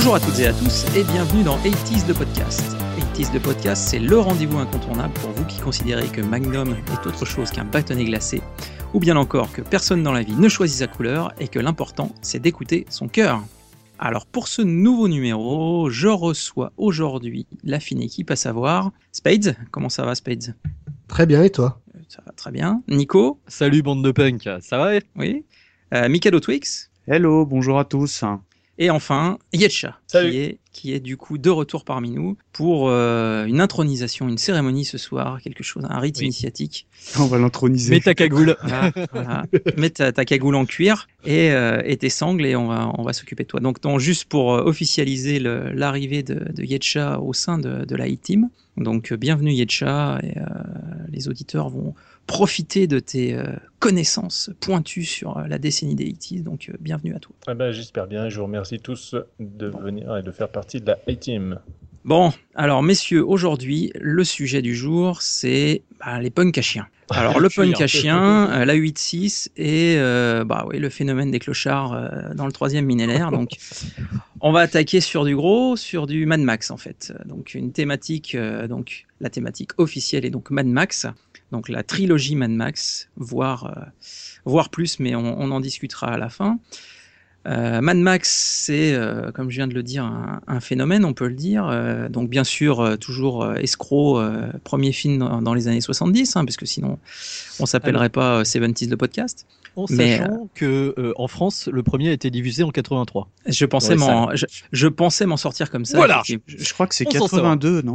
Bonjour à toutes et à tous et bienvenue dans 80s de podcast. 80s de podcast, c'est le rendez-vous incontournable pour vous qui considérez que Magnum est autre chose qu'un bâtonnet glacé, ou bien encore que personne dans la vie ne choisit sa couleur et que l'important c'est d'écouter son cœur. Alors pour ce nouveau numéro, je reçois aujourd'hui la fine équipe, à savoir Spades. Comment ça va Spades ? Très bien, et toi ? Ça va très bien. Nico ? Salut bande de punk, ça va ? Oui. Mikado Twix ? Hello, bonjour à tous. Et enfin, Yetcha, qui est du coup de retour parmi nous pour une intronisation, une cérémonie ce soir, quelque chose, un rite initiatique. On va l'introniser. Mets ta cagoule. Voilà. Mets ta cagoule en cuir et tes sangles et on va s'occuper de toi. Donc juste pour officialiser l'arrivée de Yetcha au sein de la A-Team. Donc bienvenue Yetcha et les auditeurs vont profiter de tes connaissances pointues sur la décennie des 80s, donc bienvenue à toi. J'espère bien, je vous remercie tous de venir et de faire partie de la A-Team. Bon, alors messieurs, aujourd'hui, le sujet du jour, c'est les punks à chiens. Alors le punk à chiens, la 8.6 et le phénomène des clochards dans le 3e millénaire. Donc on va attaquer sur du gros, sur du Mad Max en fait. Donc une thématique, la thématique officielle est donc Mad Max. Donc la trilogie Mad Max, voire plus, mais on en discutera à la fin. Mad Max, c'est, comme je viens de le dire, un phénomène, on peut le dire. Donc bien sûr, toujours escroc, premier film dans les années 70, parce que sinon on s'appellerait pas 70s le podcast. Sachant que en France, le premier a été diffusé en 83. Je pensais m'en sortir comme ça. Voilà. Je crois que c'est 82, non ?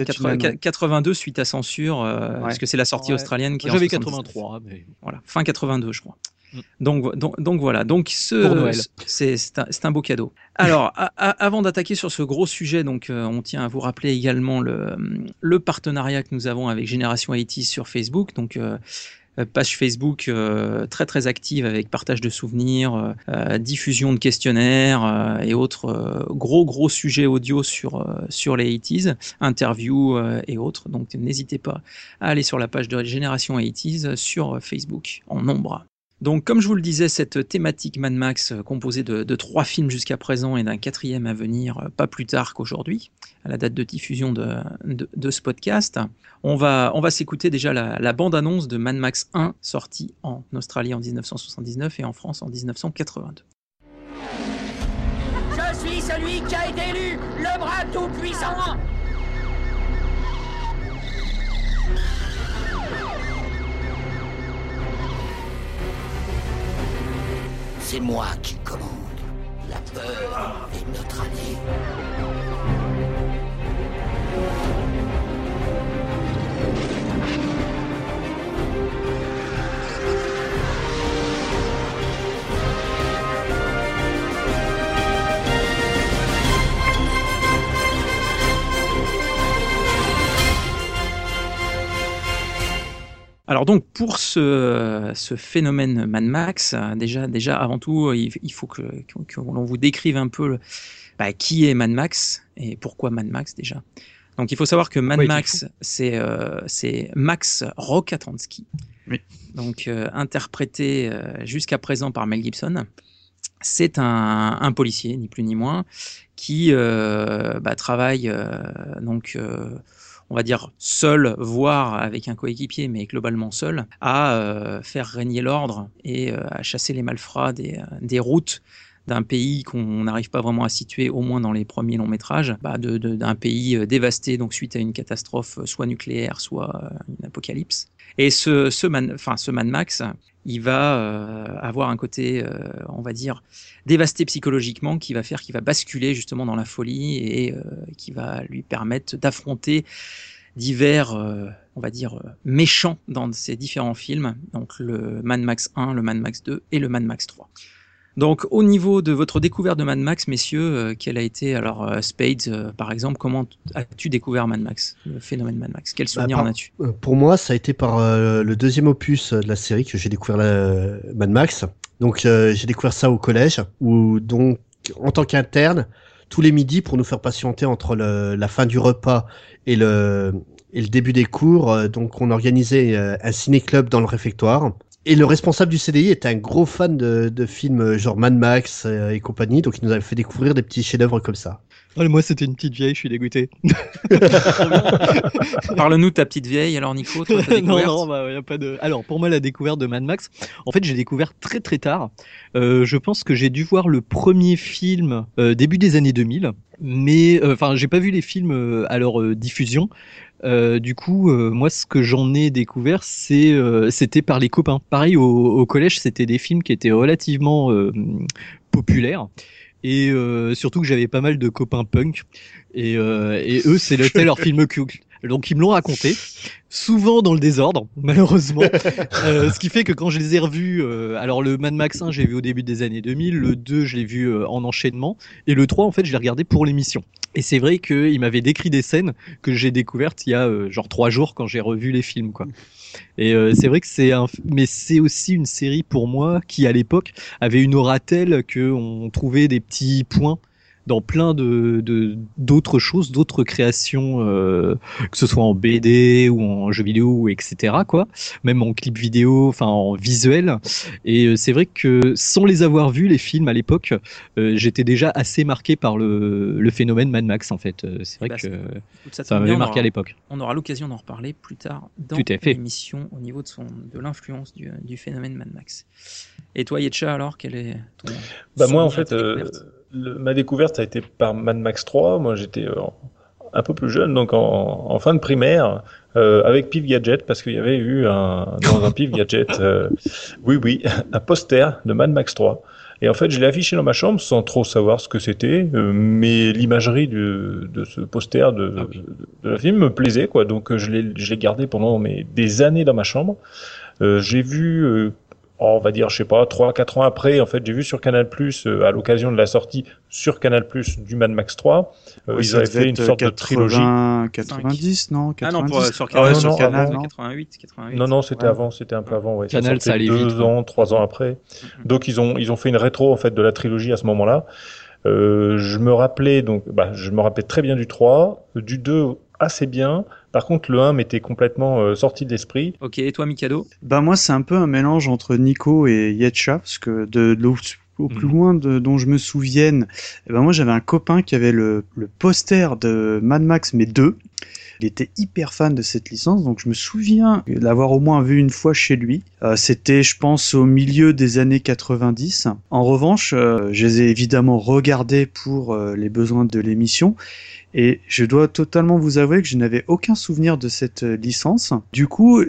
82 suite à censure, parce que c'est la sortie australienne qui est en 79. J'avais 83, mais voilà, fin 82, je crois. Donc voilà, pour Noël. C'est un beau cadeau. Alors, avant d'attaquer sur ce gros sujet, donc on tient à vous rappeler également le partenariat que nous avons avec Génération 80s sur Facebook. Donc page Facebook très très active avec partage de souvenirs, diffusion de questionnaires et autres gros sujets audio sur les 80s, interviews et autres. Donc n'hésitez pas à aller sur la page de Génération 80s sur Facebook en nombre. Donc, comme je vous le disais, cette thématique Mad Max composée de 3 films jusqu'à présent et d'un 4e à venir, pas plus tard qu'aujourd'hui, à la date de diffusion de ce podcast, on va s'écouter déjà la bande-annonce de Mad Max 1, sortie en Australie en 1979 et en France en 1982. Je suis celui qui a été élu, le bras tout-puissant. C'est moi qui commande. La peur est notre allié. Alors donc pour ce phénomène Mad Max, déjà avant tout, il faut que l'on vous décrive un peu qui est Mad Max et pourquoi Mad Max déjà. Donc il faut savoir que Mad Max, c'est Max Rockatransky, donc interprété jusqu'à présent par Mel Gibson. C'est un policier, ni plus ni moins, qui travaille on va dire seul, voire avec un coéquipier, mais globalement seul, à faire régner l'ordre et à chasser les malfrats des routes d'un pays qu'on n'arrive pas vraiment à situer, au moins dans les premiers longs métrages, d'un pays dévasté donc suite à une catastrophe soit nucléaire, soit une apocalypse. Et ce Mad Max, il va avoir un côté, on va dire, dévasté psychologiquement, qui va basculer justement dans la folie et qui va lui permettre d'affronter divers, on va dire, méchants dans ces différents films. Donc le Mad Max 1, le Mad Max 2 et le Mad Max 3. Donc, au niveau de votre découverte de Mad Max, messieurs, quelle a été, alors, Spades, par exemple, comment as-tu découvert Mad Max, le phénomène Mad Max ? Quel souvenir en as-tu ? Pour moi, ça a été par le 2e opus de la série que j'ai découvert Mad Max. Donc, j'ai découvert ça au collège, où, donc, en tant qu'interne, tous les midis, pour nous faire patienter entre la fin du repas et le début des cours, donc on organisait un ciné-club dans le réfectoire. Et le responsable du CDI était un gros fan de films genre Mad Max et compagnie, donc il nous avait fait découvrir des petits chefs-d'œuvre comme ça. Moi, c'était une petite vieille, je suis dégoûté. Parle-nous de ta petite vieille, alors Nico, toi, ta découverte. Non, y a pas de. Alors, pour moi, la découverte de Mad Max, en fait, j'ai découvert très très tard. Je pense que j'ai dû voir le premier film début des années 2000, mais j'ai pas vu les films à leur diffusion. Du coup, moi, ce que j'en ai découvert, c'était par les copains. Pareil, au collège, c'était des films qui étaient relativement populaires. Et surtout que j'avais pas mal de copains punk et eux c'était leur film culte, donc ils me l'ont raconté souvent dans le désordre malheureusement ce qui fait que quand je les ai revus alors le Mad Max 1 j'ai vu au début des années 2000, le 2 je l'ai vu en enchaînement et le 3 en fait je l'ai regardé pour l'émission et c'est vrai qu'il m'avait décrit des scènes que j'ai découvertes il y a genre 3 jours quand j'ai revu les films quoi. Et c'est vrai que mais c'est aussi une série pour moi qui à l'époque avait une aura telle que on trouvait des petits points dans plein d'autres choses, d'autres créations, que ce soit en BD ou en jeux vidéo, etc. quoi, même en clip vidéo, enfin en visuel. Et c'est vrai que sans les avoir vus les films à l'époque, j'étais déjà assez marqué par le phénomène Mad Max en fait. C'est vrai que ça m'avait marqué à l'époque. On aura l'occasion d'en reparler plus tard dans l'émission au niveau de l'influence du phénomène Mad Max. Et toi, Yetcha, alors, quel est ton moi, en fait, ma découverte, ça a été par Mad Max 3. Moi, j'étais un peu plus jeune, donc en fin de primaire, avec Pif Gadget, parce qu'il y avait eu dans un Pif Gadget, un poster de Mad Max 3. Et en fait, je l'ai affiché dans ma chambre sans trop savoir ce que c'était, mais l'imagerie de ce poster de la film me plaisait, quoi. Donc, je l'ai gardé pendant des années dans ma chambre. J'ai vu... on va dire, je sais pas, 3-4 ans après, en fait, j'ai vu sur Canal+, à l'occasion de la sortie sur Canal+, du Mad Max 3, ils avaient fait une sorte de trilogie. 90, non 90. Ah non, sur Canal, sur Canal, 88. Non, c'était avant, c'était un peu avant, ouais. Canal, ça allait 2 ans, 3 ans après. Donc, ils ont fait une rétro, en fait, de la trilogie à ce moment-là. Je me rappelais très bien du 3, du 2 assez bien. Par contre, le 1 m'était complètement sorti de l'esprit. Ok, et toi, Mikado ? Moi, c'est un peu un mélange entre Nico et Yetcha, parce que au plus loin dont je me souvienne, moi, j'avais un copain qui avait le poster de Mad Max, mais 2. Il était hyper fan de cette licence, donc je me souviens l'avoir au moins vu une fois chez lui. C'était, je pense, au milieu des années 90. En revanche, je les ai évidemment regardés pour les besoins de l'émission. Et je dois totalement vous avouer que je n'avais aucun souvenir de cette licence. Du coup,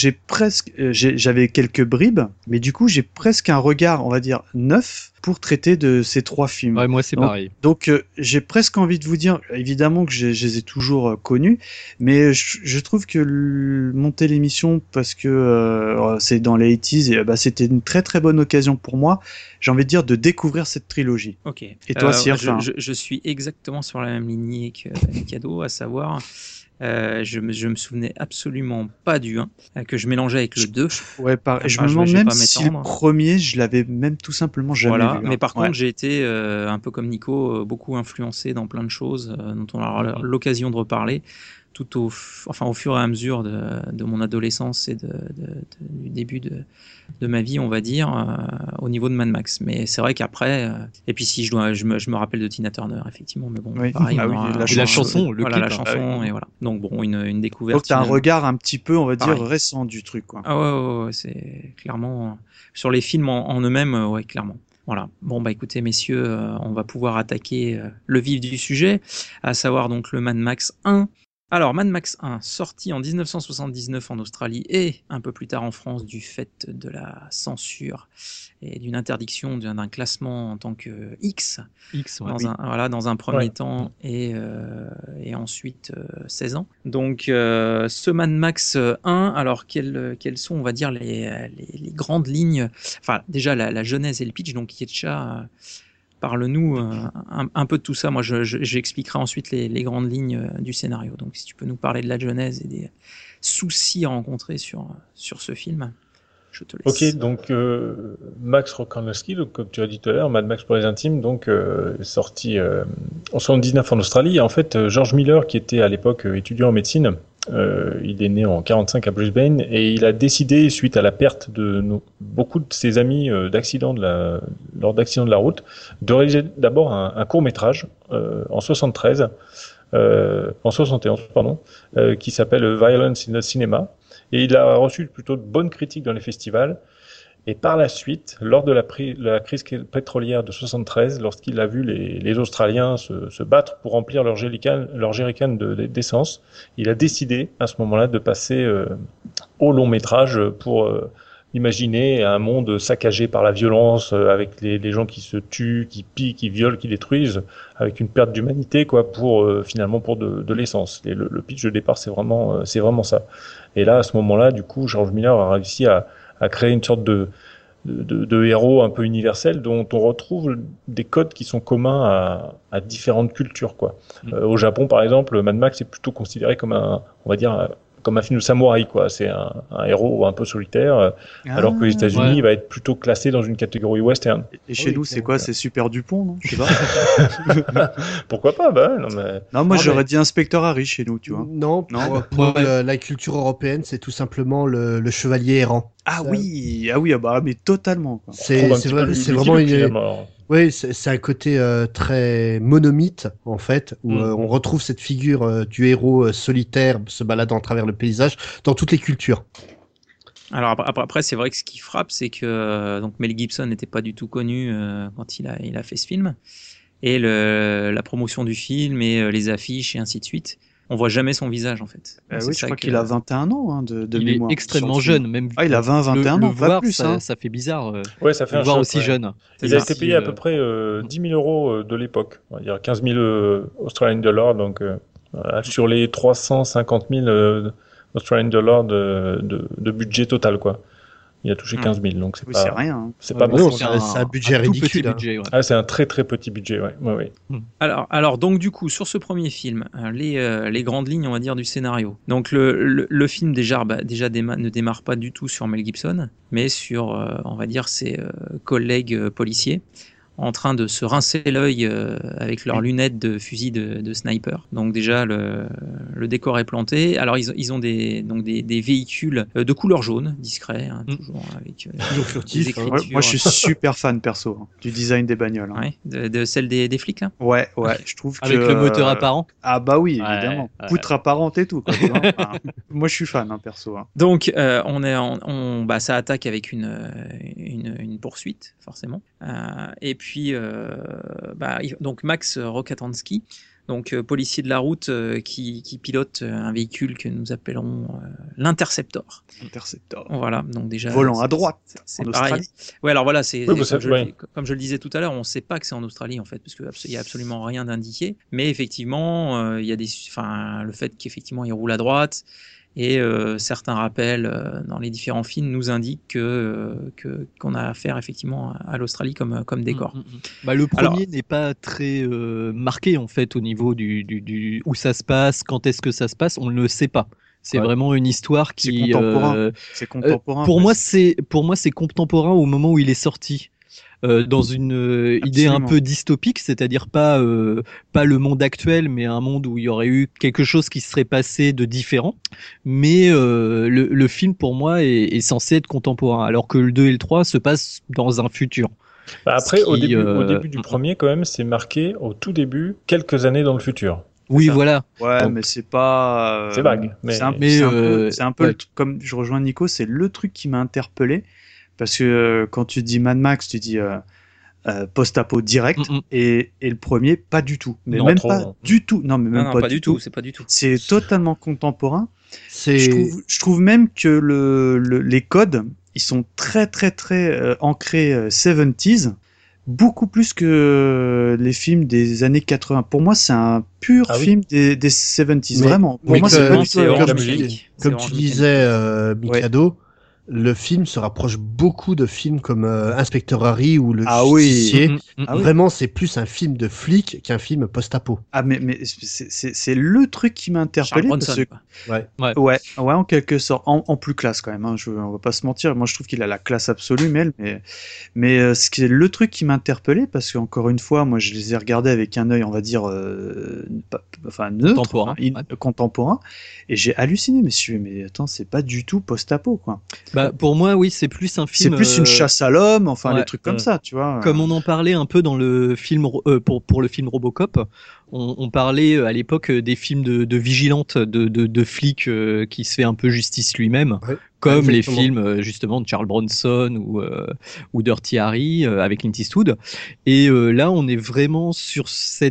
j'avais quelques bribes, mais du coup, j'ai presque un regard, on va dire, neuf pour traiter de ces 3 films. Ouais, moi c'est pareil. Donc j'ai presque envie de vous dire, évidemment que je les ai toujours connus, mais je trouve que monter l'émission parce que c'est dans les 80s, et c'était une très très bonne occasion pour moi, j'ai envie de dire, de découvrir cette trilogie. Ok. Et toi, Sir, je suis exactement sur la même lignée que Mikado, à savoir... je me souvenais absolument pas du 1, que je mélangeais avec le 2. Ouais, je me demande même si le premier, je l'avais même tout simplement jamais vu. Mais par contre, j'ai été, un peu comme Nico, beaucoup influencé dans plein de choses dont on aura l'occasion de reparler au fur et à mesure de mon adolescence et du début de ma vie, on va dire, au niveau de Mad Max. Mais c'est vrai qu'après, et puis si je me rappelle de Tina Turner, effectivement, mais bon, pareil. La chanson, le clip. La chanson, et voilà. Donc bon, une découverte. Donc t'as un regard un petit peu, on va dire, récent du truc, quoi. Ah ouais, c'est clairement, sur les films en eux-mêmes, ouais, clairement. Voilà. Bon, écoutez, messieurs, on va pouvoir attaquer le vif du sujet, à savoir donc le Mad Max 1. Alors, Mad Max 1, sorti en 1979 en Australie et un peu plus tard en France du fait de la censure et d'une interdiction d'un classement en tant que X, dans un premier temps et ensuite 16 ans. Donc, ce Mad Max 1, alors quelles sont, on va dire, les grandes lignes, enfin déjà la genèse et le pitch, donc Yetcha... Parle-nous un peu de tout ça. Moi, j'expliquerai ensuite les grandes lignes du scénario. Donc, si tu peux nous parler de la genèse et des soucis rencontrés sur ce film, je te laisse. Ok, donc Max Rockanowski, comme tu as dit tout à l'heure, Mad Max pour les intimes, donc sorti en 79 en Australie. Et en fait, George Miller, qui était à l'époque étudiant en médecine, Il est né en 45 à Brisbane et il a décidé, suite à la perte de beaucoup de ses amis lors d'accidents de la route, de réaliser d'abord un court-métrage en 71 pardon, qui s'appelle Violence in the Cinema. Et il a reçu plutôt de bonnes critiques dans les festivals. Et par la suite, lors de la crise pétrolière de 73, lorsqu'il a vu les Australiens se battre pour remplir leur jerrycan d'essence, il a décidé à ce moment-là de passer au long métrage pour imaginer un monde saccagé par la violence, avec les gens qui se tuent, qui pillent, qui violent, qui détruisent, avec une perte d'humanité, quoi, pour finalement pour de l'essence. Et le pitch de départ, c'est vraiment ça. Et là, à ce moment-là, du coup, George Miller a réussi à créer une sorte de héros un peu universel dont on retrouve des codes qui sont communs à différentes cultures, quoi. Au Japon, par exemple, Mad Max est plutôt considéré comme comme un film de samouraï, quoi. C'est un héros un peu solitaire, alors que les États-Unis, il va être plutôt classé dans une catégorie western. Et chez nous, c'est quoi? C'est Super Dupont, non? Je sais pas. Pourquoi pas? Moi, j'aurais dit Inspecteur Harry chez nous, tu vois. Non, pour la culture européenne, c'est tout simplement le chevalier errant. Mais totalement, quoi. C'est vraiment Oui, c'est un côté très monomythe, en fait, où on retrouve cette figure du héros solitaire se baladant à travers le paysage dans toutes les cultures. Alors après c'est vrai que ce qui frappe, c'est que donc Mel Gibson n'était pas du tout connu quand il a fait ce film. Et la promotion du film et les affiches et ainsi de suite, on voit jamais son visage, en fait. Je crois qu'il a 21 ans de il mémoire. Il est extrêmement jeune, même. Il a 20-21 ans, pas plus. Ça fait bizarre ça fait de un voir choc, aussi jeune. Il a été payé à peu près 10 000 euros de l'époque. On va dire 15 000 Australian dollars, donc sur les 350 000 Australian dollars de budget total, quoi. Il a touché 15 000, donc c'est rien. Hein. C'est pas bon. beaucoup. C'est un budget ridicule. Budget, ouais. C'est un très très petit budget, ouais. Alors donc du coup sur ce premier film, les grandes lignes, on va dire, du scénario. Donc le film déjà ne démarre pas du tout sur Mel Gibson, mais sur on va dire ses collègues policiers en train de se rincer l'œil avec leurs lunettes de fusil de sniper. Donc déjà le décor est planté. Alors ils ont des véhicules de couleur jaune, discrets, toujours avec toujours furtif. Moi je suis super fan perso du design des bagnoles. Ouais, de celle des flics là. Ouais, je trouve que avec le moteur apparent. Ah bah oui, évidemment. Poutre apparente et tout, quoi. Moi je suis fan perso. Donc ça attaque avec une poursuite forcément. Et puis donc Max Rokatansky, donc policier de la route qui pilote un véhicule que nous appellerons l'Interceptor. Voilà, donc déjà volant à droite c'est en pareil. Australie. Ouais, alors voilà, comme je le disais tout à l'heure, on ne sait pas que c'est en Australie en fait, parce qu'il y a absolument rien d'indiqué. Mais effectivement, il y a le fait qu'effectivement il roule à droite. Et certains rappels dans les différents films nous indiquent qu'on a affaire effectivement à l'Australie comme décor. Le premier n'est pas très marqué en fait au niveau du où ça se passe, quand est-ce que ça se passe, on ne le sait pas. C'est vraiment une histoire qui c'est contemporain. C'est contempoin. Pour moi c'est contemporain au moment où il est sorti. Dans une idée un peu dystopique, c'est-à-dire pas le monde actuel, mais un monde où il y aurait eu quelque chose qui serait passé de différent. Mais le film, pour moi, est censé être contemporain, alors que le 2 et le 3 se passent dans un futur. Après, au début du premier, quand même, c'est marqué au tout début, quelques années dans le futur. Oui, voilà. Ouais, donc, mais c'est pas. C'est vague. C'est un peu comme je rejoins Nico, c'est le truc qui m'a interpellé. Parce que quand tu dis Mad Max, tu dis post-apo direct, et le premier, pas du tout. Mais non, même trop, pas non. du tout. Non, mais même pas du tout. C'est pas du tout. C'est totalement contemporain. Je trouve même que les codes, ils sont très, très, très ancrés 70s, beaucoup plus que les films des années 80. Pour moi, c'est un pur film des 70s, vraiment. Pour moi, c'est comme tu disais, Mikado. le film se rapproche beaucoup de films comme Inspecteur Harry ou Le Ah oui. Justicier. Ah oui. Vraiment, c'est plus un film de flic qu'un film post-apo. Ah mais c'est le truc qui m'a interpellé Charles parce Bronson, que quoi. ouais en quelque sorte en plus classe quand même, hein, on va pas se mentir, moi je trouve qu'il a la classe absolue mais ce qui est le truc qui m'a interpellé parce qu'encore une fois moi je les ai regardés avec un œil on va dire neutre, Contemporain, contemporain, et j'ai halluciné, mais attends, c'est pas du tout post-apo quoi. Bah, pour moi, oui, c'est plus un film. C'est plus une chasse à l'homme, enfin ouais. des trucs comme ça, tu vois. Comme on en parlait un peu dans le film pour le film Robocop, on parlait à l'époque des films de vigilante, de flics qui se fait un peu justice lui-même, Ouais, comme les exactement. films justement de Charles Bronson ou Dirty Harry avec Clint Eastwood. Et là, on est vraiment sur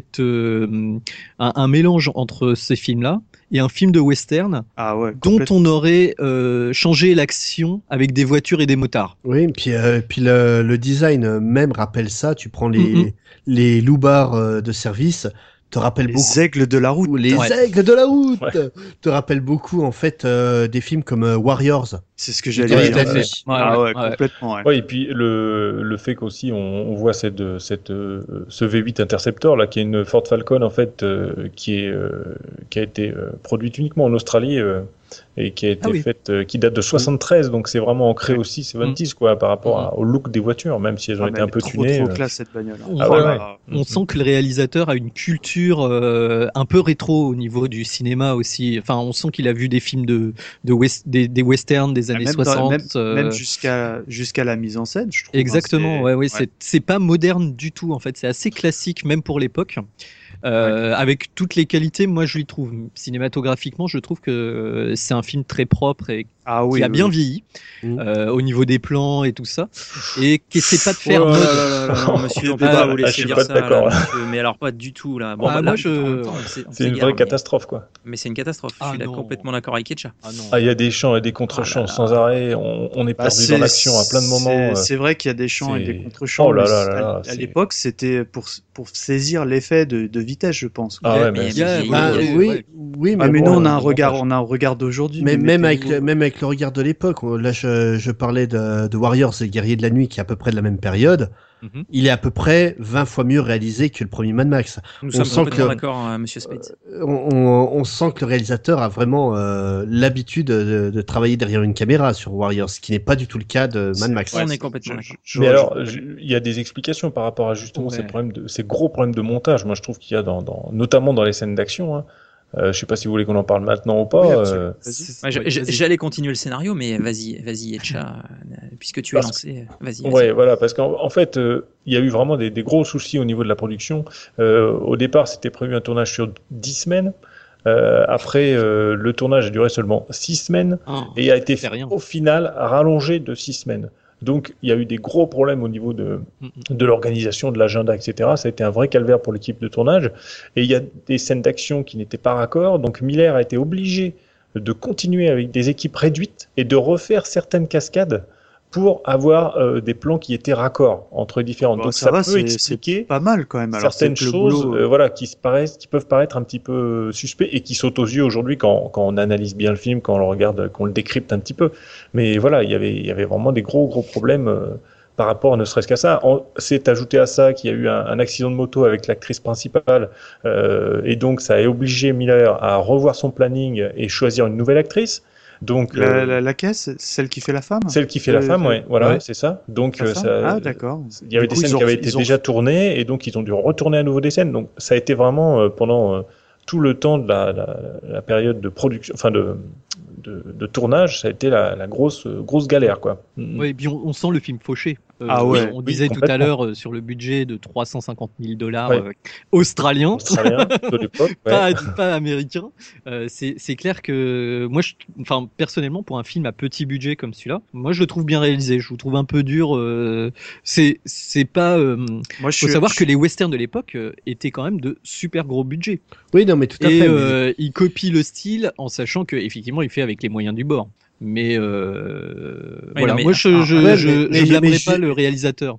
un mélange entre ces films-là et un film de western Ah ouais, dont complètement. on aurait changé l'action avec des voitures et des motards. Oui, puis le design même rappelle ça. Tu prends les loupards de service, te rappelle beaucoup. Les aigles de la route. Ou les Ouais. aigles de la route Ouais. te rappellent beaucoup en fait des films comme Warriors. C'est ce que Ouais, j'allais dire. ouais, Ouais. ouais. Ah ouais, complètement. Ouais. Ouais, et puis le fait qu'aussi on voit ce V8 Interceptor là, qui est une Ford Falcon en fait, qui a été produite uniquement en Australie et qui a été faite, qui date de 73, donc c'est vraiment ancré aussi 70s quoi, par rapport au look des voitures, même si elles ont Ah, été mais un elle peu est trop tunées. classe cette bagnole. Ah ouais, ouais. On sent que le réalisateur a une culture un peu rétro au niveau du cinéma aussi. Enfin, on sent qu'il a vu des films des westerns des années Même 60. même jusqu'à la mise en scène, je trouve. Exactement, hein, ouais. C'est pas moderne du tout en fait. C'est assez classique même pour l'époque. Avec toutes les qualités, moi je lui trouve cinématographiquement, je trouve que c'est un film très propre et Ah oui, qui a bien oui. vieilli Mm. au niveau des plans et tout ça, et qui essaie pas de faire Oh là mode. là là là, non, monsieur, on peut Ah, pas vous je laisser suis dire pas ça. d'accord, Là, là. monsieur, mais alors pas du tout là. Bon, Ah, bah, moi, là, je- en même temps, on C'est une s'égare, vraie mais- catastrophe quoi. Mais c'est une catastrophe. Ah, Je suis là non. complètement d'accord avec Ketcha. Ah non. Ah, il y a des chants et des contre-chants Ah là là. sans arrêt. On est Bah, perdu dans l'action à plein de moments. C'est vrai qu'il y a des chants et c'est- des contre-chants. Oh là mais là là là, à c'est- l'époque, c'était pour saisir l'effet de vitesse, je pense. Ah ouais, Mais mais il y a- c'est- il y Ah, a- oui, ouais. oui, Ah, mais bon, nous, on a bon, un regard d'aujourd'hui. Mais même avec, mettez-vous- même avec le regard de l'époque, là je parlais de Warriors et Guerriers de la Nuit qui est à peu près de la même période, Mhm. il est à peu près 20 fois mieux réalisé que le premier Mad Max. Nous On sommes sent complètement que- d'accord, monsieur Spade. On sent que le réalisateur a vraiment l'habitude de travailler derrière une caméra sur Warriors, ce qui n'est pas du tout le cas de Mad Max. On est complètement d'accord. Mais alors, il y a des explications par rapport à justement Ouais. ces gros problèmes de montage. Moi, je trouve qu'il y a notamment dans les scènes d'action. Hein. Je sais pas si vous voulez qu'on en parle maintenant ou pas. Oui, absolument. Vas-y. Ouais, j'allais continuer le scénario, mais vas-y, Etcha, puisque tu es lancé, vas-y. Ouais, voilà, parce qu'en fait, il y a eu vraiment des gros soucis au niveau de la production. Au départ, c'était prévu un tournage sur 10 semaines. Après, le tournage a duré seulement 6 semaines Ah, et a été c'est rien. au final rallongé de 6 semaines. Donc, il y a eu des gros problèmes au niveau de l'organisation, de l'agenda, etc. Ça a été un vrai calvaire pour l'équipe de tournage. Et il y a des scènes d'action qui n'étaient pas raccord. Donc, Miller a été obligé de continuer avec des équipes réduites et de refaire certaines cascades pour avoir des plans qui étaient raccords entre différentes. Bon, Donc, ça ça va, peut c'est expliquer pas mal quand même. Alors, certaines c'est que le choses boulot, voilà, qui peuvent paraître un petit peu suspects et qui sautent aux yeux aujourd'hui quand on analyse bien le film, quand on le regarde, qu'on le décrypte un petit peu. Mais voilà, il y avait vraiment des gros problèmes par rapport ne serait-ce qu'à ça. C'est ajouté à ça qu'il y a eu un accident de moto avec l'actrice principale et donc ça a obligé Miller à revoir son planning et choisir une nouvelle actrice. Donc, la caisse, celle qui fait la femme. celle qui fait la femme, ouais, voilà, ouais. c'est ça. Donc, La femme ça, Ah, d'accord. il y avait Du des coup, scènes qui avaient été déjà tournées et donc ils ont dû retourner à nouveau des scènes. Donc ça a été vraiment pendant tout le temps de la période de production, enfin de tournage, ça a été la grosse galère quoi. Ouais, et puis on sent le film fauché. Ah ouais, on oui, disait tout à complètement. l'heure sur le budget de 350 000 $ Ouais. australiens. Australien de l'époque. Ouais. Pas américain. C'est clair que moi, enfin personnellement, pour un film à petit budget comme celui-là, moi je le trouve bien réalisé. Je le trouve un peu dur. C'est pas. Moi, je Faut suis. savoir que les westerns de l'époque étaient quand même de super gros budgets. Oui, non, mais tout à Et fait. mais- il copie le style en sachant que effectivement il fait avec les moyens du bord. Mais voilà, non, mais- moi je ouais, mais blâmerai je- pas le réalisateur.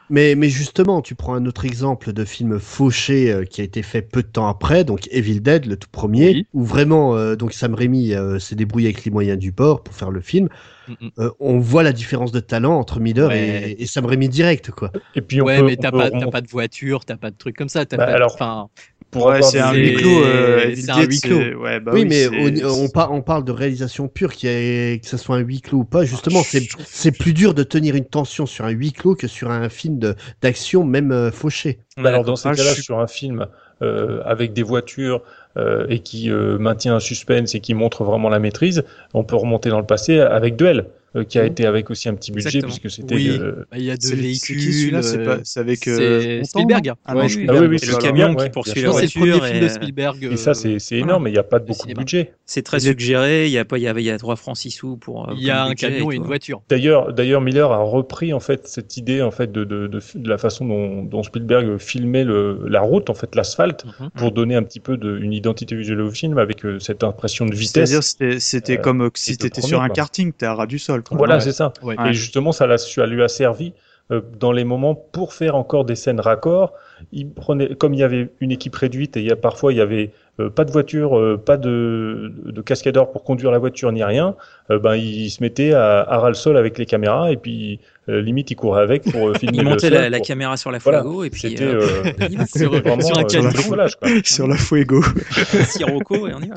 Mais justement, tu prends un autre exemple de film fauché qui a été fait peu de temps après, donc Evil Dead, le tout premier, Oui. où vraiment donc Sam Raimi s'est débrouillé avec les moyens du bord pour faire le film. On voit la différence de talent entre Miller Ouais. et Sam Raimi direct, quoi. Et puis Ouais, mais on t'as peut pas remonter- de voiture, t'as pas de trucs comme ça. T'as Bah, pas. alors, Enfin, pour Ouais, avoir c'est un des- huis clos. c'est Evil un Dead, huis clos. Ouais, bah oui, oui, mais c'est- on parle de réalisation pure, que ce soit un huis clos ou pas. Justement, je- c'est plus dur de tenir une tension sur un huis clos que sur un film d'action, même fauché. Bah alors dans ces Ah, je cas-là, suis- sur un film avec des voitures et qui maintient un suspense et qui montre vraiment la maîtrise, on peut remonter dans le passé avec Duel, qui a été avec aussi un petit budget Exactement. puisque c'était. Oui. Bah, il y a deux c'est qui véhicules. celui-là? C'est avec c'est Montand, Spielberg. non Ah Ouais, non, oui, Spielberg. oui, C'est c'est le le camion Spielberg, qui ouais, poursuit bien la Je sûr. pense que c'est le voiture. premier film de Spielberg. Et ça, c'est voilà. énorme, mais il n'y a pas beaucoup cinéma. de budget. C'est très Il est- suggéré. Il y a 3 francs 6 sous pour. Il y a comme un budget camion et tout. une voiture. D'ailleurs, Miller a repris en fait cette idée en fait de la façon dont Spielberg filmait la route, en fait l'asphalte, pour donner un petit peu une identité visuelle au film avec cette impression de vitesse. C'est-à-dire, c'était comme si le t'étais premier, sur un quoi. karting, t'es à ras du sol. Quoi. Voilà, Ouais. c'est ça. Ouais. Et justement, ça lui a servi dans les moments pour faire encore des scènes raccords. Comme il y avait une équipe réduite et parfois il y avait pas de voiture, pas de cascadeur pour conduire la voiture ni rien, il se mettait à ras le sol avec les caméras et puis limite il courait avec pour filmer Il le montait sol la pour- caméra sur la Voilà. Fuego et puis C'était il va c'était vraiment sur un du camion. bricolage, quoi. Sur la Fuego. Sirocco et on y va.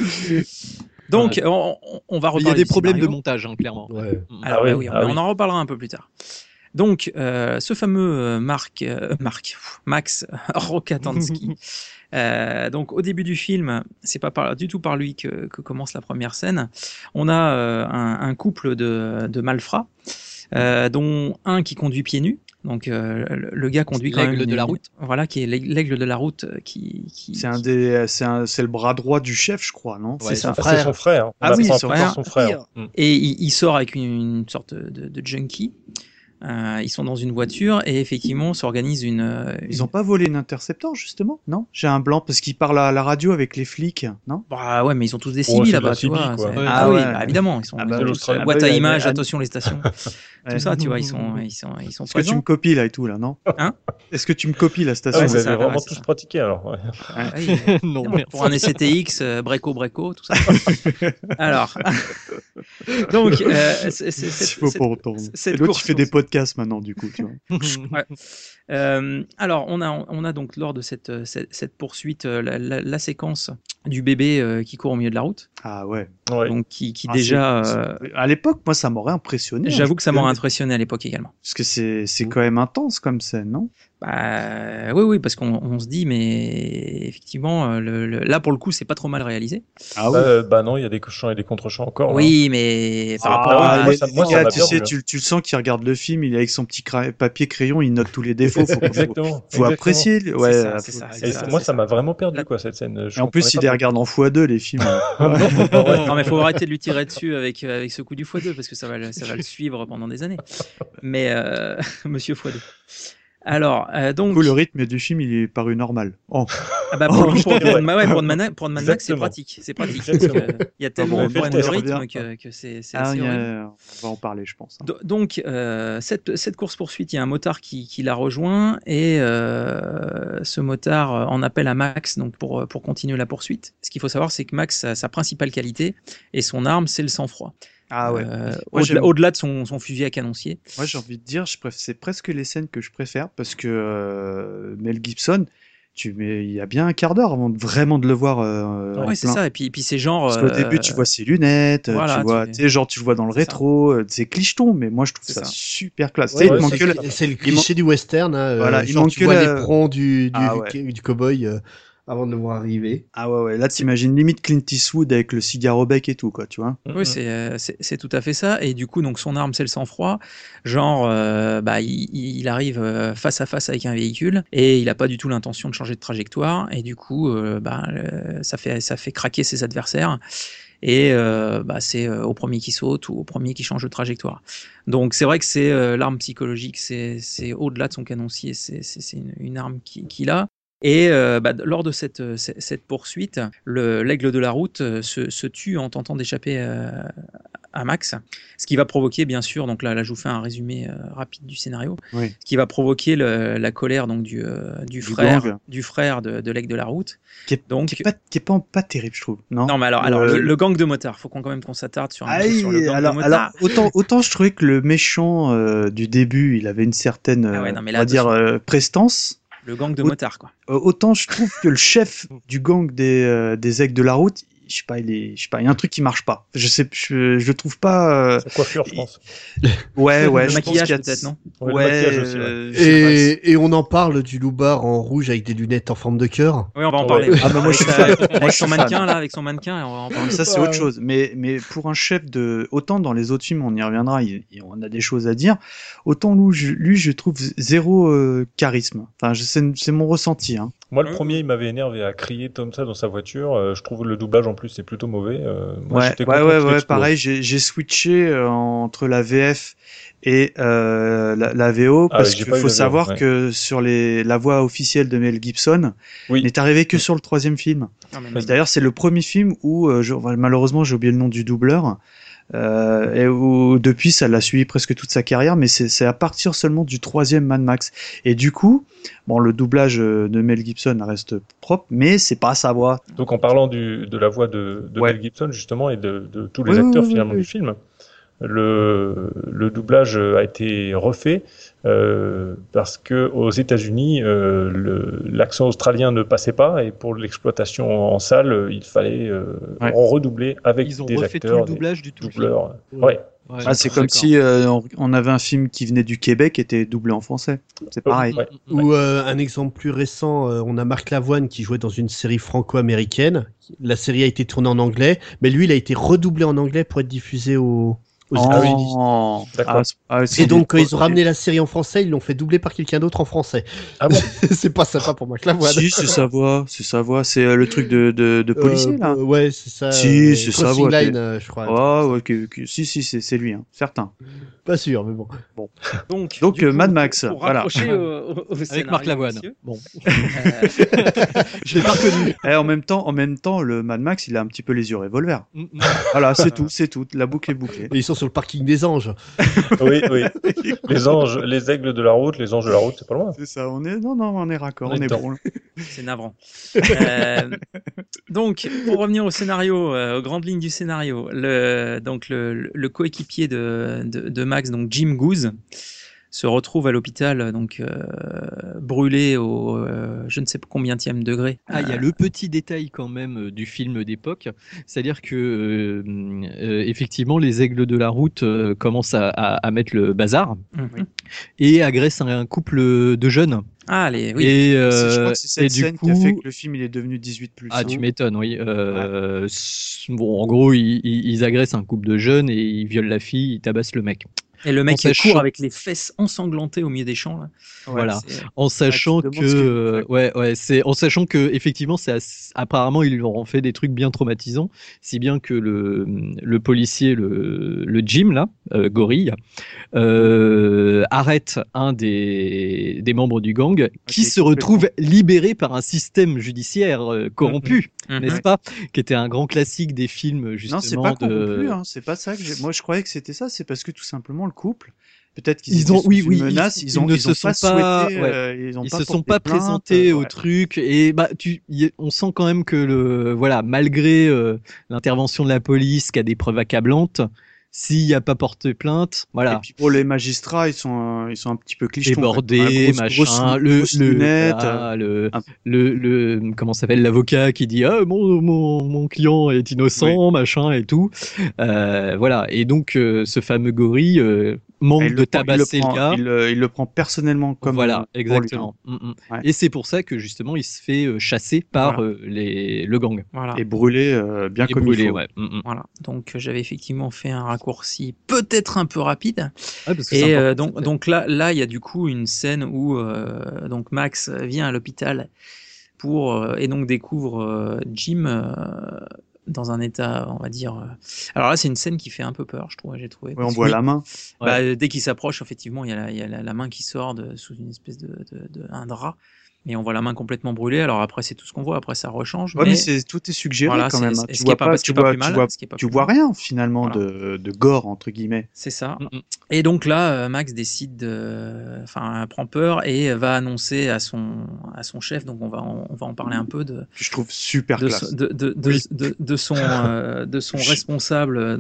Donc on va Mais reparler. il y a des du problèmes de scénario. montage, hein, clairement. Ouais. Alors Ah oui, bah oui, ah on oui. en reparlera un peu plus tard. Donc ce fameux Max Rokatansky. Donc au début du film, c'est pas du tout par lui que commence la première scène. On a un couple de malfrats, dont un qui conduit pieds nus. Donc le gars conduit quand même L'aigle de la route. Voilà, qui est l'aigle de la route qui C'est le bras droit du chef, je crois, non c'est ça. Ah, c'est son frère. On Ah oui, apprend son après frère. son frère. Mm. Et il sort avec une sorte de junkie. Ils sont dans une voiture et effectivement s'organise Ils ont pas volé une Interceptor, justement? Non? J'ai un blanc parce qu'ils parlent à la radio avec les flics, non? Bah ouais, mais ils sont tous des Oh, civils c'est de là-bas, la tu CB, vois. quoi. c'est- Ouais. Ah oui, ouais. bah, évidemment, ils sont Ah bah, tous, l'Australie. boîte Ah à bah, images, ah, attention les stations, Ouais. tout ça, tu vois, ils sont Est-ce que tu présents. me copies là et tout, là, non? Hein? Est-ce que tu me copies la Ah, station? Ouais, vous c'est avez ça, vraiment ouais, c'est tous ça. pratiqué alors. Ouais. Ah oui, Non, évidemment, merci. pour un SCTX, breco, tout ça. Alors, donc, Il faut pour ton... cette Et l'autre, course- tu fais des podcasts maintenant, du coup, tu vois. Ouais. Alors, on a donc lors de cette poursuite la séquence du bébé qui court au milieu de la route, Ah ouais. Ouais. donc qui Ah, déjà, À l'époque, moi, ça m'aurait impressionné. j'avoue que ça m'aurait m'aurait impressionné à l'époque également. Parce que c'est quand même intense comme scène, non? Bah, oui, parce qu'on se dit, mais effectivement, là pour le coup, c'est pas trop mal réalisé. Ah Bah non, il y a des champs et des contre-champs encore. hein. Oui, mais par rapport Ah, à. moi, ça les gars, m'a tu bien sais, plu, tu le sens qu'il regarde le film, il est avec son petit papier crayon, il note tous les défauts. Faut Exactement. apprécier. Ouais, C'est ça, faut- c'est ça, Et c'est moi, c'est ça m'a vraiment perdu, quoi, cette scène. Et en plus, il les regarde en x2, les films. Non, mais faut arrêter de lui tirer dessus avec ce coup du x2 parce que ça va le suivre pendant des années. Mais Monsieur x2. Alors, donc. Du coup, le rythme du film, il est paru normal. Oh. Ah bah, pour Mad Max, c'est Exactement. pratique. C'est pratique. Exactement. Parce que il y a tellement bon, de on fait le problèmes de test, rythme revient. que c'est Ah, assez horrible. on va en parler, je pense. Donc, cette course-poursuite, il y a un motard qui la rejoint et ce motard en appelle à Max donc pour continuer la poursuite. Ce qu'il faut savoir, c'est que Max, sa principale qualité et son arme, c'est le sang-froid. Ah ouais. Au-delà j'aime- au-delà de son fusil à canoncier. Moi, j'ai envie de dire, c'est presque les scènes que je préfère parce que Mel Gibson, il y a bien un quart d'heure avant vraiment de le voir. en Oui, c'est plein. ça. Et puis c'est genre. Parce qu'au début, tu vois ses lunettes, voilà, tu sais, genre tu le vois dans le c'est ça. rétro, c'est clicheton, mais moi je trouve C'est ça ça. super classe. Ouais, Tu sais, il ouais, manque que la- c'est le cliché du western. Hein, Voilà, il genre, manque tu que vois la- l'éperon du Ah ouais. cowboy avant de le voir arriver. Ah ouais, là t'imagines limite Clint Eastwood avec le cigare au bec et tout, quoi, tu vois. Oui, c'est tout à fait ça. Et du coup, donc son arme, c'est le sang-froid. Genre, il arrive face à face avec un véhicule et il n'a pas du tout l'intention de changer de trajectoire. Et du coup, ça fait craquer ses adversaires. Et c'est au premier qui saute ou au premier qui change de trajectoire. Donc c'est vrai que c'est l'arme psychologique, c'est au-delà de son canoncier, c'est une arme qu'il a. Et lors de cette poursuite, l'aigle de la route se tue en tentant d'échapper à Max, ce qui va provoquer bien sûr, donc là je vous fais un résumé rapide du scénario, Oui. ce qui va provoquer la colère donc du frère de l'aigle de la route. Qui est pas terrible, je trouve. Non, mais alors le gang de motards, faut quand même qu'on s'attarde sur le gang de motards. Alors, autant je trouvais que le méchant du début, il avait une certaine, prestance. Le gang de motards, quoi. Autant je trouve que le chef du gang des aigles de la route, je sais pas, il y a un truc qui marche pas. Je trouve pas. Sa coiffure, je pense. Ouais, le je maquillage pense qu'il y a peut-être, non? Ouais, le maquillage aussi, ouais. Et on en parle du loupard en rouge avec des lunettes en forme de cœur. Oui, on va en parler. Ah, bah, moi, je suis avec son mannequin, là, avec son mannequin, on va en parler. Ça, c'est autre chose. Mais pour un chef autant dans les autres films, on y reviendra, on a des choses à dire. Autant lui, je trouve zéro charisme. Enfin, c'est mon ressenti, hein. Moi, le premier, il m'avait énervé à crier comme ça dans sa voiture. Je trouve le doublage en plus c'est plutôt mauvais. Ouais, pareil. J'ai switché entre la VF et la VO parce qu'il faut savoir que sur la voix officielle de Mel Gibson, il n'est arrivé que sur le 3e film. D'ailleurs, c'est le premier film où malheureusement j'ai oublié le nom du doubleur. Et où depuis ça l'a suivi presque toute sa carrière, mais c'est à partir seulement du 3e Mad Max. Et du coup, le doublage de Mel Gibson reste propre, mais c'est pas sa voix. Donc en parlant de la voix de Mel Gibson justement et de tous les acteurs finalement du film, le doublage a été refait parce que aux États-Unis l'accent australien ne passait pas et pour l'exploitation en salle il fallait redoubler avec Ils ont des refait acteurs, tout le doublage du tout. doubleurs. Ouais. C'est comme si on avait un film qui venait du Québec et était doublé en français. C'est pareil. Ou un exemple plus récent, on a Marc Lavoine qui jouait dans une série franco-américaine. La série a été tournée en anglais, mais lui, il a été redoublé en anglais pour être diffusé aux États-Unis. D'accord. Et donc, quand ils ont ramené la série en français, ils l'ont fait doubler par quelqu'un d'autre en français. Ah bon? C'est pas sympa pour Marc Lavoine. Si, c'est sa voix. C'est le truc de policier, là. Ouais, c'est ça. Si, c'est sa voix. Line, je crois. Si, c'est lui, hein. Certain. Pas sûr, mais bon. Donc du coup, Mad Max. Pour voilà. raccrocher au Avec Marc Lavoine. Bon. Je l'ai pas reconnu. Et en même temps, le Mad Max, il a un petit peu les yeux revolver. Voilà, c'est tout. La boucle est bouclée. Et ils sont sur le parking des anges. Oui. Les aigles de la route, les anges de la route, c'est pas loin. C'est ça, on est raccord, on est bon. C'est navrant. Donc, pour revenir au scénario, aux grandes lignes du scénario, le coéquipier de Max, donc Jim Goose, se retrouve à l'hôpital, donc brûlé au je ne sais combienième degré. Il y a le petit détail quand même du film d'époque, c'est-à-dire que effectivement les aigles de la route commencent à mettre le bazar et agressent un couple de jeunes. Ah, oui. Et, je crois que c'est cette scène qui a fait que le film il est devenu 18+. Ah, tu m'étonnes, oui. Bon, en gros, ils agressent un couple de jeunes et ils violent la fille, ils tabassent le mec. Et le mec court avec les fesses ensanglantées au milieu des champs. Là. Voilà, en sachant en sachant que effectivement, apparemment ils leur ont fait des trucs bien traumatisants, si bien que le policier, le Jim là, Gorille, arrête un des membres du gang qui se retrouve libéré par un système judiciaire corrompu, n'est-ce pas, qui était un grand classique des films justement. Non, c'est pas corrompu, hein, c'est pas ça que moi je croyais que c'était ça, c'est parce que tout simplement le couple. Peut-être qu'ils ont menace, ils ne se sont pas présentés au truc et on sent quand même que malgré l'intervention de la police qui a des preuves accablantes, s'il n'y a pas porté plainte, voilà. Et puis pour les magistrats, ils sont un petit peu clichetons. Débordés, machin. Comment s'appelle l'avocat qui dit mon client est innocent, machin et tout. Voilà. Et donc ce fameux gorille manque de tabasser le gars. Il le prend personnellement comme. Voilà, exactement. Ouais. Et c'est pour ça que justement il se fait chasser par le gang. Voilà. Et brûler bien comme il faut. Ouais. Voilà. Donc j'avais effectivement fait un raccourci peut-être un peu rapide. Ouais, parce que et donc là il y a du coup une scène où donc Max vient à l'hôpital et donc découvre Jim dans un état, on va dire. Alors là, c'est une scène qui fait un peu peur, j'ai trouvé. Ouais, on voit la main. Dès qu'il s'approche, effectivement, il y a la main qui sort sous une espèce un drap. mais on voit la main complètement brûlée. Alors après, c'est tout ce qu'on voit. Après, ça rechange. Ouais, mais tout est suggéré voilà, quand même. c'est- Hein. ce Tu qui vois est pas- pas, ce qui est tu pas vois, plus mal, tu vois, ce qui est pas tu plus vois mal. rien finalement Voilà. de gore entre guillemets. C'est ça. Mm, mm. Et donc là, Max décide enfin, prend peur et va annoncer à son chef. Donc on va en parler un peu Que je trouve super de, classe. de son responsable,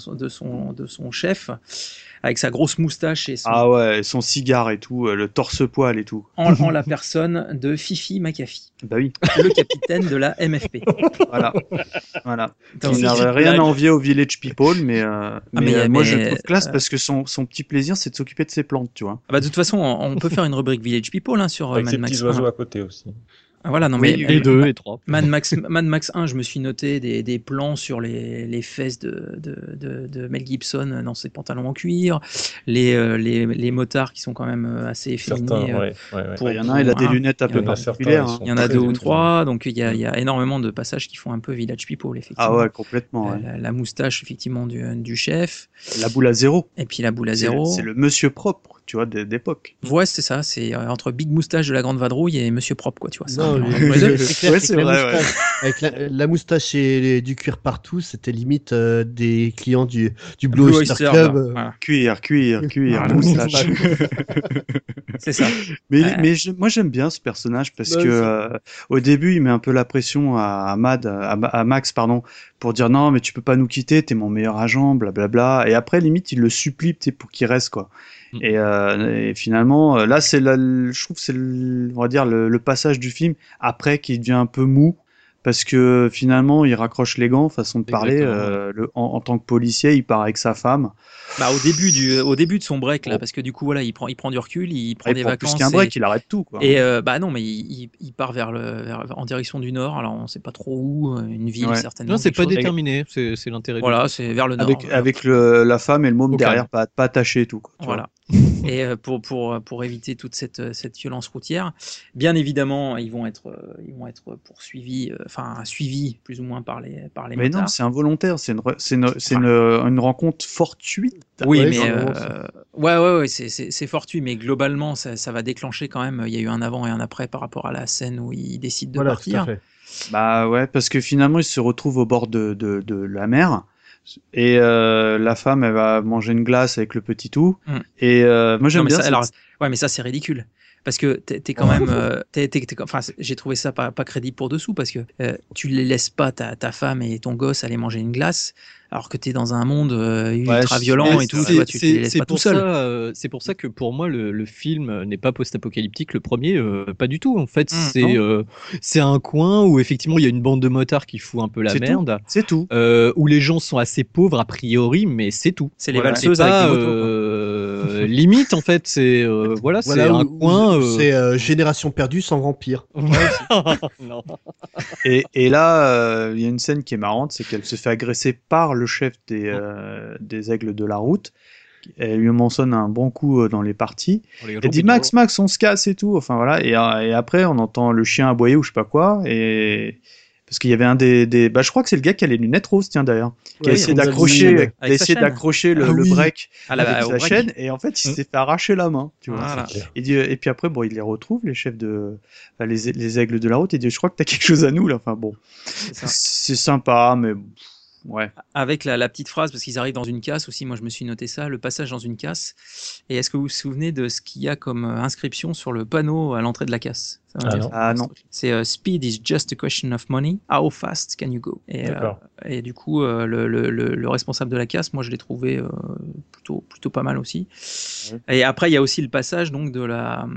de son chef, avec sa grosse moustache et Ah ouais, son cigare et tout, le torse-poil et tout. en la personne de Fifi McAfee, Bah oui, le capitaine de la MFP. voilà. Voilà. Donc, Il n'avait rien à envier au Village People, mais mais- moi je mais, le trouve classe parce que son petit plaisir c'est de s'occuper de ses plantes, tu vois. Ah bah, de toute façon, on peut faire une rubrique Village People sur Avec Mad ses Max petits 1. oiseaux à côté aussi. Ah, voilà, non, Oui, mais et 2 et 3. Mad Max 1, je me suis noté des plans sur les fesses de Mel Gibson dans ses pantalons en cuir, les motards qui sont quand même assez efféminés. Certains, ouais. pour- Il y en a un, il a des hein, lunettes un il y peu en a particulières. certains, Hein. Il y en a Très 2 ou bien. 3, donc il y a énormément de passages qui font un peu Village People, effectivement. Ah ouais, complètement. Ouais. La moustache, effectivement, du chef, La boule à zéro. et puis la boule à C'est zéro. c'est le monsieur propre, tu vois, d'époque. Ouais, c'est ça, c'est entre Big Moustache de la Grande Vadrouille et Monsieur Propre, quoi, tu vois. Non, un mais- peu les deux. c'est clair Ouais, que c'est la vrai, ouais. moustache- Avec la moustache et du cuir partout, c'était limite des clients du Blue Blue Oyster Oyster, Club. là, voilà, Cuir, Voilà. moustache. c'est ça. Mais moi j'aime bien ce personnage parce Bah, que c'est- au début il met un peu la pression à Max pardon pour dire non mais tu peux pas nous quitter, t'es mon meilleur agent, blablabla. Et après limite il le supplie pour qu'il reste quoi. Mm. Et finalement là je trouve que c'est on va dire le passage du film après qui devient un peu mou. Parce que finalement, il raccroche les gants, façon de parler. Exactement. En tant que policier, il part avec sa femme. Bah, au début de son break, là, Oh. parce que du coup, voilà, il prend du recul, il prend Il des prend vacances. plus qu'un break, il arrête tout. Quoi. Bah non, mais il part en direction du nord, alors on sait pas trop où, une ville Ouais. certainement. Non, c'est quelque pas chose. déterminé, c'est l'intérêt du Voilà, truc. c'est vers le nord. Avec la femme et le môme Au derrière, pas attaché et tout. Quoi, tu Voilà. Et pour éviter toute cette violence routière, bien évidemment, ils vont être poursuivis, suivis plus ou moins par les Mais motards. non, c'est involontaire, c'est une rencontre fortuite. Oui, Ouais, mais c'est vraiment ça. ouais, c'est fortuit, mais globalement, ça va déclencher quand même. Il y a eu un avant et un après par rapport à la scène où il décide de Voilà, tout partir. à fait. Bah ouais, parce que finalement, il se retrouve au bord de la mer. Et la femme, elle va manger une glace avec le petit tout. Mm. Et moi, Non, j'aime mais bien. ça, alors, ouais, mais ça c'est ridicule. Parce que t'es quand même, j'ai trouvé ça pas crédible pour dessous parce que tu les laisses pas ta femme et ton gosse aller manger une glace alors que t'es dans un monde ultra violent et tout, tu vois, tu les laisses pas tout seul. C'est pour ça que pour moi le film n'est pas post-apocalyptique. Le premier, pas du tout. En fait, non. c'est un coin où effectivement il y a une bande de motards qui fout un peu la C'est tout. merde, C'est tout. où les gens sont assez pauvres a priori, mais c'est tout. C'est les Voilà. valseuses C'est pas, avec des motos. limite en fait, c'est voilà, c'est Voilà, un où- coin. C'est Génération perdue sans vampire. Non. Et là, il y a une scène qui est marrante, c'est qu'elle se fait agresser par le chef des aigles de la route. Elle lui mentionne un bon coup dans les parties. Elle dit Max, on se casse et tout. Enfin voilà. Et après, on entend le chien aboyer ou je sais pas quoi. Et parce qu'il y avait un bah, je crois que c'est le gars qui a les lunettes roses, tiens d'ailleurs, qui a Oui, essayé on a d'accrocher, vu, avec qui a sa essayé chaîne. d'accrocher le oui. break À la- avec au sa break. chaîne. Et en fait, il s'est fait arracher la main. Tu vois. Voilà. Il dit, et puis après, bon, il les retrouve, les chefs les aigles de la route. Il dit, je crois que t'as quelque chose à nous là. Enfin bon, C'est ça. c'est sympa, mais ouais. Avec la petite phrase, parce qu'ils arrivent dans une casse aussi, moi je me suis noté ça, le passage dans une casse. Et est-ce que vous vous souvenez de ce qu'il y a comme inscription sur le panneau à l'entrée de la casse? Ça va Ah dire. non. Ah non. C'est Speed is just a question of money. How fast can you go? D'accord. Et du coup, le responsable de la casse, moi je l'ai trouvé plutôt pas mal aussi. Et après, il y a aussi le passage donc de la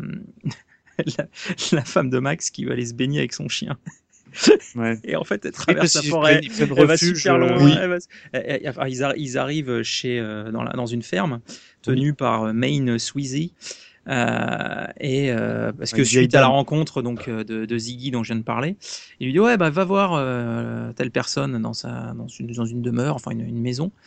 femme de Max qui va aller se baigner avec son chien. Ouais. Et en fait, elle Oui, traverse parce la qu'ils forêt. prennent Elle va refuge, super loin. oui. Enfin, ils arrivent dans une ferme tenue par Maine Sweezy. Parce que Une vieille suite à la dame. rencontre donc de Ziggy dont je viens de parler, il lui dit ouais bah va voir telle personne dans une demeure, enfin une maison.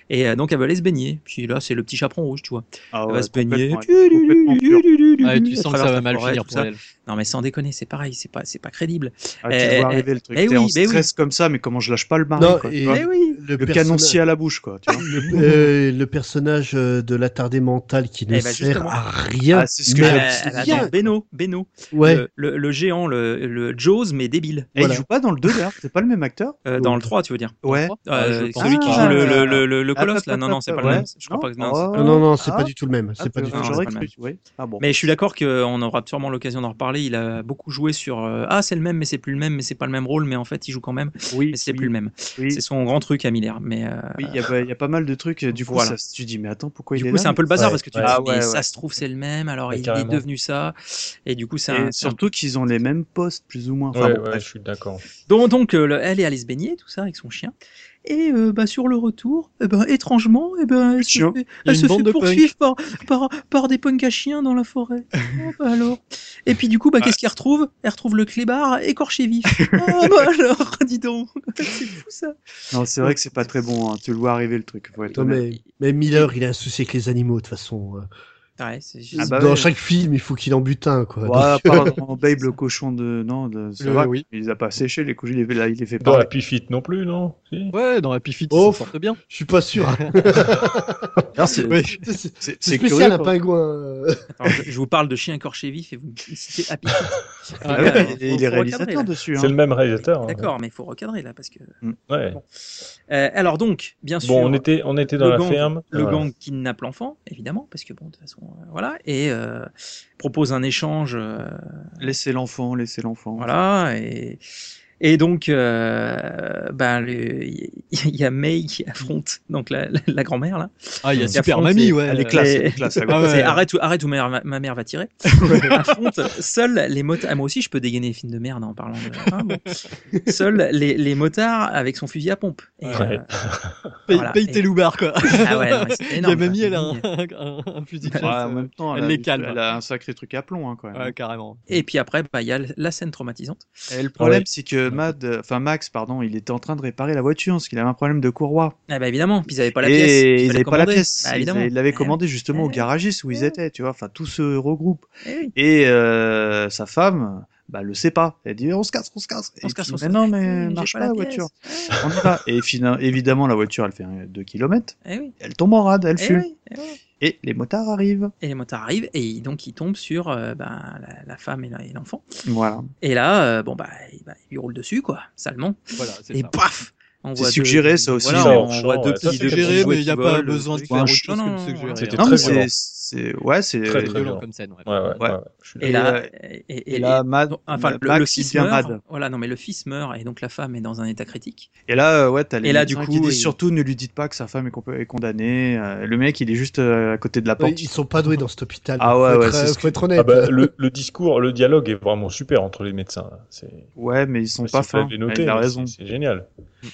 Et donc elle va aller se baigner. Puis là, c'est le petit chaperon rouge, tu vois. Ah Elle ouais, va se baigner. complètement pur. Ah, et tu Elle sens que ça traverse va la mal forêt, finir tout pour ça. elle. Non mais sans déconner, c'est pareil, c'est pas crédible. Ah, tu vois arriver le truc. mais T'es oui, en mais oui. stress comme ça, mais comment je lâche pas le mari, Non, quoi. et Tu vois. Mais oui. Le canoncier à la bouche, quoi. Tu vois. Le personnage de l'attardé mental qui ne Eh ben, sert justement. à rien. Ah, c'est ce que mais j'avais Elle a rien. donc Beno, Ouais. le géant, le Jaws mais débile. Et Voilà. il joue pas dans le 2 d'ailleurs, c'est pas le même acteur. Dans le 3, tu veux dire. Ouais. Je pense. Celui qui Ah. joue le colosse là, non, c'est pas le Ouais. même. Je crois pas que non, c'est pas- Non, c'est pas du tout le même. C'est pas du tout. non, J'aurais c'est pas cru. Oui. Ah bon. Mais je suis d'accord qu'on aura sûrement l'occasion d'en reparler. Il a beaucoup joué sur c'est le même, mais c'est plus le même, mais c'est pas le même rôle, mais en fait il joue quand même, Oui. mais c'est plus le même. Oui. C'est son grand truc à Miller. Mais Oui, il y a pas mal de trucs. Du coup, Voilà. tu dis, mais attends, pourquoi il du est coup là c'est un peu le bazar Ouais. parce que tu te Ouais. dis Ah ouais, mais ça ouais. se trouve c'est le même, alors Ouais, il est carrément. devenu ça, et du coup c'est Et un surtout qu'ils ont les mêmes postes, plus ou moins. Enfin, Ouais, bon, ouais, bref. je suis d'accord. Donc elle est allée se baigner, tout ça, avec son chien. Et sur le retour, étrangement, elle se Chien. fait, Il y a elle une se bande fait de poursuivre par des punks à chiens dans la forêt. Oh, bah alors. Et puis du coup, qu'est-ce qu'elle retrouve? Elle retrouve le clébard écorché vif. Ah bah alors, dis donc, c'est fou ça. Non, c'est vrai que c'est pas très bon. Hein. Tu le vois arriver le truc. Faut être Non, honnête. mais Miller, il a un souci avec les animaux de toute façon. Ouais, c'est Ah bah Dans ouais. chaque film, il faut qu'il en bute un, quoi. Ouais, Donc, pardon, Babe, le cochon de. Non, ça va. oui. Il les a pas séchés, les cochons, il les fait Dans pas. Happy Feet non plus, non Si. Ouais, dans Happy Feet, Oh, ils s'en sortent bien. je suis pas sûr. C'est Ouais. C'est c'est spécial, curieux, un quoi. pingouin. Attends, je vous parle de chien écorché vif et vous me citez Happy Feet. Ah Ouais, ouais, faut- et faut il est recadrer, réalisateur là. dessus. C'est Hein. le même réalisateur. hein. D'accord, mais il faut recadrer là parce que. Ouais. Bon. Alors donc, bien sûr. Bon, on était dans le la gang, ferme. le Voilà. gang kidnappe l'enfant, évidemment, parce que bon, de toute façon, voilà, et propose un échange, Laissez l'enfant, laissez l'enfant. voilà, et donc, il y a May qui affronte donc la grand-mère là. Ah, il y a Qui Super affronte Mamie, les- ouais. Elle est classe, Et- elle est classe. Ah ouais. C'est arrête ou ma mère va tirer. Affronte seuls les motards. Ah, moi aussi, je peux dégainer les films de merde en parlant de. Hein, bon. Seuls les motards avec son fusil à pompe. Et, Ouais. voilà. Paye tes loupards, quoi. Ah ouais, non, mais c'est énorme. La mamie, quoi. elle a un fusil de Ouais, chasse. en même temps, elle les calme. Elle a un sacré truc à plomb, hein, quand même. Ouais, carrément. Et puis après, il y a la scène traumatisante. Et le problème, Ouais. c'est que Max, il était en train de réparer la voiture parce qu'il avait un problème de courroie. Ah bah évidemment, puis ils avaient pas la pièce. Et il ils fallait n'avaient pas la commander. pièce. Bah, évidemment. Ils l'avaient Eh commandé justement Eh au garagiste où ils Eh étaient, tu vois. Enfin, tout se regroupe. oui. Eh oui. Et sa femme, le sait pas. Elle dit on se casse. On se casse, Et on se puis, casse. mais non, mais J'ai marche pas pas la pièce. voiture. On y va. Et évidemment, la voiture, elle fait 2 km. Eh oui. Elle tombe en rade, elle Eh fume. oui. Eh oui. Et les motards arrivent. Et les motards arrivent et donc ils tombent sur la femme et l'enfant. Voilà. Et là, ils lui roulent dessus, quoi, salement. Voilà, c'est Et ça. paf, on C'est voit suggéré, ça aussi. Voilà, Ça, on hors voit champ, deux ouais, ça, petits c'est deux petits suggéré, jouets mais il n'y a qui pas volent, besoin de truc. faire autre Non, chose que non, de non, suggérer. C'était Non, très mais violent. c'est Très, très violent violent. comme scène. Ouais. Ouais. Et Et Je suis d'accord. là, Et là, le Max, il fils devient meurt. mad. Voilà, non mais le fils meurt et donc la femme est dans un état critique. Et là, t'as les Et là, médecins du qui coup, disent surtout ne lui dites pas que sa femme est condamnée. Le mec, il est juste à côté de la porte. Ils sont pas doués dans cet hôpital. Ah donc ouais, faut ouais, être, c'est ce faut être honnête. Ah bah, le discours, le dialogue est vraiment super entre les médecins. C'est Ouais, mais ils sont si pas vous fins. l'avez noté, Il a mais raison. c'est génial.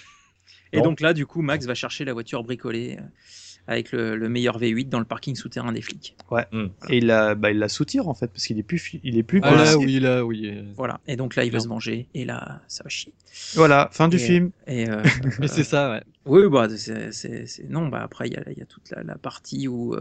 Et Non. donc là, du coup, Max va chercher la voiture bricolée avec le meilleur V8 dans le parking souterrain des flics. Et il la soutire en fait parce qu'il est plus Ah là, policier. oui. Voilà. Et donc là, il veut Bien. se venger et là, ça va chier. Voilà, fin du Et- film. Et Mais c'est ça, ouais. oui, non, après il y a toute la partie où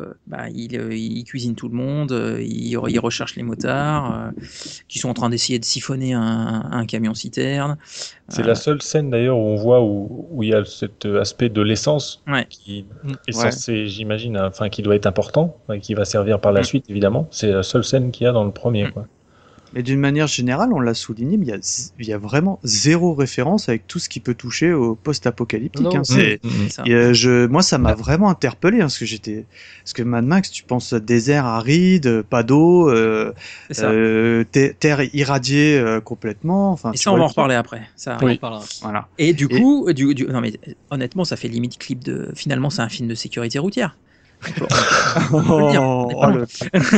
il cuisine tout le monde, il recherche les motards qui sont en train d'essayer de siphonner un camion citerne. C'est la seule scène d'ailleurs où on voit où il y a cet aspect de l'essence Ouais. qui Mm. est Ouais. censé, j'imagine, qui doit être important, et qui va servir par la suite évidemment. C'est la seule scène qu'il y a dans le premier. Mm. Quoi. Mais d'une manière générale, on l'a souligné, mais il y a vraiment zéro référence avec tout ce qui peut toucher au post-apocalyptique. Non. Hein. C'est C'est ça. moi, ça m'a vraiment interpellé parce que Mad Max, tu penses désert aride, pas d'eau, C'est ça. terre irradiée complètement. Enfin, Et tu ça, on vois va en le truc. reparler après. Ça arrive. On en parlera. Voilà. Et du coup, non mais honnêtement, ça fait limite clip de. Finalement, c'est un film de sécurité routière. On peut le dire, on est pas loin.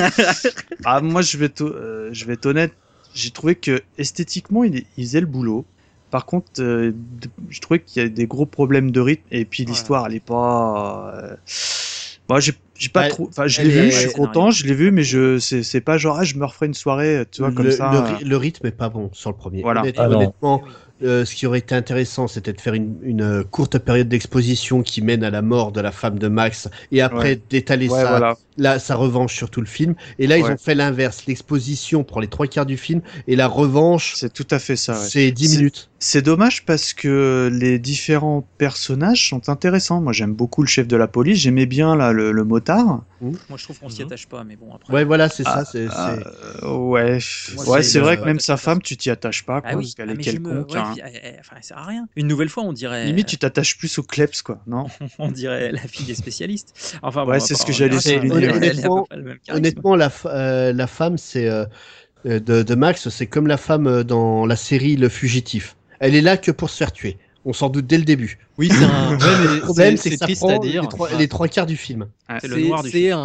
Ah, moi, je vais être honnête. J'ai trouvé que esthétiquement, il faisait le boulot. Par contre, je trouvais qu'il y a des gros problèmes de rythme. Et puis l'histoire, elle est pas. Moi, j'ai pas Ouais, trop. Enfin, je elle l'ai vu, est- je suis content, je l'ai vu, mais c'est pas genre je me referai une soirée, tu vois, comme ça. Le rythme est pas bon sur le premier. Voilà. Ah non. Honnêtement, ce qui aurait été intéressant, c'était de faire une courte période d'exposition qui mène à la mort de la femme de Max, et après d'étaler sa revanche sur tout le film. Et là, ils ont fait l'inverse. L'exposition pour les 3/4 du film, et la revanche... C'est tout à fait ça, c'est 10 minutes. C'est dommage parce que les différents personnages sont intéressants. Moi, j'aime beaucoup le chef de la police. J'aimais bien là, le motard. Moi, je trouve qu'on s'y attache pas, mais bon, après... Ouais, voilà, c'est ça. Ouais, c'est vrai que même sa femme, tu t'y attaches pas, quoi, oui. parce qu'elle est quelconque. Enfin, elle sert à rien. Une nouvelle fois, on dirait... Limite, tu t'attaches plus au kleps, quoi, non? On dirait la fille des spécialistes. Enfin, ouais, c'est ce que j'allais souligner. Honnêtement, la femme, c'est de Max, c'est comme la femme dans la série Le Fugitif. Elle est là que pour se faire tuer. On s'en doute dès le début. Oui, c'est un le problème, c'est que ça triste prend à dire. les 3/4 du film. C'est le noir du film. C'est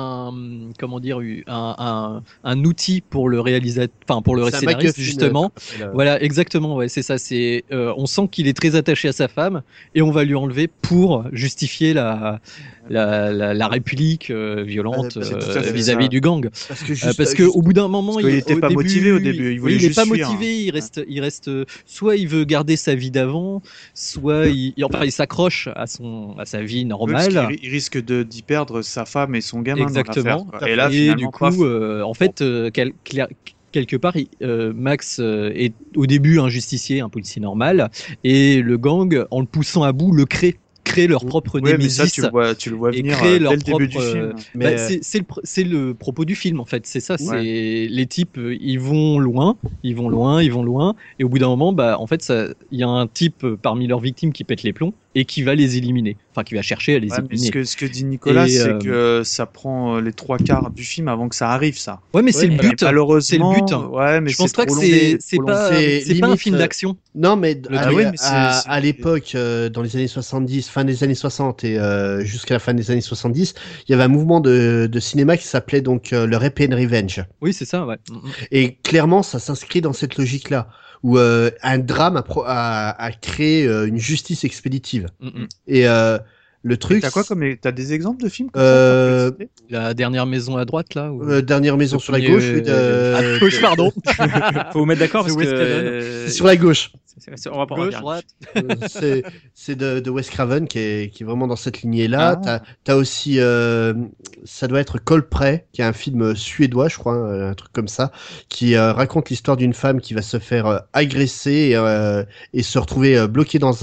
un outil pour le réalisateur, enfin pour le scénariste justement. Voilà, exactement. Ouais, c'est ça. C'est on sent qu'il est très attaché à sa femme et on va lui enlever pour justifier la réplique violente vis-à-vis du gang. Parce que au bout d'un moment, il était pas motivé au début. Il voulait juste fuir. Il reste. Soit il veut garder sa vie d'avant, soit il s'accroche à sa vie normale. Il risque d'y perdre sa femme et son gamin. Exactement. Et là, du coup, en fait, quelque part, Max est au début un justicier, un policier normal, et le gang, en le poussant à bout, le crée leur propre némésis. Mais ça, tu le vois venir dès le début du film. C'est le propos du film, en fait. C'est ça. C'est les types, ils vont loin, et au bout d'un moment, en fait, il y a un type parmi leurs victimes qui pète les plombs et qui va les éliminer. Enfin, qui va chercher à les éliminer. Mais ce que dit Nicolas, c'est que ça prend les 3/4 du film avant que ça arrive, ça. Ouais, mais c'est le but. Malheureusement, c'est le but. Ouais, mais je pense pas que c'est pas un film d'action. Non, mais à l'époque, dans les années 70, fin des années 60 et jusqu'à la fin des années 70, il y avait un mouvement de cinéma qui s'appelait donc le Rape and Revenge. Oui, c'est ça, ouais. Et clairement, ça s'inscrit dans cette logique-là, où un drame a créé une justice expéditive. Et le truc... T'as des exemples de films La dernière maison à droite, là Dernière maison sur la gauche. À gauche, pardon. Faut vous mettre d'accord parce que... C'est sur la gauche. On va pas gauche, droite. C'est de Wes Craven qui est vraiment dans cette lignée-là. T'as aussi... ça doit être Colpré, qui est un film suédois, je crois, un truc comme ça, qui raconte l'histoire d'une femme qui va se faire agresser et se retrouver bloquée dans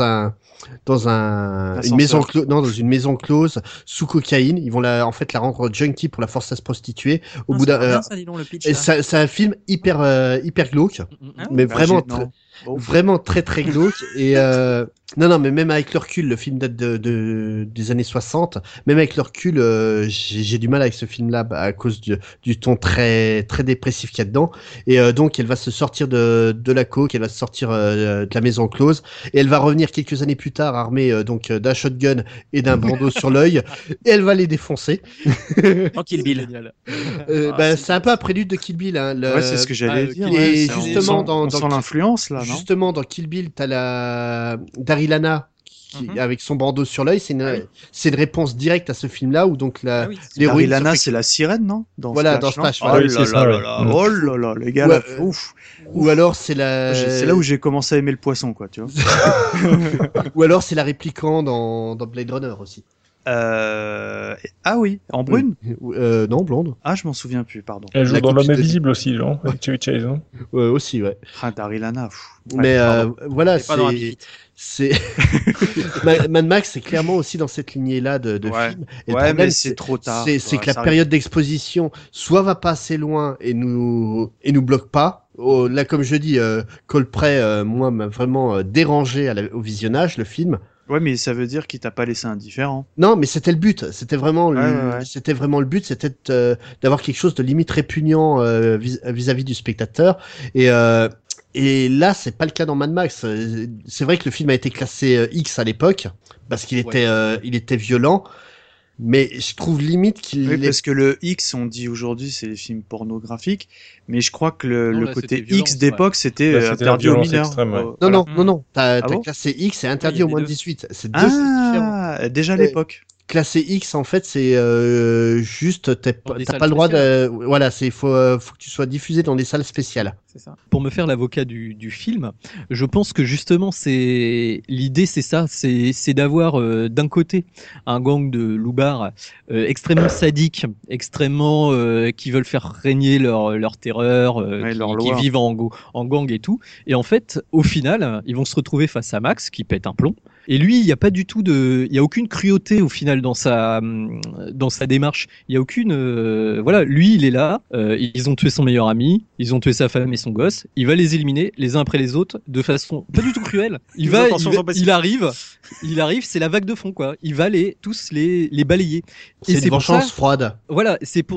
une maison close sous cocaïne. Ils vont la rendre junkie pour la forcer à se prostituer. Au bout d'un, c'est un film hyper glauque, mais vraiment très très glauque. Et non, mais même avec le recul, le film date des années 60. Même avec le recul, j'ai du mal avec ce film-là à cause du ton très très dépressif qu'il y a dedans. Et donc, elle va se sortir de la coke, elle va se sortir de la maison close, et elle va revenir quelques années plus tard armée donc d'un shotgun et d'un bandeau sur l'œil, et elle va les défoncer. En Kill Bill. C'est un peu un prélude de Kill Bill. Hein, ouais, c'est ce que j'allais dire. Et justement, on sent l'influence là, non ? Justement, dans Kill Bill, t'as Daryl Hannah avec son bandeau sur l'œil, c'est une réponse directe à ce film-là où donc l'héroïne Daryl c'est la sirène, non ? Dans Splash. Oh là là, les gars, ouf. Ou alors c'est là où j'ai commencé à aimer le poisson, quoi, tu vois. Ou alors c'est la répliquant dans Blade Runner aussi. Ah oui, en brune. Non, blonde. Ah, je m'en souviens plus, pardon. Elle joue dans L'Homme Invisible aussi, non, avec Chevy Chase, hein. Aussi, ouais. Daryl Hannah. Mais voilà, c'est Mad Max, c'est clairement aussi dans cette lignée-là de films. Et le problème, mais c'est trop tard. C'est que la période d'exposition soit va pas assez loin et nous bloque pas. Là, comme je dis, Colpré, moi, m'a vraiment dérangé au visionnage, le film. Ouais, mais ça veut dire qu'il t'a pas laissé indifférent. Non, mais c'était le but. C'était vraiment le but, c'était d'avoir quelque chose de limite répugnant vis-à-vis du spectateur. Et là, c'est pas le cas dans Mad Max. C'est vrai que le film a été classé X à l'époque parce qu'il était violent. Mais je trouve limite qu'il parce que le X, on dit aujourd'hui, c'est les films pornographiques, mais je crois que le côté X d'époque, c'était interdit aux mineurs. Non. T'as classé X, c'est interdit aux moins de 18. C'est deux choses différentes. Déjà à l'époque. Classé X, en fait, c'est juste, t'as pas le droit de... Voilà, faut que tu sois diffusé dans des salles spéciales. c'est ça. Pour me faire l'avocat du film, je pense que justement l'idée c'est ça, c'est d'avoir d'un côté un gang de loupards extrêmement sadiques, extrêmement qui veulent faire régner leur terreur, qui vivent en gang et tout. Et en fait, au final, ils vont se retrouver face à Max qui pète un plomb. Et lui, il y a pas du tout il y a aucune cruauté au final dans sa démarche. Il y a aucune, voilà, lui, il est là. Ils ont tué son meilleur ami, ils ont tué sa femme et son gosse. Il va les éliminer les uns après les autres de façon pas du tout cruelle. Il arrive, c'est la vague de fond quoi. Il va tous les balayer. C'est une vengeance froide. Voilà,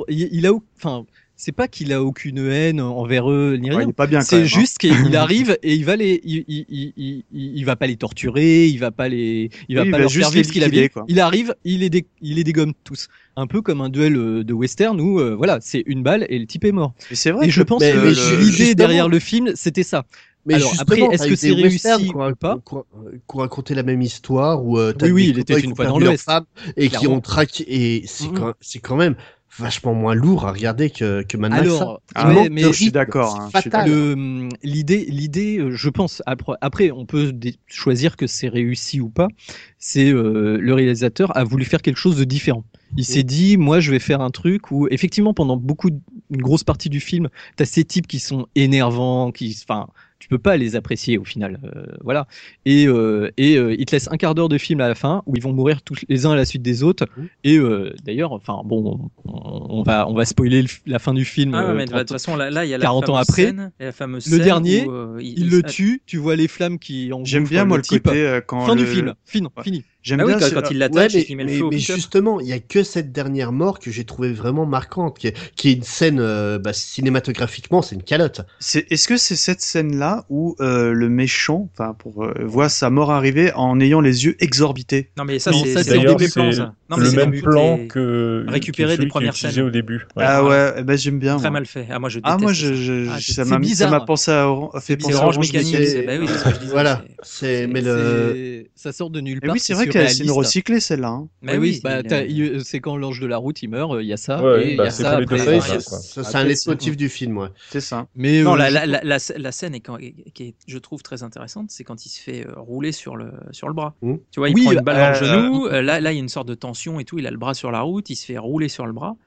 c'est pas qu'il a aucune haine envers eux ni rien. Il est pas bien. C'est juste qu'il arrive et il va pas les torturer, il va pas leur faire vivre ce qu'il a vécu. Il arrive, il les dégomme tous. Un peu comme un duel de western où voilà, c'est une balle et le type est mort. Et c'est vrai. Et je pense que l'idée derrière le film, c'était ça. Mais alors après, est-ce que c'est réussi ou pas qu'on racontait la même histoire où oui, il était une fois dans l'Ouest et qui ont traqué et c'est quand même vachement moins lourd à regarder que Mad Max. Alors, mais je suis d'accord. C'est fatal. L'idée, je pense. Après, on peut choisir que c'est réussi ou pas. C'est le réalisateur a voulu faire quelque chose de différent. Il s'est dit, moi, je vais faire un truc où, effectivement, pendant une grosse partie du film, t'as ces types qui sont énervants, tu peux pas les apprécier au final, voilà. Et il te laisse un quart d'heure de film à la fin où ils vont mourir tous les uns à la suite des autres. Et d'ailleurs, enfin bon, on va spoiler la fin du film. Mais de toute façon, là, il y a 40 ans après, la fameuse le dernier, où, il le tue. Tu vois les flammes qui englouffent. J'aime bien moi le type. côté quand fin du film, fini. J'aime bien quand il l'attache et qu'il met le feu au mais pick-up. justement, il y a que cette dernière mort que j'ai trouvé vraiment marquante, qui est une scène cinématographiquement, c'est une calotte. Est-ce que c'est cette scène-là où le méchant, voit sa mort arriver en ayant les yeux exorbités? Non mais ça Oui, c'est d'ailleurs, le début plan ça. Non, le mais même c'est plan que récupérer celui des premières qui est utilisé scènes au début. Ouais. Ah ouais, ben j'aime bien. Très moi. mal fait. Moi je déteste. Ça c'est bizarre. m'a pensé à fait penser à Orange Orange Mécanique. Mécanique. Oui, c'est ce que je disais. Voilà, Ça sort de nulle part. Oui, c'est vrai que c'est une recyclée celle-là. Hein. Mais oui, c'est quand l'ange de la route il meurt, il y a ça. Ouais, et il y a c'est ça pour les deux après. fois, C'est un leitmotiv du film, ouais. C'est ça. Mais non, la scène qui est, je trouve, très intéressante, c'est quand il se fait rouler sur le bras. Tu vois, il prend une balle dans le genou. Là, il y a une sorte de tension et tout. Il a le bras sur la route, il se fait rouler sur le bras.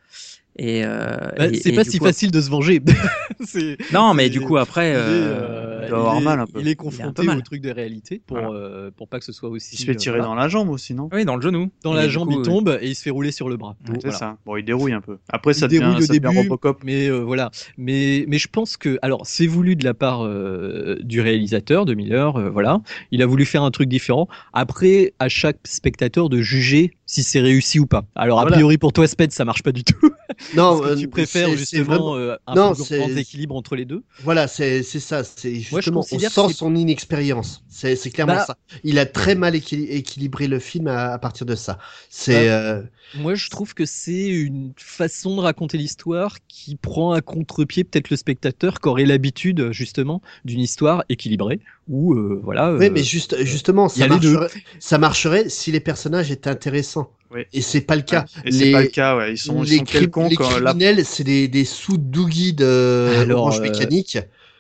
C'est pas si facile de se venger. Non, mais du coup après, il doit avoir mal un peu. Il est confronté au truc de réalité pour pas que ce soit aussi. Il se fait tirer dans la jambe aussi, non? Oui, dans le genou. Dans la jambe, il tombe et il se fait rouler sur le bras. C'est ça. Bon, il dérouille un peu. Après, ça dérouille au début, Robocop. mais voilà. Mais je pense que, alors, c'est voulu de la part du réalisateur, de Miller. Voilà, il a voulu faire un truc différent. Après, à chaque spectateur de juger si c'est réussi ou pas. Alors, a priori, pour toi, Sped, ça marche pas du tout. Non, tu préfères justement un plus grand équilibre entre les deux. Voilà, c'est ça. C'est justement, on sent son inexpérience. C'est clairement ça. Il a très mal équilibré le film à partir de ça. Moi, je trouve que c'est une façon de raconter l'histoire qui prend à contre-pied peut-être le spectateur qui aurait l'habitude justement d'une histoire équilibrée. Ou voilà. Oui, mais justement, ça marcherait si les personnages étaient intéressants. Oui. Et c'est pas le cas. C'est pas le cas, ouais. Ils sont quelconques. Les criminels, c'est des sous-Doogie de Orange Mécanique.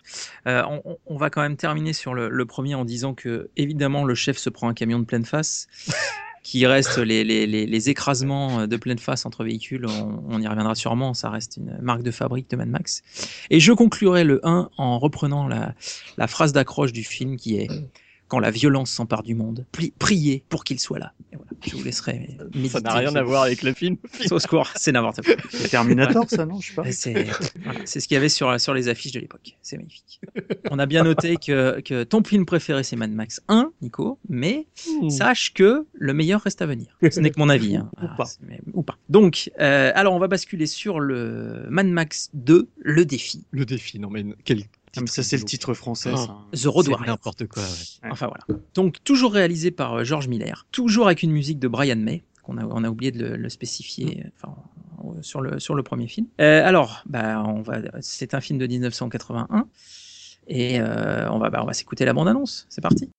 On va quand même terminer sur le premier en disant que évidemment le chef se prend un camion de pleine face. Qui reste les écrasements de pleine face entre véhicules, on y reviendra sûrement, ça reste une marque de fabrique de Mad Max. Et je conclurai le 1 en reprenant la phrase d'accroche du film qui est « Quand la violence s'empare du monde, priez pour qu'il soit là ». Et voilà, je vous laisserai méditer. Ça n'a rien à voir avec le film. Au secours, c'est n'importe quoi. C'est Terminator, ça, non? Je sais pas. C'est ce qu'il y avait sur les affiches de l'époque. C'est magnifique. On a bien noté que ton film préféré, c'est Mad Max 1, Nico, mais sache que le meilleur reste à venir. Ce n'est que mon avis. Hein. Ou pas. Donc, alors on va basculer sur le Mad Max 2, le défi. Le défi, non mais quel... ça c'est le titre français. The Road Warrior. N'importe quoi. Ouais. Enfin voilà. Donc toujours réalisé par George Miller, toujours avec une musique de Brian May. On a oublié de le spécifier sur le premier film. Alors, c'est un film de 1981 et on va s'écouter la bande-annonce. C'est parti.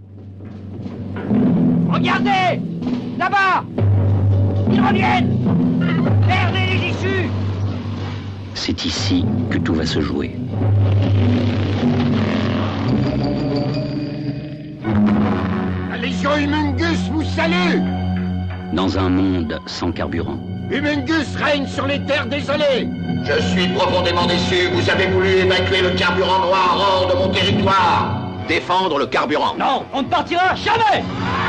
Regardez, là-bas, ils reviennent. Perdez les issues. C'est ici que tout va se jouer. Humungus vous salue. Dans un monde sans carburant. Humungus règne sur les terres désolées. Je suis profondément déçu. Vous avez voulu évacuer le carburant noir hors de mon territoire. Défendre le carburant. Non, on ne partira jamais.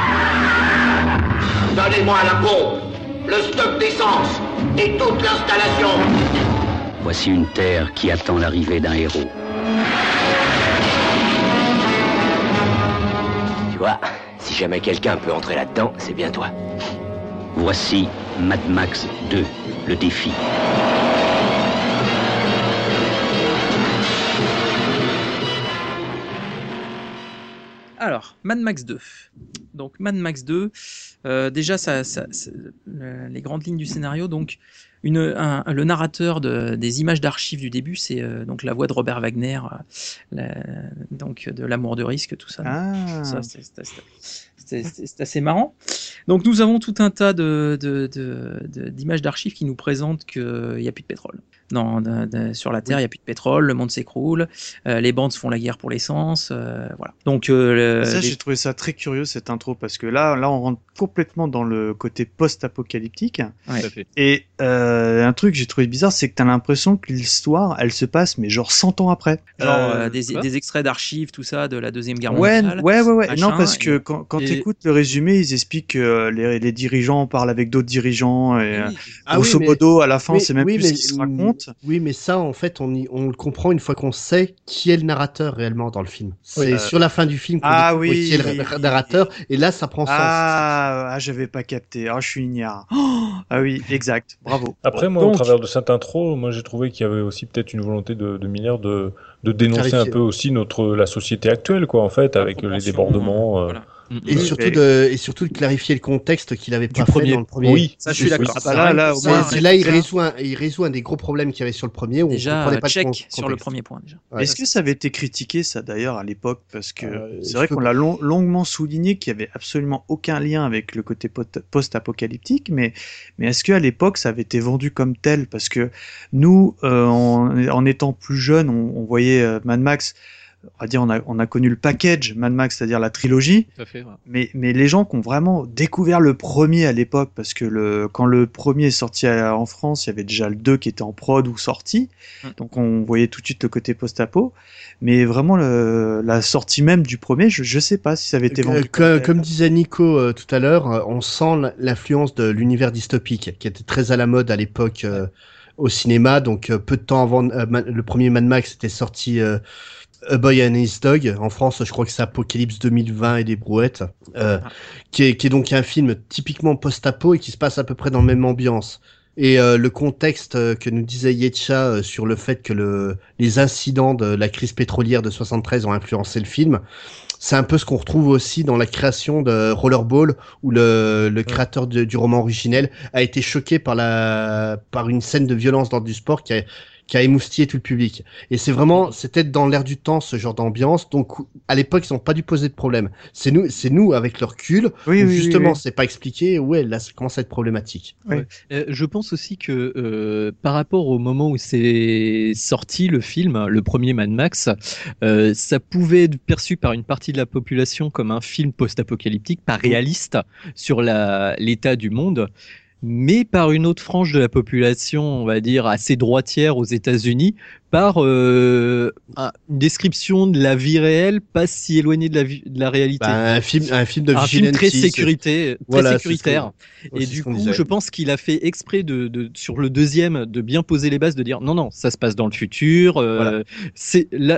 Donnez-moi la pompe, le stock d'essence et toute l'installation. Voici une terre qui attend l'arrivée d'un héros. Tu vois, si jamais quelqu'un peut entrer là-dedans, c'est bien toi. Voici Mad Max 2, le défi. Alors, Mad Max 2. Donc, Mad Max 2, déjà, les grandes lignes du scénario. Donc, le narrateur des images d'archives du début, c'est donc la voix de Robert Wagner, donc de L'Amour de risque, tout ça. Ah. Ça, c'est assez marrant. Donc, nous avons tout un tas d'images d'archives qui nous présentent qu'il n'y a plus de pétrole. Non, sur la Terre, il n'y a plus de pétrole, le monde s'écroule, les bandes se font la guerre pour l'essence, voilà. Donc, j'ai trouvé ça très curieux cette intro parce que là, on rentre complètement dans le côté post-apocalyptique. Ouais. Et un truc que j'ai trouvé bizarre, c'est que t'as l'impression que l'histoire, elle se passe, mais genre 100 ans après. Genre des extraits d'archives, tout ça, de la Deuxième Guerre mondiale. Ouais. Machin, non, parce que quand t'écoutes le résumé, ils expliquent que les dirigeants parlent avec d'autres dirigeants et grosso modo, à la fin, c'est même plus ce qu'ils se racontent. Oui, mais ça, en fait, on le comprend une fois qu'on sait qui est le narrateur réellement dans le film. C'est sur la fin du film qu'on découvre qui est le narrateur, et là, ça prend sens. J'avais pas capté. Je suis ignare. Ah oui, exact. Bravo. Après, moi, au travers de cette intro, moi, j'ai trouvé qu'il y avait aussi peut-être une volonté de Miller de dénoncer un peu aussi la société actuelle, quoi, en fait, avec les débordements. Voilà. Et surtout de clarifier le contexte qu'il avait pas fait dans le premier. Oui, ça je suis d'accord. Là, il résout un des gros problèmes qu'il y avait sur le premier. Où déjà, on comprenait pas check sur le premier point. Déjà. Ouais. Est-ce que ça avait été critiqué, ça d'ailleurs, à l'époque? Parce que c'est vrai qu'on l'a longuement souligné qu'il y avait absolument aucun lien avec le côté post-apocalyptique, mais est-ce qu'à l'époque, ça avait été vendu comme tel? Parce que nous, en étant plus jeunes, on voyait Mad Max. On va dire, on a connu le package Mad Max, c'est-à-dire la trilogie. Tout à fait, ouais. Mais les gens qui ont vraiment découvert le premier à l'époque, parce que quand le premier est sorti en France, il y avait déjà le 2 qui était en prod ou sorti. Donc on voyait tout de suite le côté post-apo. Mais vraiment, la sortie même du premier, je sais pas si ça avait été vendu. Comme disait Nico tout à l'heure, on sent l'influence de l'univers dystopique, qui était très à la mode à l'époque au cinéma. Donc peu de temps avant le premier Mad Max était sorti... A Boy and His Dog. En France, je crois que c'est Apocalypse 2020 et des brouettes, qui est donc un film typiquement post-apo et qui se passe à peu près dans la même ambiance. Et le contexte que nous disait Yetcha sur le fait que les incidents de la crise pétrolière de 73 ont influencé le film, c'est un peu ce qu'on retrouve aussi dans la création de Rollerball, où le créateur du roman originel a été choqué par une scène de violence dans du sport qui a émoustillé tout le public. Et c'était dans l'air du temps, ce genre d'ambiance. Donc, à l'époque, ils n'ont pas dû poser de problème. C'est nous, avec le recul, où justement, c'est pas expliqué. Ouais, là, ça commence à être problématique. Oui. Je pense aussi que, par rapport au moment où c'est sorti le film, le premier Mad Max, ça pouvait être perçu par une partie de la population comme un film post-apocalyptique, pas réaliste sur l'état du monde. Mais par une autre frange de la population, on va dire assez droitière aux États-Unis, par une description de la vie réelle, pas si éloignée de la réalité. Un film de un film très sécuritaire. Et du coup, disait. je pense qu'il a fait exprès sur le deuxième de bien poser les bases, de dire non, ça se passe dans le futur. C'est là,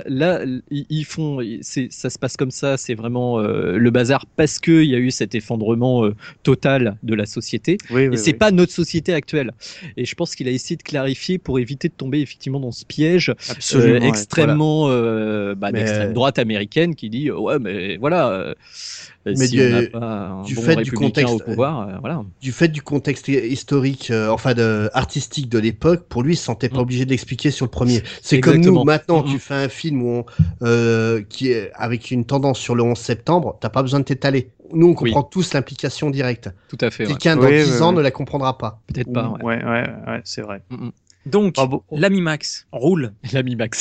ça se passe comme ça. C'est vraiment le bazar parce que il y a eu cet effondrement total de la société. C'est pas notre société actuelle. Et je pense qu'il a essayé de clarifier pour éviter de tomber effectivement dans ce piège extrêmement d'extrême droite américaine qui dit mais voilà. Mais si on n'a pas un bon républicain au pouvoir, voilà. Du fait du contexte historique, artistique de l'époque, pour lui, il se sentait pas obligé de l'expliquer sur le premier. C'est comme nous, maintenant, tu fais un film qui est avec une tendance sur le 11 septembre, t'as pas besoin de t'étaler. Nous, on comprend tous l'implication directe. Tout à fait. Quelqu'un dans 10 ans ne la comprendra pas. Peut-être pas. Ouais, c'est vrai. Donc, l'ami Max roule. L'ami Max.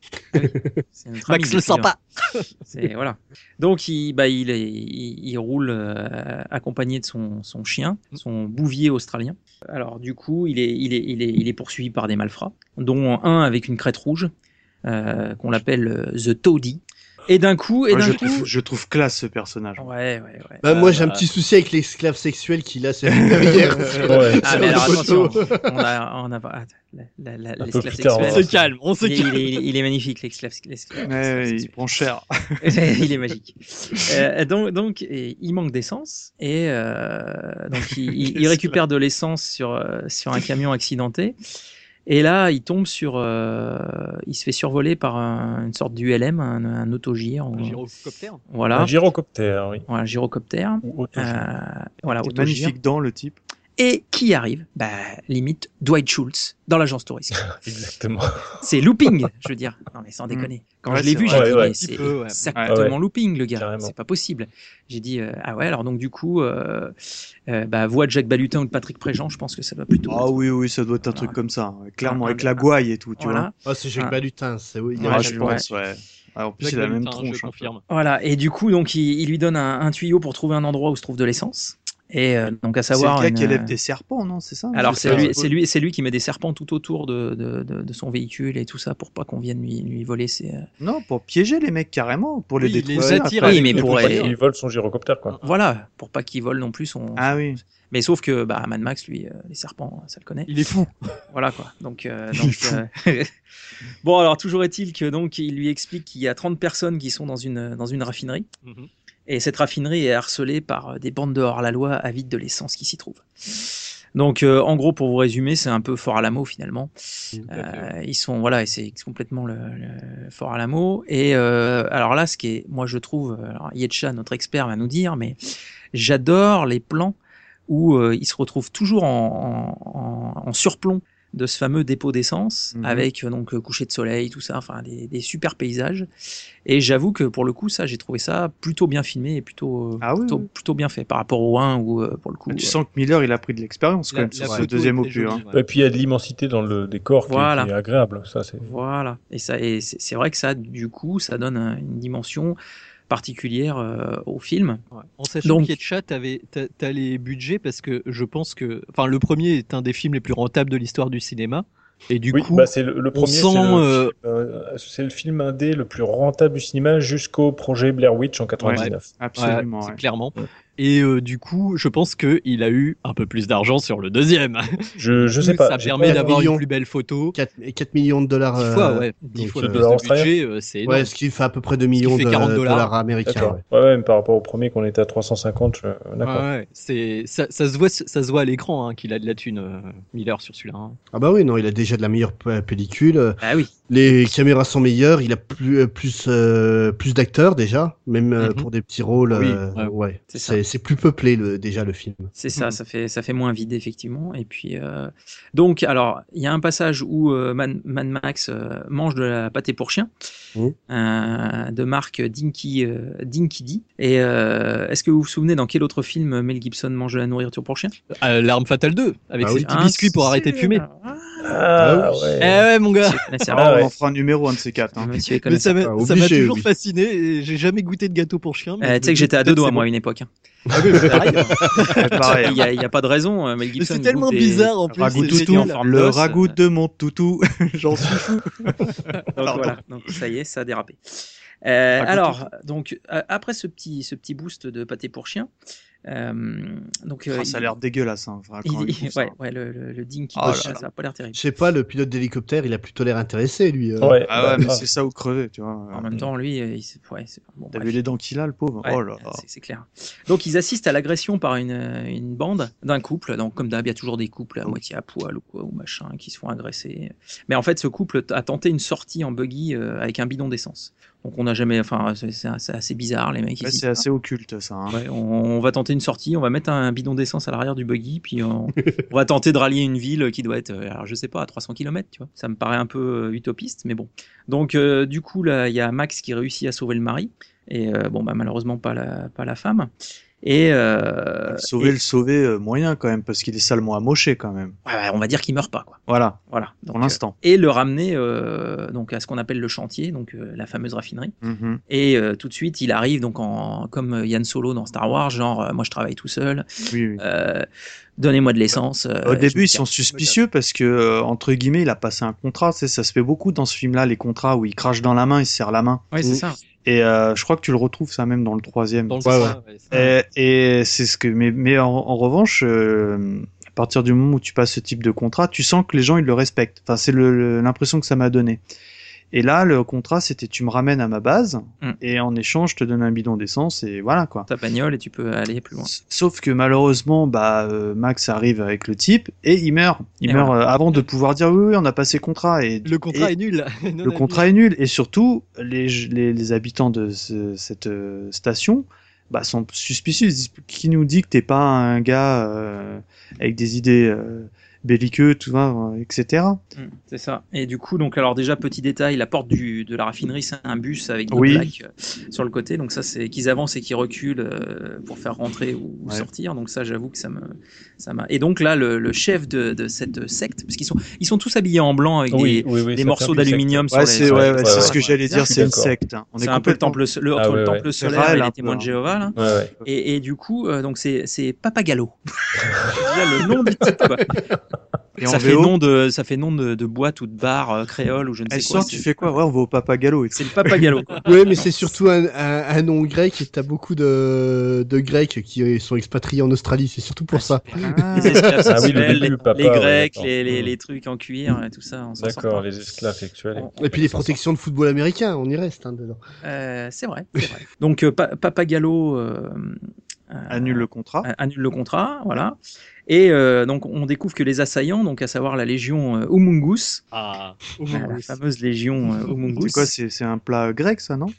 C'est notre ami, Max le sent pas. Voilà. Donc il roule accompagné de son chien, son bouvier australien. Alors du coup, il est poursuivi par des malfrats, dont un avec une crête rouge qu'on l'appelle The Toady. Et d'un coup, je trouve classe ce personnage. Ouais. Bah, moi, j'ai un petit souci avec l'esclave sexuel qu'il a derrière. Ouais. Ah mais alors attention, on a pas l'esclave sexuel. On se calme, on se calme. Il est magnifique l'esclave Ouais, il prend cher. il est magique. Donc il manque d'essence et donc il récupère de l'essence sur un camion accidenté. Et là, il tombe il se fait survoler par une sorte d'ULM, un autogire. Un gyrocoptère. Voilà. Un gyrocoptère, oui. Voilà, un gyrocoptère. Ou autogire. Voilà, C'est autogire. magnifique dans le type. Et qui arrive? Limite Dwight Schultz dans l'agence touriste. Exactement. C'est looping, je veux dire. Non mais sans déconner. Quand Ouais, je l'ai c'est vu, vrai. j'ai dit Ouais, mais c'est peu, ouais. exactement Ouais. looping le gars. Carrément. C'est pas possible. J'ai dit ah ouais alors donc du coup voix de Jacques Balutin ou de Patrick Préjean, je pense que ça doit plutôt. Ah être- oui, ça doit être un Voilà. truc comme ça. Clairement, Un- avec la gouaille et tout, tu Voilà. Ah, c'est Jacques Ah. Balutin, c'est oui. Ouais, vois. je Je pense, pense, ouais. Ah, en plus, Jacques c'est la même Balutin, tronche. je un peu. confirme. Voilà et du coup donc il lui donne un tuyau pour trouver un endroit où se trouve de l'essence et donc à C'est le savoir gars une- qui élève des serpents, non? C'est ça? Alors C'est c'est lui qui met des serpents tout autour de son véhicule et tout ça pour pas qu'on vienne lui voler ses. Non, pour piéger les mecs carrément, pour les Oui, il détruire. les attire Oui, avec mais les pour- boucliers. Il vole son gyrocoptère, quoi. Voilà pour pas qu'il vole non plus son. Ah oui. Mais sauf que Mad Max lui les serpents ça le connaît. Il est fou. Voilà quoi. Bon alors toujours est-il que donc il lui explique qu'il y a 30 personnes qui sont dans une raffinerie. Mhm. Et cette raffinerie est harcelée par des bandes de hors-la-loi avides de l'essence qui s'y trouvent. Donc, en gros, pour vous résumer, c'est un peu Fort Alamo finalement. Ils sont et c'est complètement le Fort Alamo. Et alors là, ce qui est, moi je trouve, alors Yetcha, notre expert, va nous dire, mais j'adore les plans où ils se retrouvent toujours en surplomb de ce fameux dépôt d'essence avec donc coucher de soleil, tout ça, enfin des super paysages. Et j'avoue que pour le coup, ça, j'ai trouvé ça plutôt bien filmé et plutôt bien fait par rapport au 1 où pour le coup. Tu sens que Miller, il a pris de l'expérience quand La- même la sur ce photo deuxième est très opus. jolie, Hein. ouais. Et puis il y a de l'immensité dans le décor qui est agréable. Ça, c'est... Voilà. Et c'est vrai que ça, du coup, ça donne une dimension particulière au film. Ouais. En sachant Donc- que Yetcha, t'as les budgets parce que je pense que, enfin, le premier est un des films les plus rentables de l'histoire du cinéma. Et du coup, c'est le premier, sent, c'est le film indé le plus rentable du cinéma jusqu'au projet Blair Witch en 99. Absolument. c'est ouais. clairement. Et du coup, je pense qu'il a eu un peu plus d'argent sur le deuxième. Je sais pas. Ça j'ai permet pas- d'avoir une millions. plus belle photo. 4 millions de dollars. 10 fois, ouais. donc, 10 fois de plus dollars de budget, c'est énorme. Ouais, ce qui fait à peu près 2 millions fait de 40 dollars américains. D'accord. Ouais. Ouais, mais par rapport au premier qu'on était à 350, d'accord. Ouais, ça se voit à l'écran hein, qu'il a de la thune, Miller, sur celui-là. Hein. Ah bah oui, non, il a déjà de la meilleure pellicule. Ah oui. Les caméras sont meilleures, il a plus d'acteurs déjà, même Mhm. pour des petits rôles. Oui, ouais. c'est ça. C'est plus peuplé déjà le film. C'est ça, ça fait moins vide effectivement. Et puis donc alors il y a un passage où Mad Max mange de la pâté pour chien de marque Dinky D. Et est-ce que vous vous souvenez dans quel autre film Mel Gibson mange de la nourriture pour chien? L'arme fatale 2, avec Ah ses oui. petits biscuits pour arrêter de fumer. Ah oui. ouais. Eh ouais, mon gars. Ah, on en fera un numéro, un de ces quatre. Hein. Monsieur est Mais ça connaisseur. m'a obligé, toujours oui. fasciné. Et j'ai jamais goûté de gâteau pour chien. mais Tu sais que j'étais à deux doigts moi à une époque. Hein. Ah oui, mais pareil. Pareil. Il y a pas de raison. Mel Mais Gibson. c'est il tellement goûte des bizarre en plus. Ragoût c'est toutou, génial. en forme le d'os, ragoût de mon toutou, j'en suis fou. Donc voilà, donc ça y est, ça a dérapé. Ragoût Alors, donc après ce petit boost de pâté pour chien, donc Ça a l'air dégueulasse. Hein, quand ils font ça. ouais, le Dinky, Oh là ça là. a pas l'air terrible. Je sais pas, le pilote d'hélicoptère, il a plutôt l'air intéressé, lui. Ouais, Ah ouais, mais grave. c'est ça ou crever, tu vois. En même temps, lui, c'est bon. T'as bref. vu les dents qu'il a, le pauvre. Ouais, Oh là là. c'est clair. Donc ils assistent à l'agression par une bande d'un couple. Donc comme d'hab, il y a toujours des couples à moitié à poil ou quoi ou machin qui se font agresser. Mais en fait, ce couple a tenté une sortie en buggy avec un bidon d'essence. Donc on n'a jamais, enfin c'est assez bizarre les mecs. Ouais, ils c'est assez occulte ça. Hein. Ouais, on va tenter une sortie, on va mettre un bidon d'essence à l'arrière du buggy, puis on va tenter de rallier une ville qui doit être, alors je sais pas, à 300 km, tu vois. Ça me paraît un peu utopiste, mais bon. Donc du coup là, il y a Max qui réussit à sauver le mari, et malheureusement pas la femme. Et sauver moyen quand même, parce qu'il est salement amoché quand même. Ouais, on va dire qu'il meurt pas, quoi. Voilà. Donc, pour l'instant. Et le ramener donc à ce qu'on appelle le chantier, donc la fameuse raffinerie. Mhm. Et tout de suite, il arrive donc comme Yann Solo dans Star Wars, genre moi je travaille tout seul. Oui. Donnez-moi de l'essence. Au début, ils sont suspicieux parce que, entre guillemets, il a passé un contrat. Tu sais, ça se fait beaucoup dans ce film-là, les contrats où il crache dans la main, il se serre la main. Oui, c'est ça. Et je crois que tu le retrouves ça même dans le 3e. Ouais. Et c'est ce que, mais en revanche, à partir du moment où tu passes ce type de contrat, tu sens que les gens ils le respectent. Enfin, c'est l'impression que ça m'a donné. Et là, le contrat, c'était tu me ramènes à ma base et en échange, je te donne un bidon d'essence et voilà quoi. Ta bagnole et tu peux aller plus loin. Sauf que malheureusement, Max arrive avec le type et il meurt. Il meurt avant de pouvoir dire oui, on a passé contrat. Et le contrat est nul. Le contrat est nul et surtout les habitants de cette station sont suspicieux. Ils disent, qui nous dit que t'es pas un gars avec des idées belliqueux, tout ça, etc. C'est ça. Et du coup, donc alors déjà petit détail, la porte de la raffinerie, c'est un bus avec deux plaques sur le côté. Donc ça, c'est qu'ils avancent et qu'ils reculent pour faire rentrer ou sortir. Donc ça, j'avoue que ça m'a. Et donc là, le chef de cette secte, parce qu'ils sont tous habillés en blanc avec des morceaux d'aluminium sur les. C'est ce que j'allais dire. C'est une secte. C'est un peu le temple solaire et les témoins de Jéhovah là. Et du coup, donc c'est Papagallo. Déjà le nom du titre, quoi. Et ça fait nom de boîte ou de bar créole ou je ne sais quoi. Tu fais quoi? Ouais, on va au Papagallo. C'est le Papagallo. Oui, mais c'est surtout un nom grec et t'as beaucoup de Grecs qui sont expatriés en Australie. C'est surtout pour ça. Les esclaves sexuels, les Grecs, les trucs en cuir, tout ça. D'accord, les esclaves sexuels. Et puis les protections de football américain, on y reste dedans. C'est vrai. Donc Papagallo annule le contrat. Annule le contrat, voilà. Et donc on découvre que les assaillants, donc à savoir la légion Humungus, la fameuse légion Humungus. C'est quoi? C'est un plat grec, ça, non?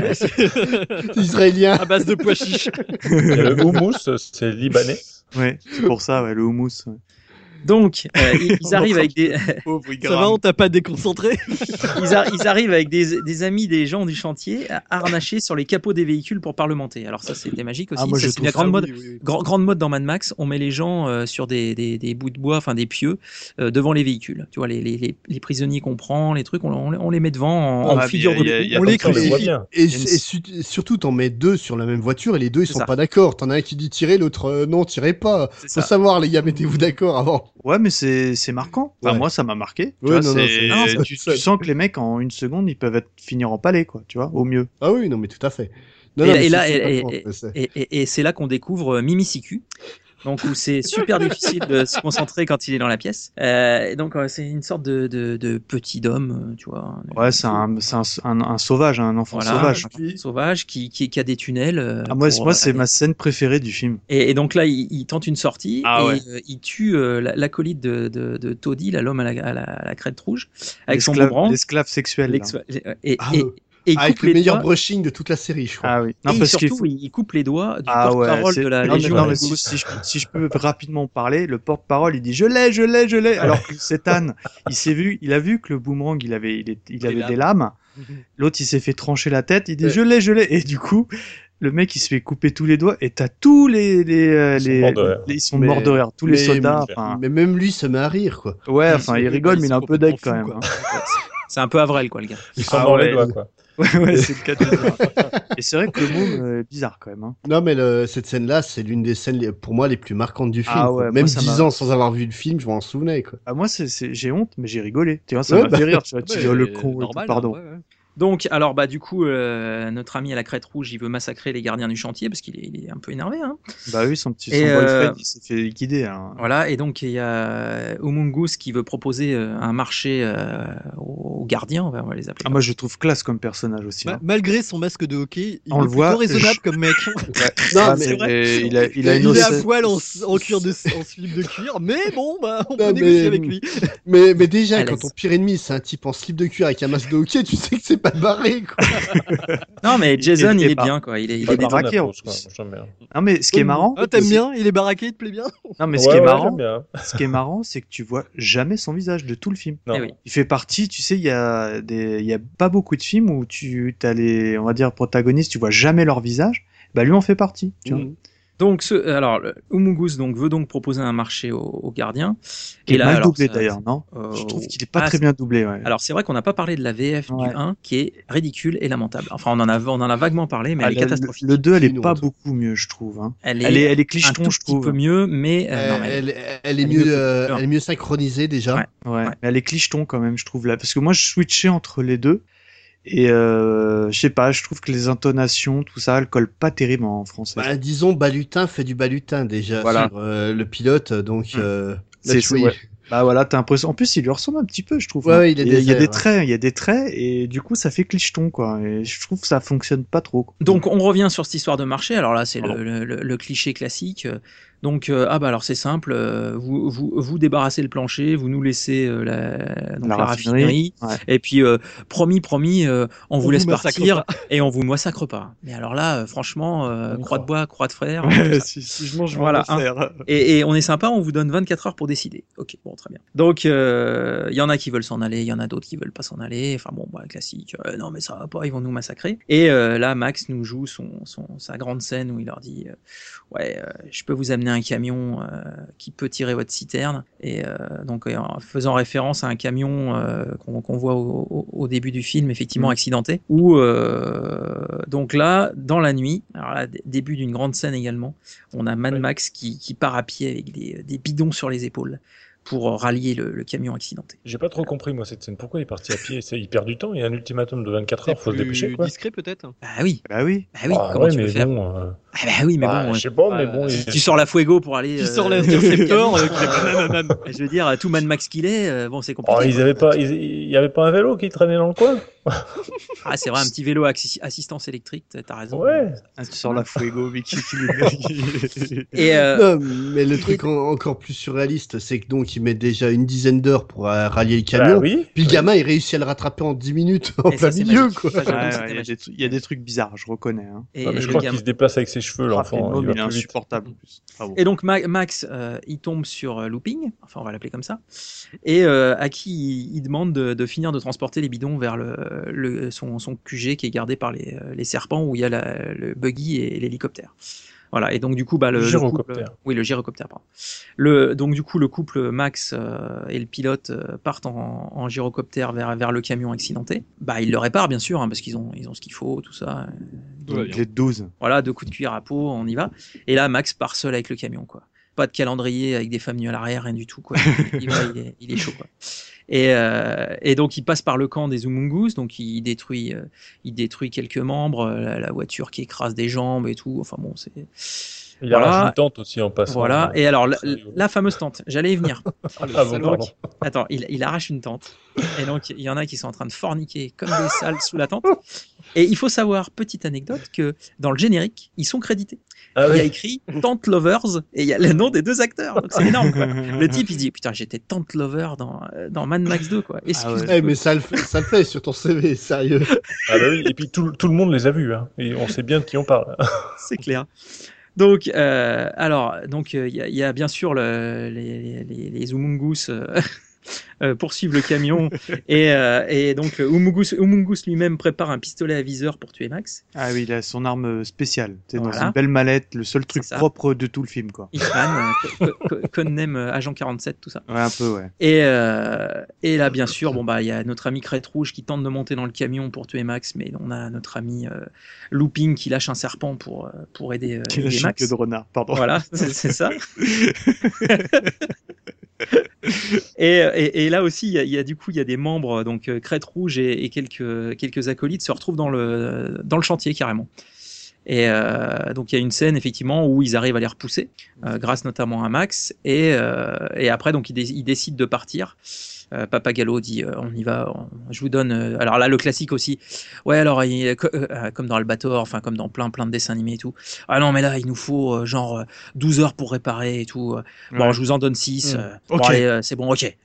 Israélien. À base de pois chiches. Le houmous, c'est libanais. Ouais, c'est pour ça, le houmous. Ouais. Donc, ils arrivent avec des. Ça va, on t'a pas déconcentré? Ils arrivent avec des amis des gens du chantier harnachés sur les capots des véhicules pour parlementer. Alors ça, c'était magique aussi. C'est la grande mode. Grande mode dans Mad Max. On met les gens sur des bouts de bois, enfin des pieux, devant les véhicules. Tu vois, les prisonniers qu'on prend, les trucs, on les met devant en figure de. On les crucifie. Et surtout, t'en mets deux sur la même voiture et les deux ils sont pas d'accord. T'en as un qui dit tirer, l'autre non, tirez pas. Faut savoir, les gars, mettez-vous d'accord avant. Ouais, mais c'est marquant. Enfin, moi, ça m'a marqué. Tu sens que les mecs, en une seconde, ils peuvent finir en palais, quoi, tu vois, au mieux. Ah oui, non, mais tout à fait. Et c'est là qu'on découvre Mimicicu. Donc où c'est super difficile de se concentrer quand il est dans la pièce. Donc c'est une sorte de petit homme, tu vois. Ouais, c'est un sauvage, un enfant sauvage. Un sauvage qui a des tunnels. Moi, c'est ma scène préférée du film. Et donc là, il tente une sortie il tue l'acolyte de Toddy, l'homme à la crête rouge, avec son boomerang. L'esclave sexuel. Avec le meilleur brushing de toute la série, je crois. Ah oui. Non, et surtout, il coupe les doigts du porte-parole de la Légion. Non, mais si je peux rapidement parler, le porte-parole, il dit je l'ai. Alors que Satan, il a vu que le boomerang, il avait des lames. L'autre, il s'est fait trancher la tête. Il dit je l'ai. Et du coup, le mec, il se fait couper tous les doigts et t'as tous ils sont morts de rire. Tous les soldats. Mais même lui, ça met à rire, quoi. Ouais, enfin, il rigole, mais il est un peu deg quand même. C'est un peu Avril, quoi, le gars. Il s'en mord les doigts, quoi. Ouais, c'est le cas de dire. Et c'est vrai que le mot est bizarre quand même. Hein. Non, mais cette scène-là, c'est l'une des scènes pour moi les plus marquantes du film. Même 10 ans sans avoir vu le film, je m'en souvenais. Quoi. Moi, j'ai honte, mais j'ai rigolé. Tu vois, ça m'a fait rire. Tu vois, le con. Normal, pardon. Donc, alors, du coup, notre ami à la crête rouge, il veut massacrer les gardiens du chantier parce qu'il est un peu énervé. Hein. Bah oui, son boyfriend, il s'est fait liquider. Hein. Voilà, et donc il y a Humungus qui veut proposer un marché aux gardiens, on va les appeler. Moi, je trouve classe comme personnage aussi. Hein. Malgré son masque de hockey, il est plutôt raisonnable comme mec. Non, mais c'est vrai. Il est à poil en cuir en slip de cuir, mais bon, on peut négocier avec lui. Mais déjà, quand ton pire ennemi, c'est un type en slip de cuir avec un masque de hockey, tu sais que c'est pas barré, quoi. Non, mais Jason, il est bien, quoi. Il est baraqué. Non, mais ce qui est marrant. Ah, t'aimes bien? Il est baraqué, il te plaît bien? Non, mais ce qui est marrant, c'est que tu vois jamais son visage de tout le film. Il fait partie, tu sais, il y a pas beaucoup de films où tu as on va dire, protagonistes, tu vois jamais leur visage. Bah, lui en fait partie, tu vois. Donc, alors, Umungus veut donc proposer un marché aux gardiens. Qui est mal alors, doublé d'ailleurs, non Je trouve qu'il est pas très bien doublé. Ouais. Alors, c'est vrai qu'on n'a pas parlé de la VF du 1 qui est ridicule et lamentable. Enfin, on en a vaguement parlé, mais elle est catastrophique. Le 2, elle est pas beaucoup mieux, je trouve. Hein. Elle est clicheton, je trouve. Un petit peu mieux, mais elle est mieux synchronisée déjà. Ouais. Mais elle est clicheton quand même, je trouve là, parce que moi je switchais entre les deux. Et je sais pas, je trouve que les intonations, tout ça, elles collent pas terrible en français. Bah, disons, Balutin fait du Balutin déjà sur le pilote, donc ouais. Bah voilà, t'as l'impression. En plus, il lui ressemble un petit peu, je trouve. Ouais, il y a des traits, et du coup, ça fait clicheton, quoi. Et je trouve que ça fonctionne pas trop, quoi. Donc, on revient sur cette histoire de marché. Alors là, c'est le cliché classique. Donc, alors c'est simple, vous débarrassez le plancher, vous nous laissez la raffinerie, et puis promis, on vous laisse partir et on vous massacre pas. Mais alors là, franchement, croix de bois, croix de fer. si je mange, voilà. Et on est sympa, on vous donne 24 heures pour décider. Ok, bon, très bien. Donc, il y en a qui veulent s'en aller, il y en a d'autres qui veulent pas s'en aller. Enfin bon, classique. Non, mais ça va pas, ils vont nous massacrer. Et là, Max nous joue sa grande scène où il leur dit, je peux vous amener un camion qui peut tirer votre citerne, et donc en faisant référence à un camion qu'on voit au début du film, effectivement accidenté, où donc là, dans la nuit, alors là, début d'une grande scène également, on a Mad Max qui part à pied avec des bidons sur les épaules pour rallier le camion accidenté. J'ai pas trop compris, moi, cette scène. Pourquoi il est parti à pied? Il perd du temps, il y a un ultimatum de 24 heures, faut se dépêcher, quoi. Discret, peut-être? Bah oui. Comment tu veux faire? Je sais pas, mais bon. Tu sors la Fuego pour aller. Tu sors l'interceptor. Je veux dire, tout Mad Max qu'il est, bon, c'est compliqué. Il y avait pas un vélo qui traînait dans le coin? Ah, c'est vrai, un petit vélo assistance électrique, t'as raison. Ouais. Tu sors la Fuego, mais qui Non, mais le truc encore plus surréaliste, c'est que donc il met déjà une dizaine d'heures pour rallier le camion. Puis le gamin, il réussit à le rattraper en 10 minutes en plein milieu, quoi. Il y a des trucs bizarres, je reconnais. Hein. Mais je crois qu'il se déplace avec ses cheveux, l'enfant. Il est insupportable en plus. Et donc Max, il tombe sur Looping, enfin on va l'appeler comme ça, et à qui il demande de finir de transporter les bidons vers son QG qui est gardé par les serpents, où il y a le buggy et l'hélicoptère. Voilà, et donc du coup, le gyrocoptère. Le gyrocoptère, pardon. Donc du coup, le couple Max et le pilote partent en gyrocoptère vers le camion accidenté. Ils le réparent bien sûr, parce qu'ils ont ce qu'il faut, tout ça. Donc les 12. Voilà, 2 coups de cuir à peau, on y va. Et là, Max part seul avec le camion, quoi. Pas de calendrier avec des femmes nues à l'arrière, rien du tout, quoi. Il est chaud, quoi. Et donc il passe par le camp des Umungus, donc il détruit quelques membres, la voiture qui écrase des jambes et tout. Enfin bon, c'est. Il arrache une tente aussi en passant. Voilà. Et alors la fameuse tente, j'allais y venir. Pardon. Attends, il arrache une tente. Et donc il y en a qui sont en train de forniquer comme des sales sous la tente. Et il faut savoir, petite anecdote, que dans le générique, ils sont crédités. Il y a écrit Tante Lovers et il y a le nom des 2 acteurs. Donc c'est énorme, quoi. Le type, il se dit putain, j'étais Tante Lover dans Mad Max 2, quoi. Excuse-moi. Mais ça le fait sur ton CV, sérieux. Ah bah oui, et puis tout le monde les a vus, hein. Et on sait bien de qui on parle. C'est clair. Donc, il y a bien sûr les Umungus poursuivent le camion et donc Umungus lui-même prépare un pistolet à viseur pour tuer Max. Ah oui, il a son arme spéciale. C'est dans une belle mallette, le seul truc propre de tout le film, quoi. Hitman, Codename Agent 47, tout ça. Ouais, un peu, ouais. Et là, bien sûr, il y a notre ami Crête Rouge qui tente de monter dans le camion pour tuer Max, mais on a notre ami Looping qui lâche un serpent pour aider qui lâche Max. Un queue de renard, pardon. Voilà, c'est ça. Et là aussi, il y a des membres, donc Crête Rouge et quelques acolytes se retrouvent dans le chantier carrément. Et donc il y a une scène effectivement où ils arrivent à les repousser, grâce notamment à Max. Et après donc ils décident de partir. Papagallo dit on y va, je vous donne. Alors là le classique aussi. Ouais alors comme dans Albator, enfin comme dans plein de dessins animés et tout. Ah non mais là il nous faut genre 12 heures pour réparer et tout. Bon je vous en donne 6. Bon allez c'est bon ok.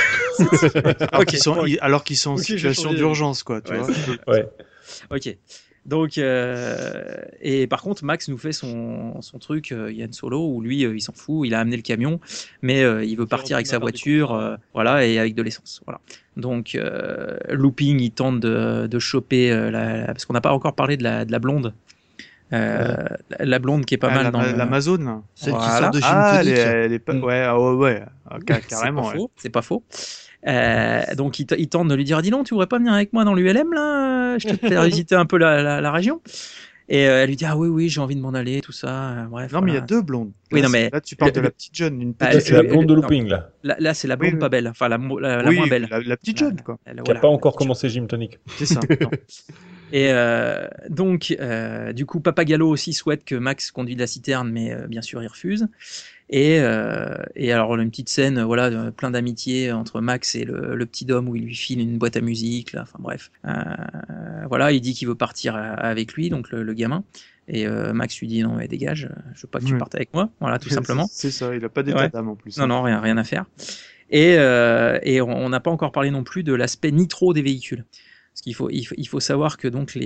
Alors qu'ils sont en situation d'urgence quoi. Tu vois. Ouais. Ok. Donc, et par contre, Max nous fait son truc, Yann Solo, où lui, il s'en fout, il a amené le camion, mais il veut partir avec sa voiture, voilà, et avec de l'essence, voilà. Donc, Looping, il tente de choper, parce qu'on n'a pas encore parlé de la blonde, la blonde qui est pas mal dans l'Amazon. Celle qui Voilà. sort de Gym Tonic. Elle est pas... ouais, carrément. C'est pas faux. Donc il tente de lui dire, dis donc, tu voudrais pas venir avec moi dans l'ULM là, je te fais visiter un peu la région. Et elle lui dit, ah oui, j'ai envie de m'en aller, tout ça. Bref. Non, mais il y a deux blondes. Oui, non, mais là tu parles de la petite jeune, une Là, petite. c'est la blonde de looping, là. Là, c'est la blonde Oui. pas belle, enfin la moins belle. La petite jeune, quoi. Qui n'a pas encore commencé Gym Tonic. C'est ça. Et donc, du coup, Papagallo aussi souhaite que Max conduise la citerne, mais bien sûr, il refuse. Et alors, on a une petite scène, voilà, plein d'amitié entre Max et le petit Dom où il lui file une boîte à musique. Là, enfin bref, voilà, il dit qu'il veut partir avec lui, donc le gamin. Et Max lui dit non, mais dégage, je veux pas que tu partes avec moi. Voilà, tout simplement. C'est ça, il a pas d'état d'âme en plus. Non, rien à faire. Et on n'a pas encore parlé non plus de l'aspect nitro des véhicules. Parce qu'il faut savoir que donc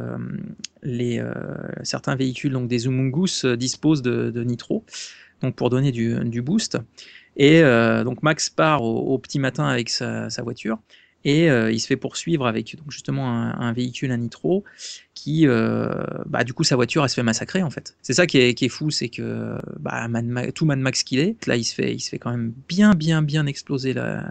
certains véhicules, donc des Zumungus, disposent de nitro, donc pour donner du boost. Et donc Max part au petit matin avec sa voiture et il se fait poursuivre avec donc justement un véhicule à nitro qui, du coup, sa voiture elle se fait massacrer en fait. C'est ça qui est fou, c'est que tout Mad Max qu'il est, là il se fait quand même bien exploser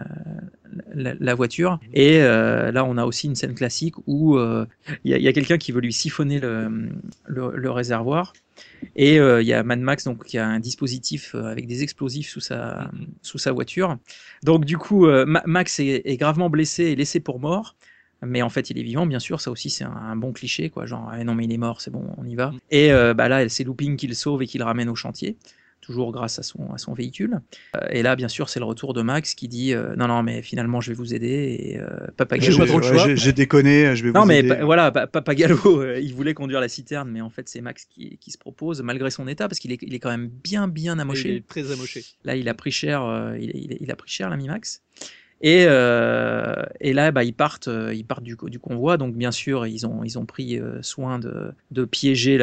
la voiture. Et là on a aussi une scène classique où il y a quelqu'un qui veut lui siphonner le réservoir. Et il y a Mad Max donc qui a un dispositif avec des explosifs sous sa voiture. Donc du coup Max est gravement blessé et laissé pour mort. Mais en fait, il est vivant, bien sûr. Ça aussi, c'est un bon cliché, quoi. Genre, non, mais il est mort, c'est bon, on y va. Et là, c'est Looping qui le sauve et qui le ramène au chantier, toujours grâce à son véhicule. Et là, bien sûr, c'est le retour de Max qui dit non, mais finalement, je vais vous aider. Et Papagallo. J'ai pas trop le choix. J'ai déconné, je vais vous non, mais aider. voilà, Papagallo, il voulait conduire la citerne, mais en fait, c'est Max qui se propose, malgré son état, parce qu'il est quand même bien amoché. Il est très amoché. Là, il a pris cher, il a pris cher, l'ami Max. Et là, ils partent du convoi. Donc, bien sûr, ils ont pris soin de piéger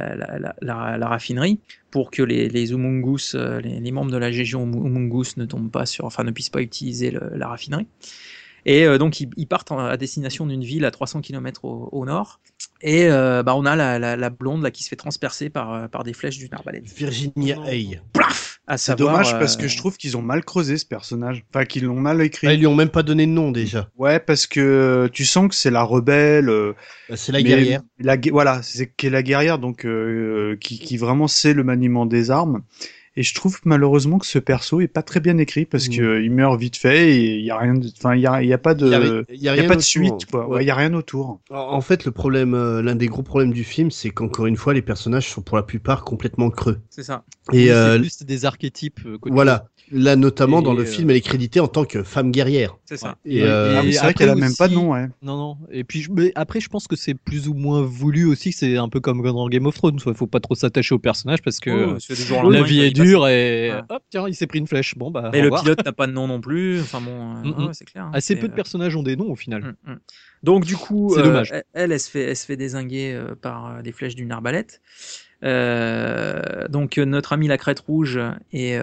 la raffinerie pour que les Umungus, les membres de la Légion Umungus ne puissent pas utiliser la raffinerie. Et donc, ils partent à destination d'une ville à 300 km au nord. Et on a la blonde là, qui se fait transpercer par des flèches d'une arbalète. Virginia Hay. Plaf! C'est dommage parce que je trouve qu'ils ont mal creusé ce personnage. Enfin, qu'ils l'ont mal écrit. Ils lui ont même pas donné de nom déjà. Ouais, parce que tu sens que c'est la rebelle. C'est la guerrière. Voilà, c'est qu'elle est la guerrière, donc qui vraiment sait le maniement des armes. Et je trouve malheureusement que ce perso est pas très bien écrit parce que il meurt vite fait et il y a rien il y a pas de suite quoi. Ouais, il y a rien autour. En fait, le problème l'un des gros problèmes du film, c'est qu'encore une fois les personnages sont pour la plupart complètement creux. C'est ça. Et c'est plus des archétypes voilà. Là, notamment dans le film, elle est créditée en tant que femme guerrière. C'est ça. Et c'est vrai qu'elle a même pas de nom, ouais. Non. Et puis, après, je pense que c'est plus ou moins voulu aussi. C'est un peu comme dans Game of Thrones. Il faut pas trop s'attacher au personnage parce que la vie est dure et hop, tiens, il s'est pris une flèche. Bon, bah. Et le pilote n'a pas de nom non plus. Enfin bon, c'est clair. Assez peu de personnages ont des noms au final. Donc, du coup, c'est dommage. Elle se fait dézinguer par des flèches d'une arbalète. Donc notre ami la crête rouge et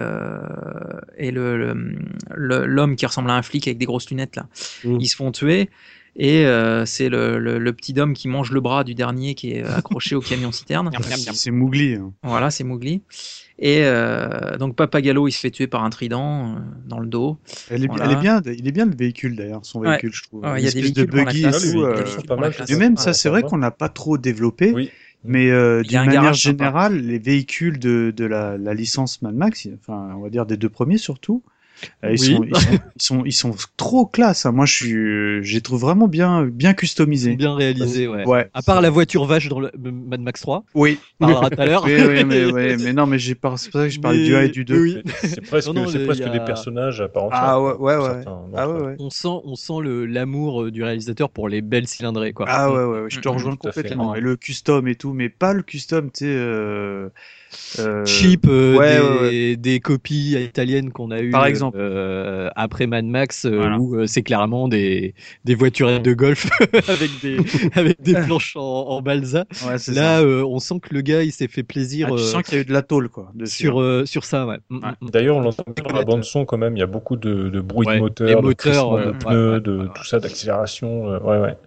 l'homme qui ressemble à un flic avec des grosses lunettes là, ils se font tuer et c'est le petit Dom qui mange le bras du dernier qui est accroché au camion citerne. C'est Mowgli. Voilà, c'est Mowgli. Et donc Papagallo il se fait tuer par un trident dans le dos. Il est bien le véhicule d'ailleurs, son véhicule je trouve. Il y a des véhicules de buggy et même ça c'est vrai qu'on l'a pas trop développé. Oui. Mais d'une manière générale, les véhicules de la licence Mad Max, enfin on va dire des deux premiers surtout, ils sont trop classe. Hein. Moi je les trouve vraiment bien customisés, bien réalisés. Ouais. À part la voiture vache dans le Mad Max 3. Oui. On parlera tout à l'heure. mais non, mais c'est pour ça que je parlais du 1 et du 2. Oui. C'est presque des personnages à part entière. Ah ouais. On sent l'amour du réalisateur pour les belles cylindrées quoi. Ah ouais. Je te rejoins complètement. Et le custom et tout, mais pas le custom, tu sais. Cheap des copies italiennes qu'on a eues par exemple après Mad Max où c'est clairement des voiturettes de golf avec des planches en balsa. Là on sent que le gars il s'est fait plaisir. Tu sens qu'il y a eu de la tôle quoi sur ça D'ailleurs on l'entend dans la bande son quand même, il y a beaucoup de bruit de moteur, de crissement de pneus, tout ça, d'accélération.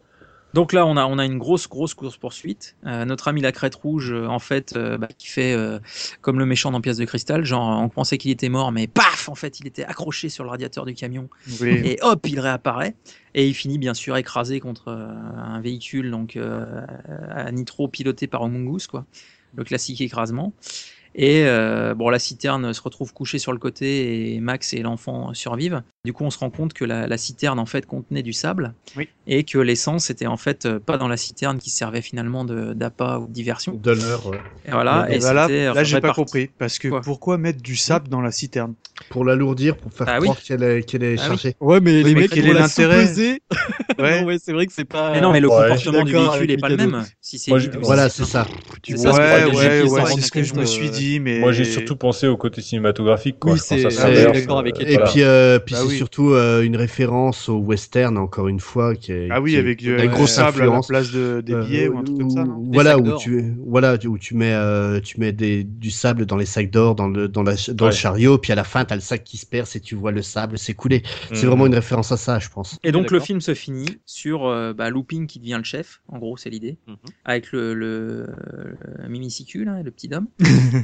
Donc là, on a une grosse course-poursuite. Notre ami la crête rouge, en fait, qui fait comme le méchant dans Pièce de cristal, genre on pensait qu'il était mort, mais paf, en fait, il était accroché sur le radiateur du camion. Oui. Et hop, il réapparaît. Et il finit bien sûr écrasé contre un véhicule donc à nitro piloté par Homungus, quoi. Le classique écrasement. Et la citerne se retrouve couchée sur le côté et Max et l'enfant survivent. Du coup, on se rend compte que la citerne en fait contenait du sable et que l'essence était en fait pas dans la citerne qui servait finalement d'appât ou de diversion. De l'heure, ouais. Et voilà. Et là, j'ai pas réparti. compris parce que pourquoi mettre du sable dans la citerne? Pour l'alourdir, pour faire croire qu'elle est chargée. Ouais, mais les mecs, quel ils est l'ont l'intérêt? sous-pesé. Ouais. Non, ouais, c'est vrai que c'est pas. Mais non, mais le comportement du d'accord véhicule est avec pas le Mikado. même. Si c'est Voilà, c'est ça. C'est ça, c'est ce que je me suis dit, mais Moi, j'ai surtout pensé au côté cinématographique, quoi. Oui, Je pense à c'est Sanders, d'accord avec Et Voilà. puis c'est surtout une référence au western, encore une fois, qui est avec qui est un une gros grosse sable à la influence. place des billets ou un truc comme ça. Non Voilà, sacs où tu mets du sable dans les sacs d'or, dans le chariot, puis à la fin, t'as le sac qui se perce et tu vois le sable s'écouler. C'est vraiment une référence à ça, je pense. Et donc le film se finit sur Looping qui devient le chef, en gros c'est l'idée, avec le Mimicicu, là, le petit homme,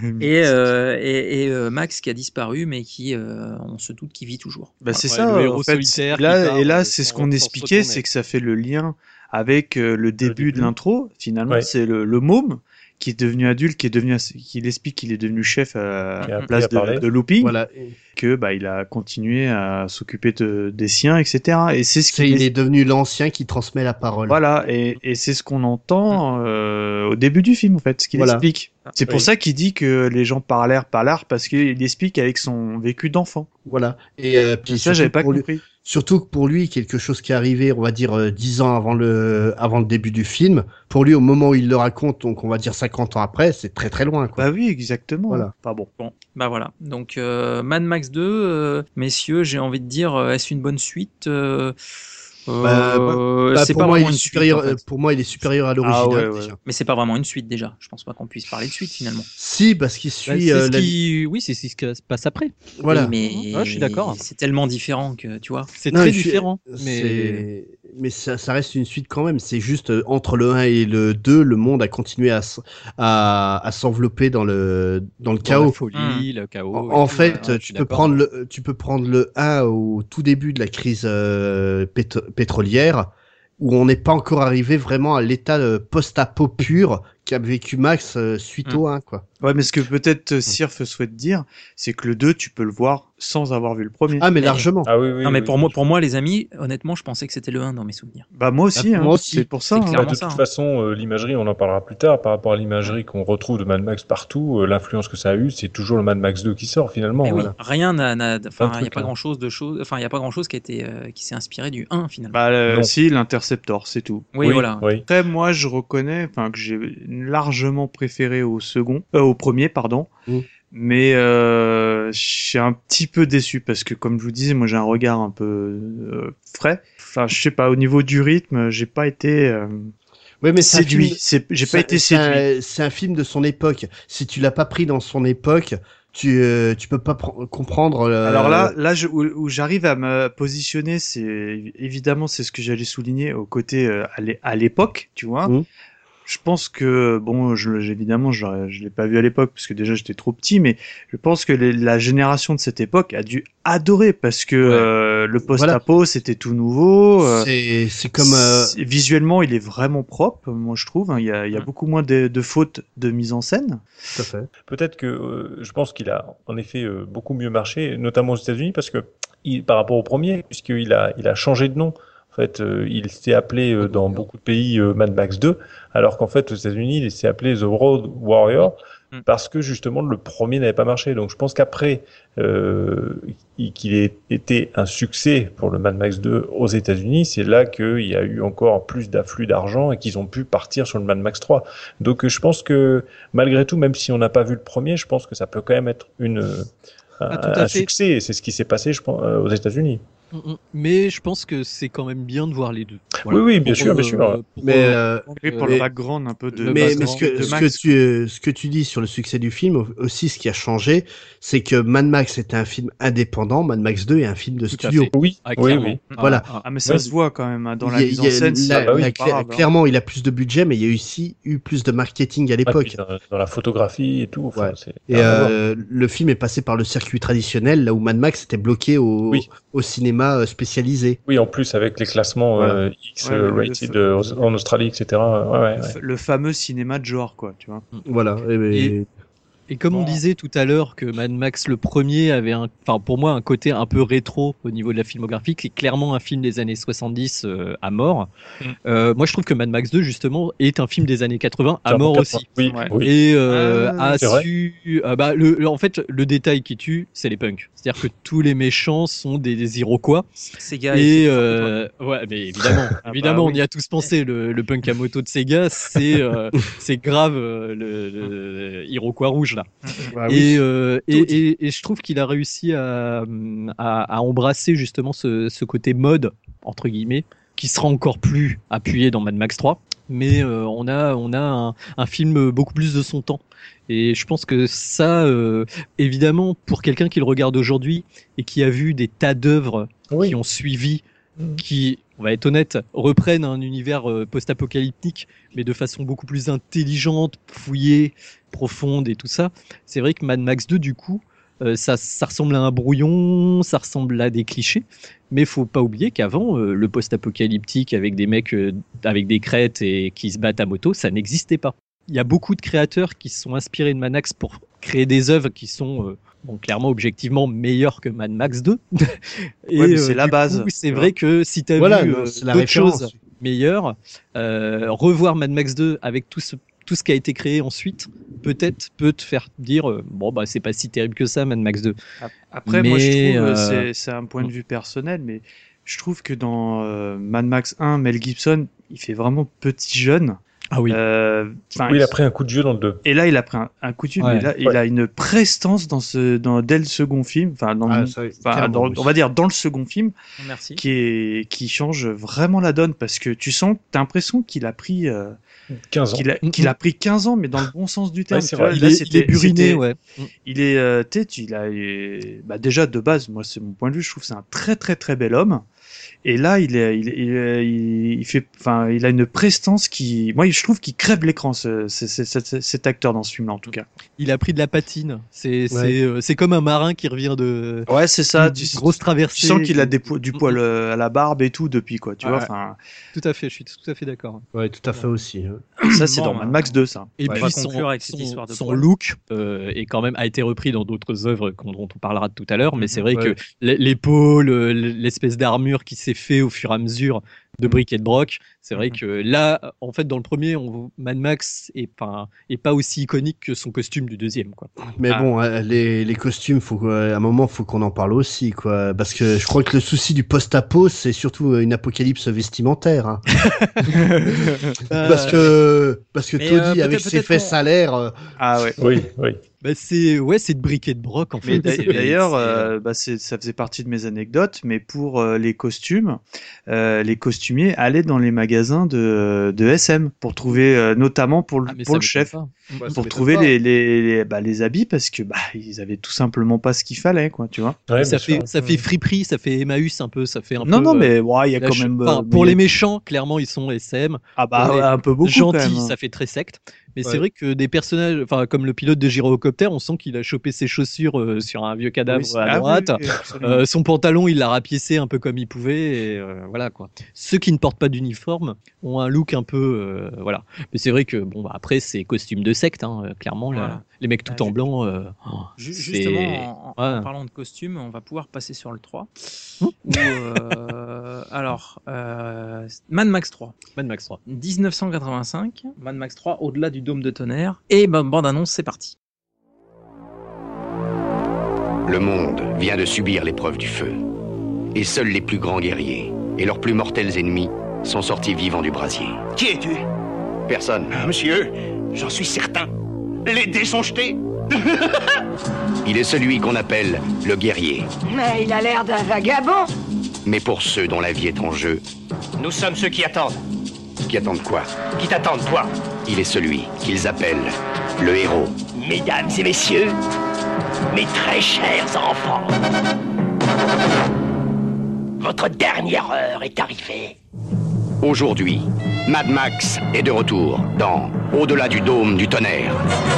et Max qui a disparu mais qui, on se doute qu'il vit toujours. C'est Ouais, ça, le héros en fait. solitaire qui Là, part, et là, sans- c'est ce qu'on sans expliquait, retourner. c'est que ça fait le lien avec le début de l'intro. Finalement, Ouais. c'est le môme qui est devenu adulte, qui explique qu'il est devenu chef à Qui a la appris place à parler. de Looping, Voilà. que il a continué à s'occuper des siens, etc. Et c'est ce Il est devenu l'ancien qui transmet la parole. Voilà, et c'est ce qu'on entend au début du film, en fait, ce qu'il explique. C'est pour ça qu'il dit que les gens parlèrent parce qu'il explique avec son vécu d'enfant. Voilà. Et puis ça, j'avais pas compris. Surtout que pour lui, quelque chose qui est arrivé, on va dire 10 ans avant le début du film, pour lui, au moment où il le raconte, donc on va dire 50 ans après, c'est très très loin, quoi. Bah oui, exactement. Voilà. Pas bon. Bah voilà, donc Mad Max 2, messieurs, j'ai envie de dire, est-ce une bonne suite c'est pour pas moi, vraiment une suite, en fait. pour moi, il est supérieur à l'original. Déjà. Mais c'est pas vraiment une suite déjà. Je pense pas qu'on puisse parler de suite finalement. Si, parce qu'il suit. Oui, c'est ce qui se passe après. Voilà. Oui, mais Ouais, je suis d'accord. c'est tellement différent que tu vois. C'est très différent. Mais ça reste une suite quand même. C'est juste entre le 1 et le 2, le monde a continué à s'envelopper dans le chaos. La folie, le chaos. En fait, tu peux prendre le 1 au tout début de la crise pétrolière, où on n'est pas encore arrivé vraiment à l'état post-apo pur qu'a vécu Max suite au 1, quoi. Ouais, mais ce que peut-être Sirf souhaite dire, c'est que le 2, tu peux le voir sans avoir vu le premier. Ah, mais largement. Ah oui. Non, mais pour moi, les amis, honnêtement, je pensais que c'était le 1 dans mes souvenirs. Bah moi aussi, moi aussi. c'est pour ça. C'est clairement De ça, toute hein. façon, l'imagerie, on en parlera plus tard, par rapport à l'imagerie qu'on retrouve de Mad Max partout, l'influence que ça a eu, c'est toujours le Mad Max 2 qui sort finalement. Mais oui, Voilà. rien n'a, enfin, il y a truc, pas là. grand chose enfin, il y a pas grand chose qui a été, qui s'est inspiré du 1 finalement. Bah Non. si, l'Interceptor, c'est tout. oui, voilà. Oui. Après, moi, je reconnais, que j'ai largement préféré au premier, pardon. Mais je suis un petit peu déçu parce que, comme je vous disais, moi j'ai un regard un peu frais. Enfin, je sais pas, au niveau du rythme, j'ai pas été Oui, mais séduit. J'ai pas été séduit. C'est un film de son époque. Si tu l'as pas pris dans son époque, tu peux pas comprendre. Alors là, où j'arrive à me positionner, c'est évidemment c'est ce que j'allais souligner au côté à l'époque, tu vois. Je pense que bon, évidemment, je l'ai pas vu à l'époque parce que déjà j'étais trop petit, mais je pense que la génération de cette époque a dû adorer parce que le post-apo c'était tout nouveau. C'est comme visuellement, il est vraiment propre, moi je trouve. Il y a beaucoup moins de fautes de mise en scène. Tout à fait. Peut-être que je pense qu'il a en effet beaucoup mieux marché, notamment aux États-Unis, parce que par rapport au premier, puisqu'il a changé de nom. En fait, il s'est appelé dans beaucoup de pays Mad Max 2, alors qu'en fait aux États-Unis, il s'est appelé The Road Warrior parce que justement le premier n'avait pas marché. Donc je pense qu'après qu'il ait été un succès pour le Mad Max 2 aux États-Unis, c'est là qu'il y a eu encore plus d'afflux d'argent et qu'ils ont pu partir sur le Mad Max 3. Donc je pense que malgré tout, même si on n'a pas vu le premier, je pense que ça peut quand même être un succès. Et c'est ce qui s'est passé, je pense, aux États-Unis. Mais je pense que c'est quand même bien de voir les deux. Voilà. Oui, bien sûr. Pour le background un peu de. Mais ce que tu dis sur le succès du film aussi, ce qui a changé, c'est que Mad Max était un film indépendant, Mad Max 2 est un film de studio. Oui. Voilà. Mais ça se voit quand même dans la mise en scène. Clairement, il a plus de budget, mais il y a aussi eu plus de marketing à l'époque. Dans la photographie et tout. Le film est passé par le circuit traditionnel, là où Mad Max était bloqué au cinéma spécialisé. Oui, en plus avec les classements X-rated en Australie, etc. Le fameux cinéma de genre, quoi, tu vois. Voilà. Et comme on disait tout à l'heure que Mad Max le premier avait pour moi un côté un peu rétro au niveau de la filmographie, qui est clairement un film des années 70 à mort. Moi je trouve que Mad Max 2 justement est un film des années 80 à mort aussi. Et en fait le détail qui tue, c'est les punks. C'est-à-dire que tous les méchants sont des Iroquois. Sega et mais évidemment, on y a tous pensé. Le punk à moto de Sega, c'est grave le Iroquois rouge là. Et je trouve qu'il a réussi à embrasser justement ce côté mode entre guillemets qui sera encore plus appuyé dans Mad Max 3. Mais on a un film beaucoup plus de son temps. Et je pense que ça, évidemment, pour quelqu'un qui le regarde aujourd'hui et qui a vu des tas d'œuvres qui ont suivi, qui, on va être honnête, reprennent un univers post-apocalyptique, mais de façon beaucoup plus intelligente, fouillée, profonde et tout ça. C'est vrai que Mad Max 2, du coup, ça ressemble à un brouillon, ça ressemble à des clichés, mais faut pas oublier qu'avant, le post-apocalyptique avec des mecs avec des crêtes et qui se battent à moto, ça n'existait pas. Il y a beaucoup de créateurs qui se sont inspirés de Mad Max pour créer des œuvres qui sont clairement objectivement meilleures que Mad Max 2. Mais c'est la base. C'est vrai que si tu as vu d'autres choses meilleures, revoir Mad Max 2 avec tout ce qui a été créé ensuite, peut-être peut te faire dire c'est pas si terrible que ça Mad Max 2. Après moi je trouve c'est un point de vue personnel, mais je trouve que dans Mad Max 1, Mel Gibson il fait vraiment petit jeune. Ah oui. Il a pris un coup de jeu dans le 2. Et là, il a pris un coup de jeu, mais là, il a une prestance dès le second film, on va dire dans le second film, qui change vraiment la donne, parce que t'as l'impression qu'il a pris 15 ans. Qu'il a pris 15 ans, mais dans le bon sens du terme. Il est buriné, Il est, déjà de base, moi c'est mon point de vue, je trouve que c'est un très très très bel homme. Et là, il a une prestance moi, je trouve qu'il crève l'écran, cet acteur dans ce film-là, en tout cas. Il a pris de la patine. C'est comme un marin qui revient de. Ouais, c'est ça. Grosse traversée. Tu sens qu'il a du poil à la barbe et tout depuis, quoi. Tu vois. Tout à fait. Je suis tout à fait d'accord. Ouais, tout à fait aussi. Ça, c'est dans Mad Max 2, ça. Et puis son look est quand même a été repris dans d'autres œuvres dont on parlera tout à l'heure. Mais c'est vrai que l'épaule, l'espèce d'armure qui s'est fait au fur et à mesure de briques et de broc, c'est vrai que là, en fait, dans le premier, Mad Max est pas aussi iconique que son costume du deuxième, quoi. Mais bon, les costumes, à un moment, faut qu'on en parle aussi, quoi, parce que je crois que le souci du post-apo, c'est surtout une apocalypse vestimentaire, hein. parce que Toddy avec ses faits salaires. Oui. C'est de briques et de broc en fait. D'ailleurs, ça faisait partie de mes anecdotes, mais pour les costumes, les costumiers allaient dans les magasins de SM pour trouver, notamment pour le chef, pour trouver les habits, parce que ils avaient tout simplement pas ce qu'il fallait, quoi, tu vois. Ouais, ça fait friperie, ça fait Emmaüs un peu, ça fait un peu. Non, mais il y a quand même. Pour les méchants, clairement, ils sont SM. Un peu beaucoup. Gentils, ça fait très secte. Mais c'est vrai que des personnages, comme le pilote de gyrocoptère, on sent qu'il a chopé ses chaussures sur un vieux cadavre à droite. Son pantalon, il l'a rapiécé un peu comme il pouvait. Et voilà, quoi. Ceux qui ne portent pas d'uniforme ont un look un peu, voilà. Mais c'est vrai que après c'est costume de secte, hein, clairement. Les mecs tout en blanc. Justement, en parlant de costumes, on va pouvoir passer sur le 3. Mad Max 3. 1985. Mad Max 3, au-delà du dôme de tonnerre. Et bande-annonce, c'est parti. Le monde vient de subir l'épreuve du feu. Et seuls les plus grands guerriers et leurs plus mortels ennemis sont sortis vivants du brasier. Qui es-tu? Personne. Monsieur, j'en suis certain. Les dés sont jetés. Il est celui qu'on appelle le guerrier. Mais il a l'air d'un vagabond. mais pour ceux dont la vie est en jeu. Nous sommes ceux qui attendent. Qui attendent quoi? Qui t'attendent, toi? Il est celui qu'ils appellent le héros. Mesdames et messieurs, mes très chers enfants, votre dernière heure est arrivée. Aujourd'hui, Mad Max est de retour dans Au-delà du dôme du tonnerre.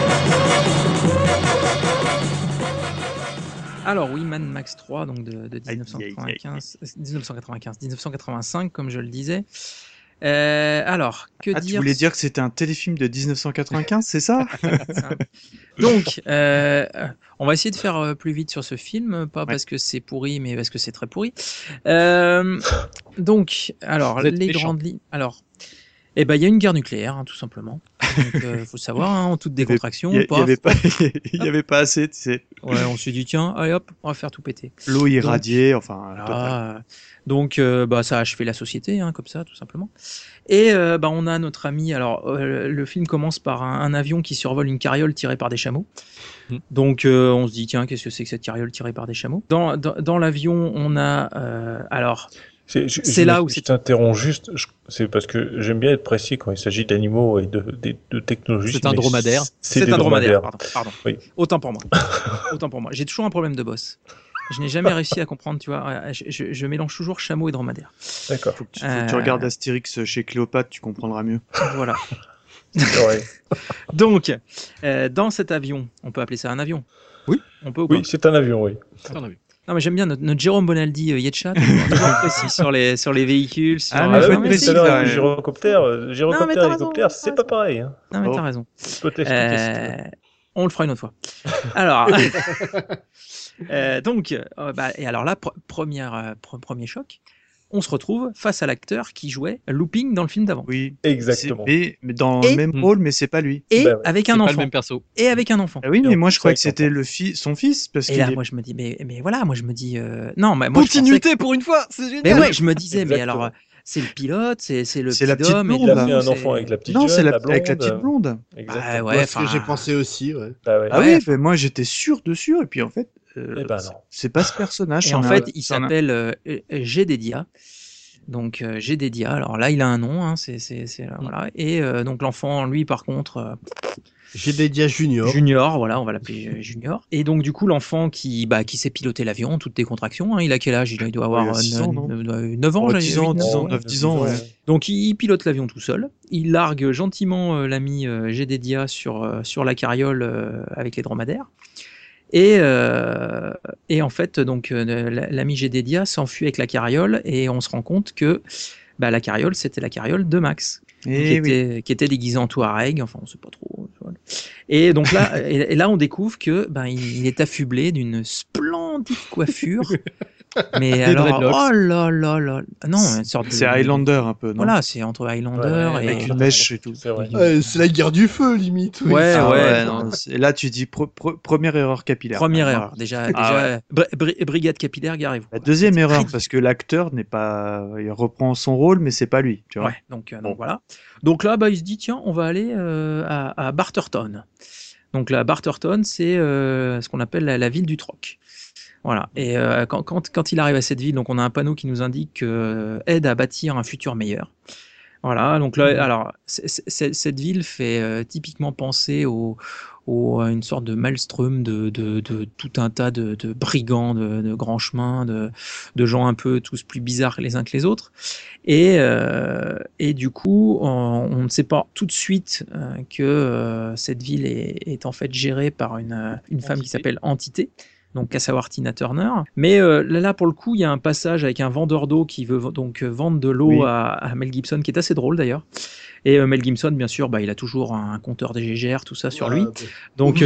Alors oui, Mad Max 3, donc de 1995, comme je le disais. Alors, que dire? Tu voulais dire que c'était un téléfilm de 1995, c'est ça? Donc, on va essayer de faire plus vite sur ce film, pas parce que c'est pourri, mais parce que c'est très pourri. Donc, alors, les grandes lignes. Alors, il y a une guerre nucléaire, tout simplement. Donc, faut savoir, en toute décontraction. Il y avait pas assez, tu sais. Ouais, on s'est dit, tiens, allez hop, on va faire tout péter. L'eau irradiée, donc, ça a achevé la société, comme ça, tout simplement. Et on a notre ami. Alors, le film commence par un avion qui survole une carriole tirée par des chameaux. Donc, on se dit, tiens, qu'est-ce que c'est que cette carriole tirée par des chameaux? Dans l'avion, on a. C'est là où je t'interromps juste, c'est parce que j'aime bien être précis quand il s'agit d'animaux et de technologie. C'est un dromadaire. C'est un dromadaire, pardon. Oui. Autant pour moi. J'ai toujours un problème de boss. Je n'ai jamais réussi à comprendre, tu vois. Je mélange toujours chameau et dromadaire. D'accord. Faut que tu regardes Astérix chez Cléopâtre, tu comprendras mieux. Voilà. C'est vrai. Donc, dans cet avion, on peut appeler ça un avion? Oui. On peut ou pas? Oui, c'est un avion, oui. C'est un avion. Non, mais j'aime bien notre Jérôme Bonaldi Yetcha, toujours précis sur les véhicules. Sur... Ah, mais faut être précis, là. Gyrocoptère, hélicoptère, c'est pas pareil. Hein. Non, mais t'as raison. Je peux t'expliquer si tu veux. On le fera une autre fois. Alors, donc, et alors là, premier choc, on se retrouve face à l'acteur qui jouait Looping dans le film d'avant. Oui, exactement. Mais dans le même rôle, mais c'est pas lui. Et avec un enfant. Pas le même perso. Et avec un enfant. Ah oui, mais moi je croyais que c'était son fils. Parce et là, moi je me dis, mais voilà, moi je me dis, non, mais moi continuité pour une fois, c'est génial. Mais ouais, je me disais, mais alors, c'est le pilote, c'est le c'est la petit petite homme. blonde. Il a fait un enfant avec la petite Non, c'est jeune, avec la petite blonde. Exactement. Ouais, ce que j'ai pensé aussi, ouais. Ah oui, mais moi j'étais sûr dessus, et puis en fait, non. C'est pas ce personnage. Et en fait, il s'appelle Jedediah. Donc Jedediah. Alors là, il a un nom, voilà. Et donc l'enfant, lui, par contre. Jedediah Junior. Junior, voilà, on va l'appeler Junior. Et donc du coup, l'enfant qui sait piloter l'avion, toutes décontractions. Il a quel âge? Il doit avoir 9 ans, 10 ans, 10 ans, ouais. Donc il pilote l'avion tout seul. Il largue gentiment l'ami Jedediah sur la carriole avec les dromadaires. Et en fait, donc l'ami Jedediah s'enfuit avec la carriole et on se rend compte que la carriole, c'était la carriole de Max, qui était déguisé en Touareg. Enfin, on sait pas trop. Et donc là, et là, on découvre que il est affublé d'une splendide coiffure. Mais alors, oh là là là, non, une sorte de... C'est Highlander un peu, non? Voilà, c'est entre Highlander et avec une mèche et tout. C'est vrai. C'est la guerre du feu, limite. Oui. Non, là, tu dis première erreur capillaire. Première erreur, déjà brigade capillaire, garez-vous. La deuxième erreur, parce que l'acteur n'est pas, il reprend son rôle, mais c'est pas lui, tu vois. Ouais, donc voilà. Donc là, il se dit tiens, on va aller à Barterton. Donc là, Barterton, c'est ce qu'on appelle la ville du troc. Voilà. Et quand il arrive à cette ville, donc on a un panneau qui nous indique aide à bâtir un futur meilleur. Voilà. Donc là, alors cette ville fait typiquement penser à une sorte de maelstrom de tout un tas de brigands, de grands chemins, de gens un peu tous plus bizarres les uns que les autres. Et du coup, on ne sait pas tout de suite que cette ville est en fait gérée par une femme qui s'appelle Entité. Donc à savoir Tina Turner. Mais là, pour le coup, il y a un passage avec un vendeur d'eau qui veut donc vendre de l'eau à Mel Gibson, qui est assez drôle d'ailleurs. Et Mel Gibson, bien sûr, il a toujours un compteur des GGR, tout ça sur lui. Donc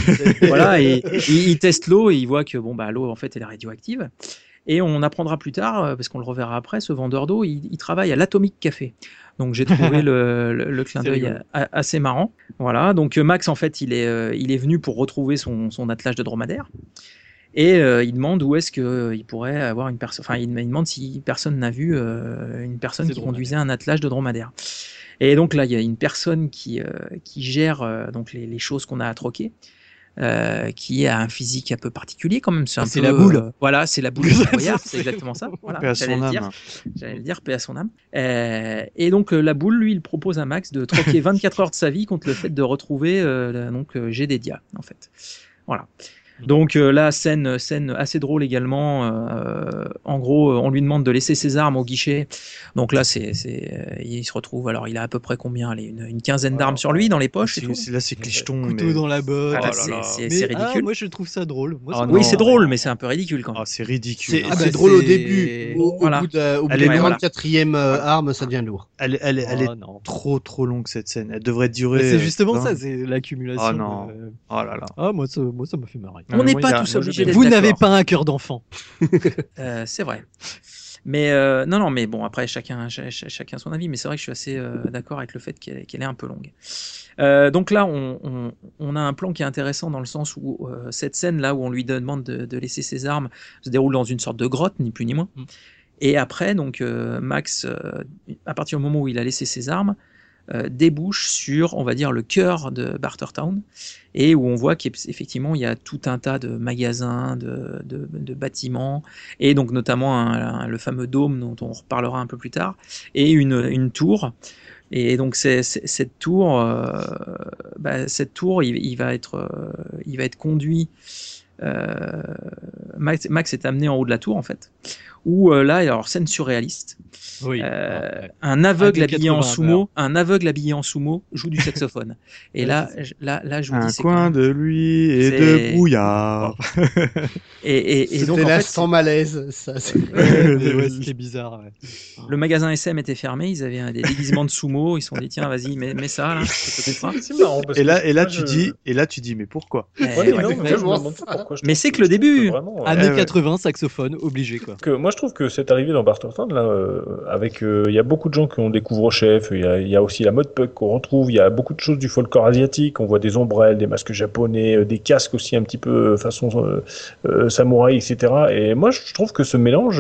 il teste l'eau et il voit que l'eau en fait elle est radioactive. Et on apprendra plus tard, parce qu'on le reverra après, ce vendeur d'eau, il travaille à l'Atomic Café. Donc j'ai trouvé le clin d'œil assez marrant. Voilà. Donc Max, en fait, il est venu pour retrouver son attelage de dromadaire. Et il demande où est-ce qu'il pourrait avoir une personne. Enfin, il demande si personne n'a vu une personne qui conduisait un attelage de dromadaire. Et donc là, il y a une personne qui gère donc les choses qu'on a à troquer. qui a un physique un peu particulier quand même. C'est la boule. Voilà, c'est la boule de Boyard, c'est exactement ça. Voilà, Paix à son âme. J'allais le dire, paix à son âme. Et donc la boule, lui, il propose à Max de troquer 24 heures de sa vie contre le fait de retrouver Jedediah, en fait. Voilà. Donc là, scène assez drôle également. En gros, on lui demande de laisser ses armes au guichet. Donc là, il se retrouve. Alors, il a à peu près combien? Allez, une quinzaine d'armes sur lui dans les poches. Là, c'est clicheton. Couteau dans la botte. C'est ridicule. Moi, je trouve ça drôle. Oui, c'est drôle, mais c'est un peu ridicule quand même. C'est ridicule. C'est drôle au début. Au bout de la 34e arme, ça devient lourd. Elle est trop longue cette scène. Elle devrait durer. C'est justement ça, c'est l'accumulation. Oh non. Oh là là. Ah, moi, ça m'a fait marrer. On n'est pas tous obligés d'être Vous d'accord. n'avez pas un cœur d'enfant. C'est vrai. Mais non, mais bon, après chacun son avis. Mais c'est vrai que je suis assez d'accord avec le fait qu'elle est un peu longue. Donc là, on a un plan qui est intéressant dans le sens où cette scène là où on lui demande de laisser ses armes se déroule dans une sorte de grotte, ni plus ni moins. Et après, donc Max, à partir du moment où il a laissé ses armes, débouche sur, on va dire, le cœur de Bartertown, et où on voit qu'effectivement il y a tout un tas de magasins, de bâtiments, et donc notamment le fameux dôme dont on reparlera un peu plus tard, et une tour. Et donc cette tour, il va être conduit. Max est amené en haut de la tour en fait, où là, alors scène surréaliste. Oui. Un aveugle habillé en sumo, joue du saxophone. Et là, je vous dis, c'est coin de lui et de brouillard. Et donc, c'était en là fait, sans malaise, ça. C'était bizarre. Ouais. Le magasin SM était fermé, ils avaient des déguisements de sumo, ils se sont dit tiens, vas-y, mets ça là. C'est marrant. Parce Et là, que tu dis, mais pourquoi? Mais c'est que le début. Années 80, saxophone, obligé quoi. Moi, je trouve que cette arrivée dans Bartertown, là, avec, il y a beaucoup de gens qui ont des couvre-chefs, il y a aussi la mode punk qu'on retrouve, il y a beaucoup de choses du folklore asiatique, on voit des ombrelles, des masques japonais, des casques aussi un petit peu façon samouraï, etc. Et moi, je trouve que ce mélange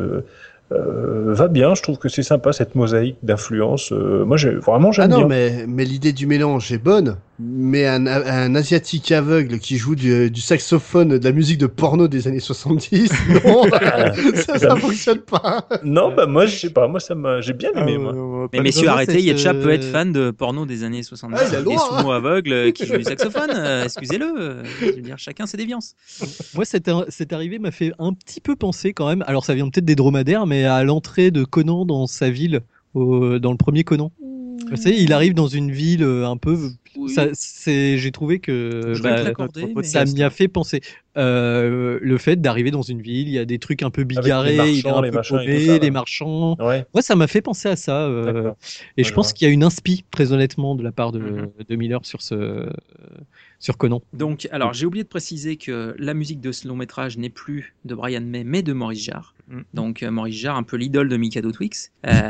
va bien, je trouve que c'est sympa cette mosaïque d'influence. Moi, j'aime bien. Mais l'idée du mélange est bonne. Mais un asiatique aveugle qui joue du saxophone, de la musique de porno des années 70, non, ça fonctionne pas. Non, moi je sais pas, j'ai bien aimé moi. Mais messieurs, arrêtez, Yetcha peut être fan de porno des années 70. Il a le des droit, sumo aveugles qui jouent du saxophone, excusez-le. Je veux dire, chacun ses déviances. Moi, cette arrivée m'a fait un petit peu penser quand même. Alors, ça vient peut-être des dromadaires, mais à l'entrée de Conan dans sa ville, dans le premier Conan. Vous savez, il arrive dans une ville un peu. Oui. J'ai trouvé que ça m'y a fait penser. Le fait d'arriver dans une ville, il y a des trucs un peu bigarrés, il est un peu paumé, les marchands. Ouais. Moi, ça m'a fait penser à ça. Et je pense qu'il y a une inspi, très honnêtement, de la part de Miller sur Conan. Donc, alors, j'ai oublié de préciser que la musique de ce long métrage n'est plus de Brian May, mais de Maurice Jarre. Donc, Maurice Jarre, un peu l'idole de Mikado Twix.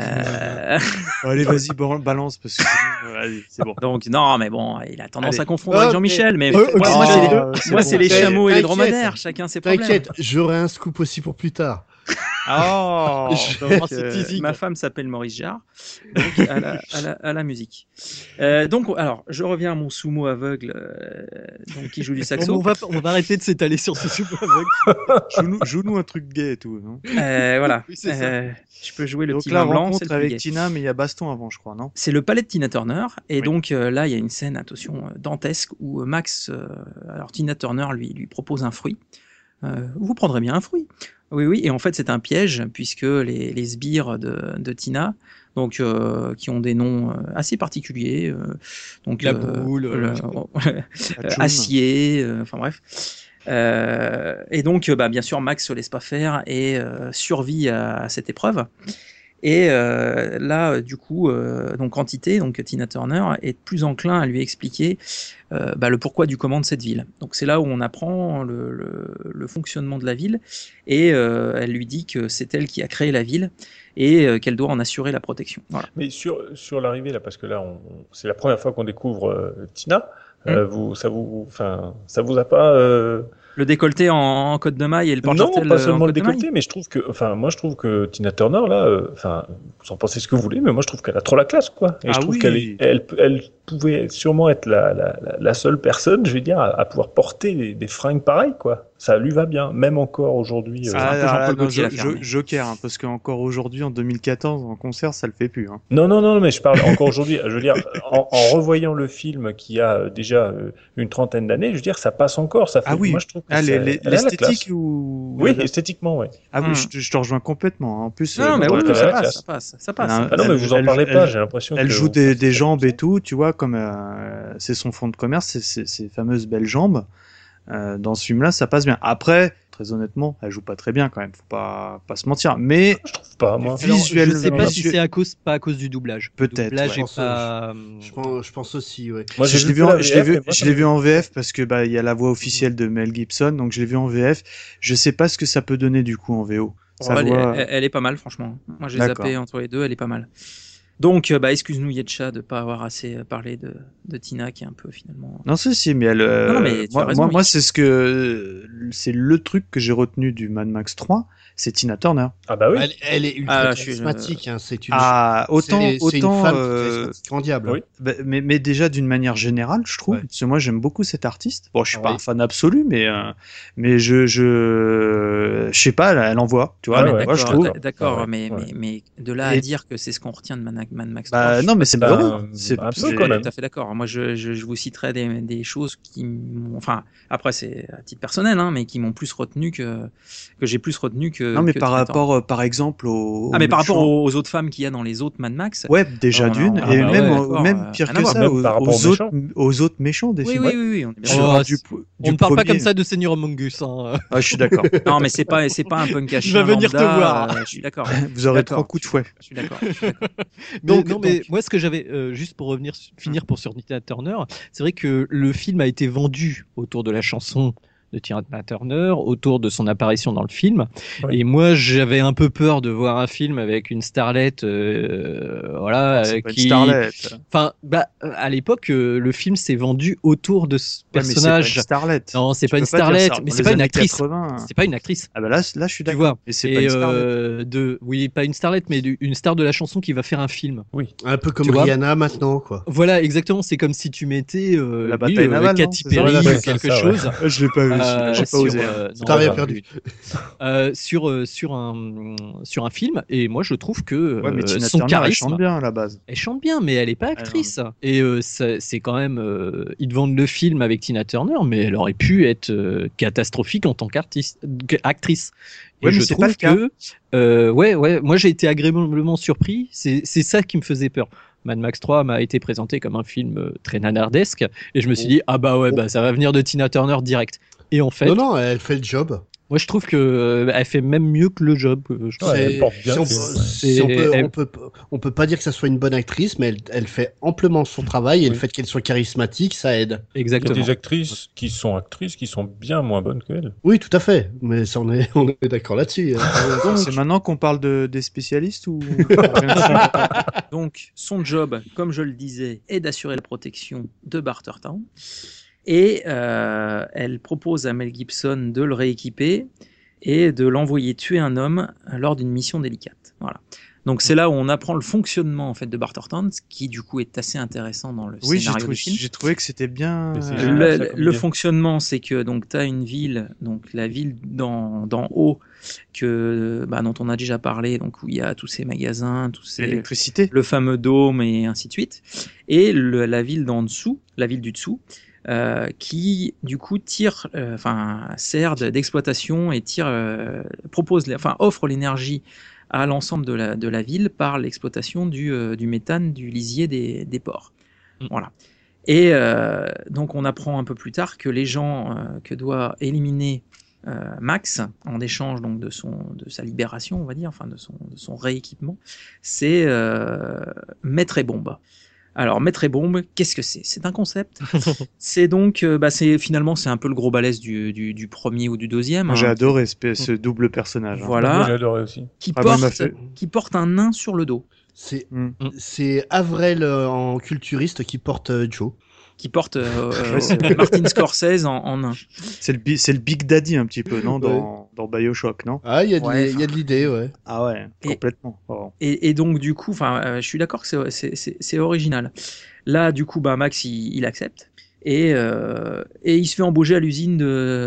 Allez, vas-y, balance, parce que c'est bon. Donc, non, mais bon, il a tendance Allez. à confondre avec Jean-Michel, mais moi, c'est les chameaux et les dromadaires, chacun ses problèmes. T'inquiète, j'aurai un scoop aussi pour plus tard. Oh, ma femme s'appelle Maurice Jarre, donc à la musique. Donc, alors, je reviens à mon sumo aveugle, donc qui joue du saxo. On va arrêter de s'étaler sur ce sumo aveugle. Joue-nous un truc gay et tout, non? Voilà. Oui, c'est ça. Je peux jouer le donc petit là, vin blanc. rencontre c'est le plus avec gay. Tina, mais il y a baston avant, je crois, non? C'est le palais de Tina Turner, et Oui. donc là, il y a une scène, attention, dantesque, où Max, alors Tina Turner lui propose un fruit. Vous prendrez bien un fruit. Oui, et en fait c'est un piège puisque les sbires de Tina, donc qui ont des noms assez particuliers, donc la boule, acier, enfin bref. Et donc bien sûr Max se laisse pas faire et survit à cette épreuve. Et là, du coup, donc Quantité, donc Tina Turner, est plus enclin à lui expliquer le pourquoi du comment de cette ville. Donc c'est là où on apprend le fonctionnement de la ville, et elle lui dit que c'est elle qui a créé la ville et qu'elle doit en assurer la protection. Voilà. Mais sur l'arrivée là, parce que là, c'est la première fois qu'on découvre Tina. Ça vous a pas Le décolleté en côte de maille et le Non, porte-jartel pas en seulement le côte de maille. décolleté, mais je trouve que Tina Turner, là, vous en pensez ce que vous voulez, mais moi je trouve qu'elle a trop la classe, quoi. Et Ah je trouve oui. elle pouvait sûrement être la seule personne, je vais dire, à pouvoir porter des fringues pareilles, quoi. Ça lui va bien, même encore aujourd'hui. C'est un peu Jean-Paul non, Gaultier l'affaire, mais- Joker, hein, parce qu'encore aujourd'hui, en 2014, en concert, ça le fait plus. Hein. Non, mais je parle encore aujourd'hui. Je veux dire, en revoyant le film qui a déjà une trentaine d'années, je veux dire, ça passe encore. Ça fait, Ah oui, moi je trouve que elle a la l'esthétique classe. ou... Oui, esthétiquement, ouais. Ah oui, Hmm. je te rejoins complètement. En plus, Non, mais moi, oui, je trouve ça la passe, classe. ça passe, ça passe. Ah, Ah non, mais vous en parlez pas, j'ai l'impression Elle que joue on des passe jambes comme et ça. tout, tu vois, comme c'est son fond de commerce, ces fameuses belles jambes. Dans ce film-là, ça passe bien. Après, très honnêtement, elle joue pas très bien quand même, faut pas se mentir. Mais Je trouve pas, moi. Alors, visuellement, je sais pas si visuel- c'est pas à cause du doublage. Peut-être, Le doublage ouais. est pas. Je pense aussi, ouais. Moi, je l'ai vu vu, que la je l'ai VF, vu, et moi, je ça l'ai me- vu en VF parce que il y a la voix officielle de Mel Gibson, donc je l'ai vu en VF. Je sais pas ce que ça peut donner du coup en VO. Sa Ouais, voix- elle est pas mal, franchement. Moi, j'ai D'accord. zappé entre les deux, elle est pas mal. Donc, excuse-nous, Yetcha, de pas avoir assez parlé de Tina, qui est un peu finalement. Non, si, mais elle. Non, mais tu as raison, moi, oui. c'est le truc que j'ai retenu du Mad Max 3, c'est Tina Turner. Ah bah oui. Elle est ultra Ah, je suis- charismatique, hein, c'est une... Ah, autant, c'est une autant. femme qui est charismatique en diable. Oui. Mais déjà d'une manière générale, je trouve, Ouais. parce que moi j'aime beaucoup cet artiste. Bon, je suis Ah pas oui. un fan absolu, mais je sais pas, elle envoie, tu vois. Ouais, elle ouais, envoie, je D'accord, trouve. d'accord, Ouais, mais, ouais. mais de là à Et- dire que c'est ce qu'on retient de Mad Max 3, Bah je non, suis mais c'est pas- malheureux. un C'est peu je suis quand même. tout à fait d'accord. Moi, je vous citerai des choses qui m'ont. Enfin, après, c'est à titre personnel, hein, mais qui m'ont plus retenu que j'ai plus retenu que. Non, mais que par Tina Turner. rapport, par exemple, au. Ah, mais par rapport méchant- aux autres femmes qu'il y a dans les autres Mad Max. Ouais, déjà Non, d'une, non, et ah bah même, ouais, d'accord, même pire rien que à voir. ça, Même par rapport aux autres méchants des Oui, films. oui, oui, on est bien Je d'accord. parle Oh, du On ne parle pas premier. comme ça de Seigneur Among Us. Hein. Ah, je suis d'accord. Non, mais c'est pas un punk à Je chien vais venir te lambda, voir. je suis d'accord. Vous aurez D'accord. 3 coups de fouet. Je suis d'accord. je suis d'accord. Donc, Donc- mais moi, ce que j'avais, juste pour finir pour sur Tina Turner, c'est vrai que le film a été vendu autour de la chanson de Tina Turner, autour de son apparition dans le film. Oui. Et moi, j'avais un peu peur de voir un film avec une starlette, voilà, C'est pas une qui. starlette. Enfin, à l'époque, le film s'est vendu autour de ce Ouais, mais c'est pas personnage. une starlette. Non, c'est Tu pas une peux pas dire starlette, ça. mais Dans c'est les pas une années actrice. 80. C'est pas une actrice. Ah bah là je suis Tu d'accord. vois. Et c'est pas une starlette. Oui, pas une starlette, mais une star de la chanson qui va faire un film. Un peu comme Tu vois Rihanna maintenant, quoi. Voilà, exactement. C'est comme si tu mettais La bataille navale, non, Katy c'est ça Perry Ouais, ou c'est quelque ça, ouais. chose. Je l'ai pas vu, j'ai pas sur, osé. non, T'as rien bah, perdu. sur un film, et moi je trouve que Ouais, mais Tina son Turner, elle charisme, chante bien à la base. elle chante bien, mais elle est pas non. actrice. Et c'est quand même, ils te vendent le film avec Tina Turner, mais elle aurait pu être catastrophique en tant qu'actrice. Et Ouais, mais je c'est trouve pas le que, ouais, moi j'ai été agréablement surpris. C'est ça qui me faisait peur. Mad Max 3 m'a été présenté comme un film très nanardesque, et je me suis dit, ah bah ouais, bah ça va venir de Tina Turner direct. Et en fait, Non, elle fait le job. moi je trouve que elle fait même mieux que le job. Je trouve. Ouais, elle porte bien si on, le film. si on peut, elle- on peut pas dire que ça soit une bonne actrice, mais elle fait amplement son travail, et le Oui. fait qu'elle soit charismatique, ça aide. Il y a Exactement. des actrices qui sont bien moins bonnes qu'elle. Oui, tout à fait. Mais ça, on est d'accord là-dessus. C'est maintenant qu'on parle des spécialistes ou Donc, son job, comme je le disais, est d'assurer la protection de Bartertown. Et elle propose à Mel Gibson de le rééquiper et de l'envoyer tuer un homme lors d'une mission délicate. Voilà. Donc c'est là où on apprend le fonctionnement en fait de Bartertown, ce qui du coup est assez intéressant dans le Oui, scénario du film. j'ai trouvé que c'était bien. Mais c'est Le, génial, ça, comme le idée. fonctionnement, c'est que donc tu as une ville, donc la ville d'en haut, dont on a déjà parlé, donc où il y a tous ces magasins, tous ces, L'électricité. le fameux dôme et ainsi de suite, et la ville d'en dessous, la ville du dessous, qui du coup sert d'exploitation et offre l'énergie à l'ensemble de la ville par l'exploitation du méthane du lisier des ports. Voilà. Et donc on apprend un peu plus tard que les gens que doit éliminer Max en échange donc de sa libération, on va dire, enfin de son rééquipement, c'est Maître et Bombe. Alors Maître et Bombe, qu'est-ce que c'est ? C'est un concept. C'est donc, finalement c'est un peu le gros balèze du premier ou du deuxième. J'ai hein, adoré ce double personnage. hein. Voilà. Moi, j'ai adoré aussi. qui Ah, bah, il m'a porte, fait- qui porte un nain sur le dos. C'est Mm. c'est Avril en culturiste qui porte Joe. qui porte Martin Scorsese en nain. C'est le Big Daddy un petit peu, non, dans BioShock, non? Ah, il y a de l'idée, ouais. Ah ouais, complètement. Et donc du coup, je suis d'accord que c'est original. Là, du coup, Max il accepte. Et il se fait embaucher à l'usine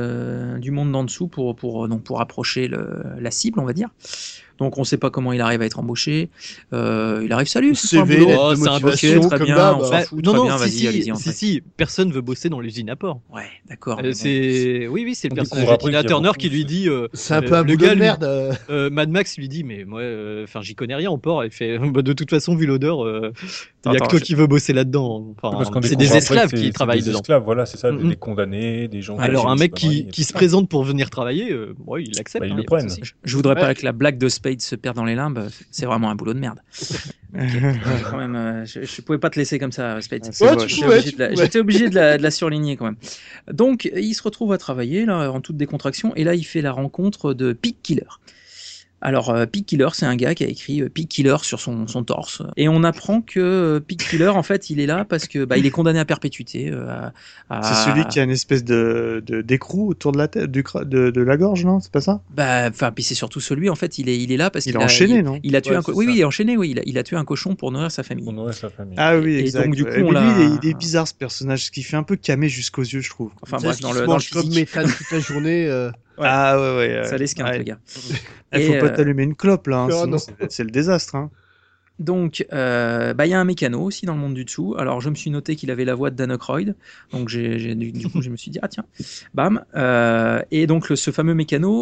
du monde d'en dessous pour approcher la cible, on va dire. Donc on ne sait pas comment il arrive à être embauché. Il arrive, salut, c'est un boulot. lettre de C'est un motivation, boquet, très comme bien, d'hab. on s'en fout, très bien, vas-y, allez-y. Si, personne veut bosser dans l'usine à port. Ouais, d'accord. Oui, c'est le personnage découvre de Tina après Turner qu'il qui lui dit. C'est un peu un le boulot gars, de lui- merde. Mad Max lui dit, mais moi, j'y connais rien au port. Il fait, de toute façon, vu l'odeur, il y a Attends, que toi qui veux bosser là-dedans. Parce qu'on C'est découvre des après esclaves que qui c'est travaillent des dedans. esclaves, voilà, c'est ça, Mhm. des condamnés, des gens. Alors un mec qui qui se présente pour venir travailler, il accepte. Ils hein, le y a pas de prennent. souci. Je voudrais pas que la blague de Spade se perde dans les limbes. C'est vraiment un boulot de merde. Quand même, je pouvais pas te laisser comme ça, Spade. Ah, c'est Ouais, vrai. tu pouvais. J'étais obligé de la surligner quand même. Donc, il se retrouve à travailler là, en toute décontraction, et là, il fait la rencontre de Pig Killer. Alors, Pig Killer, c'est un gars qui a écrit Pig Killer sur son torse. Et on apprend que Pig Killer, en fait, il est là parce que il est condamné à perpétuité. C'est celui qui a une espèce d'écrou autour de la tête, de la gorge, non? C'est pas ça? Puis c'est surtout celui, en fait, il est là parce Il qu'il est enchaîné, non? Il a tué Ouais, un c'est oui, ça. il est enchaîné, oui. Il a tué un cochon pour nourrir sa famille. Pour nourrir sa famille. Ah oui, Et exact. donc, du coup, ouais. on Mais l'a- lui, il est bizarre ce personnage, ce qui fait un peu camé jusqu'aux yeux, je trouve. Enfin C'est bref, ce dans qui se le mange comme physique, méthane toute la journée. Ouais. Ah ouais. ça l'esquinte, ouais. le gars. Il Et, faut pas t'allumer une clope là, hein, Ah, sinon non. c'est le désastre. Hein. Donc, il y a un mécano aussi dans le monde du dessous. Alors, je me suis noté qu'il avait la voix de Dan Aykroyd. Donc, du coup, je me suis dit, ah tiens, bam. Et donc, ce fameux mécano,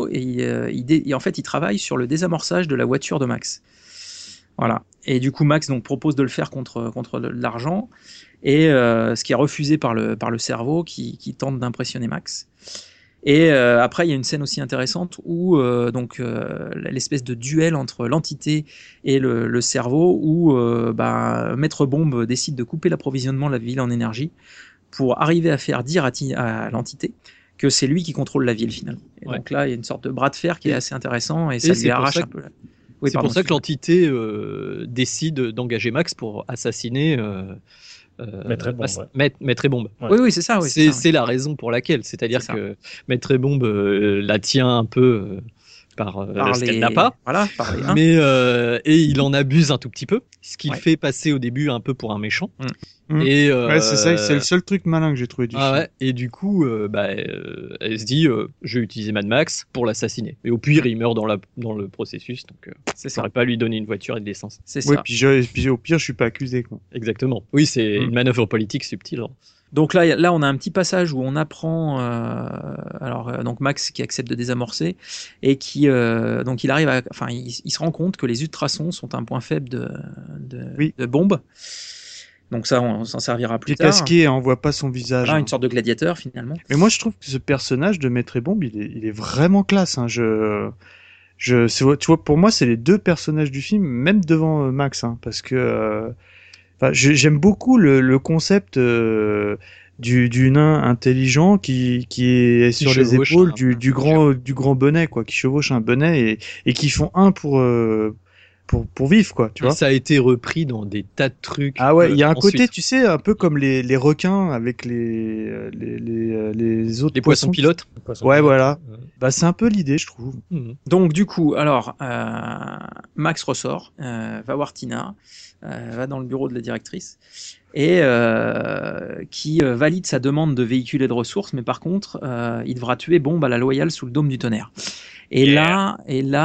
en fait, il travaille sur le désamorçage de la voiture de Max. Voilà. Et du coup, Max donc, propose de le faire contre de l'argent. Et ce qui est refusé par le cerveau qui tente d'impressionner Max. Et après, il y a une scène aussi intéressante où l'espèce de duel entre l'entité et le cerveau, où Maître Bombe décide de couper l'approvisionnement de la ville en énergie pour arriver à faire dire à l'entité que c'est lui qui contrôle la ville finalement. Et donc là, il y a une sorte de bras de fer qui est assez intéressant et ça lui arrache un peu. Oui, c'est pour ça que l'entité décide d'engager Max pour assassiner. Maître et Bombe. Maître et Bombe. Ouais. Oui, c'est ça. Oui, c'est la raison pour laquelle. C'est-à-dire C'est ça. que Maître et Bombe la tient un peu par ce qu'elle n'a pas. Voilà, par les uns. Mais et il en abuse un tout petit peu, ce qu'il Ouais. fait passer au début un peu pour un méchant. Mm. Et Ouais, c'est ça, c'est le seul truc malin que j'ai trouvé du film. ouais. Et du coup, elle se dit, je vais utiliser Mad Max pour l'assassiner. Et au pire, il meurt dans le processus, donc C'est ça ça. n'aurait pas à lui donner une voiture et de l'essence. C'est Oui, ça. puis au pire, je suis pas accusé. Quoi. Exactement. Oui, c'est une manœuvre politique subtile. Hein. Donc là, on a un petit passage où on apprend, donc Max qui accepte de désamorcer et qui, donc il arrive il se rend compte que les ultrasons sont un point faible de bombe. Donc ça, on s'en servira plus Puis tard. casqué, on voit pas son visage. Voilà, hein. une sorte de gladiateur finalement. Mais moi, je trouve que ce personnage de Maître et Bombe, il est vraiment classe. Hein. Tu vois, pour moi, c'est les deux personnages du film, même devant Max, hein, parce que j'aime beaucoup le concept du nain intelligent qui est sur les chevauche épaules un du grand bonnet, quoi, qui chevauche un bonnet et qui font un pour vivre, quoi, tu vois. Ça a été repris dans des tas de trucs. Ah ouais, il y a un ensuite. côté, tu sais, un peu comme les requins avec les autres Les poissons pilotes. Ouais, voilà. Bah, c'est un peu l'idée, je trouve. Donc du coup, alors Max ressort, va voir Tina, va dans le bureau de la directrice et qui valide sa demande de véhicule et de ressources, mais par contre, il devra tuer Bombe à la loyale sous le dôme du tonnerre. Et là,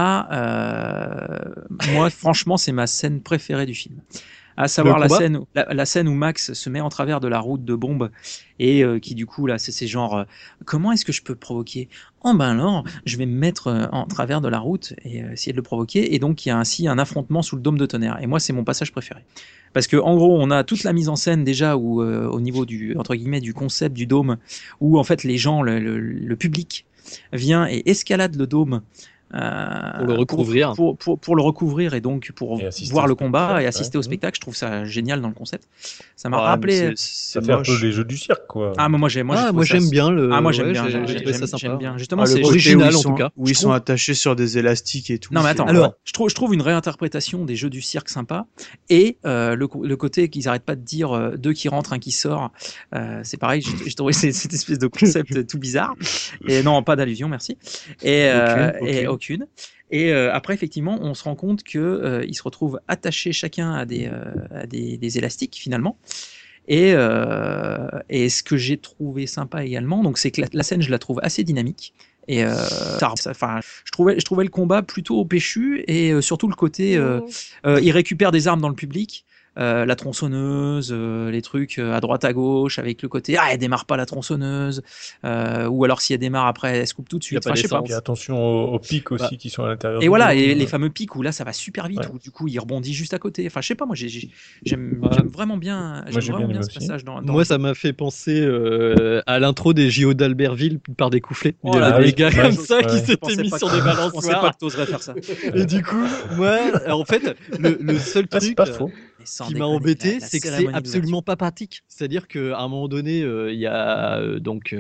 moi, franchement, c'est ma scène préférée du film. À savoir la scène où Max se met en travers de la route de Bombe et qui du coup là c'est genre comment est-ce que je peux provoquer? Oh ben alors je vais me mettre en travers de la route et essayer de le provoquer, et donc il y a ainsi un affrontement sous le dôme de tonnerre, et moi c'est mon passage préféré parce que en gros on a toute la mise en scène déjà où au niveau du entre guillemets du concept du dôme, où en fait les gens le public vient et escalade le dôme Pour le recouvrir. Pour le recouvrir et donc pour Et assister voir au le combat spectacle, et assister au ouais. spectacle. Je trouve ça génial dans le concept. Ça m'a Ouais, rappelé. mais Ça fait un peu les jeux du cirque, quoi. Ah, mais moi j'ai trouvé ça- j'aime bien le. Ah, moi j'aime ouais, bien. j'ai trouvé ça sympa. J'aime bien. Justement, Ah, le c'est côté original, où ils en sont- tout cas. Où ils Je sont trouve- attachés sur des élastiques et tout. Non mais c'est- attends, Alors- je trouve une réinterprétation des jeux du cirque sympa et le côté qu'ils arrêtent pas de dire deux qui rentrent, un qui sort, c'est pareil, j'ai trouvé cette espèce de concept tout bizarre. Et non, pas d'allusion, merci. Et aucune. Et après, effectivement, on se rend compte que ils se retrouvent attachés chacun à des élastiques finalement. Et ce que j'ai trouvé sympa également, donc c'est que la scène, je la trouve assez dynamique. Et enfin, je trouvais le combat plutôt péchu et surtout le côté, il récupère des armes dans le public. La tronçonneuse, les trucs à droite à gauche avec le côté elle démarre pas la tronçonneuse, ou alors si elle démarre après elle se coupe tout de Il y a suite. pas Enfin, je sais pas. d'essence. Et attention aux pics aussi qui sont à l'intérieur. Et du voilà, jeu. et les fameux pics où là ça va super vite, Ouais. où du coup il rebondit juste à côté. Enfin, je sais pas, moi j'aime Ouais. vraiment bien, Moi, j'ai bien aimé ce aussi. passage dans Moi, ça m'a fait penser à l'intro des JO d'Albertville par des coufflets. Oh Il y là avait là, des oui. gars Ouais. comme ça Ouais. qui Je s'étaient mis sur des Je pensais pas balançoires. que t'oserais faire ça. Et du coup, moi, en fait, le seul Ah, c'est truc pas faux. Mais sans qui m'a déconner, embêté, la c'est que c'est cérémonie absolument pas pratique. C'est-à-dire qu'à un moment donné, il y a donc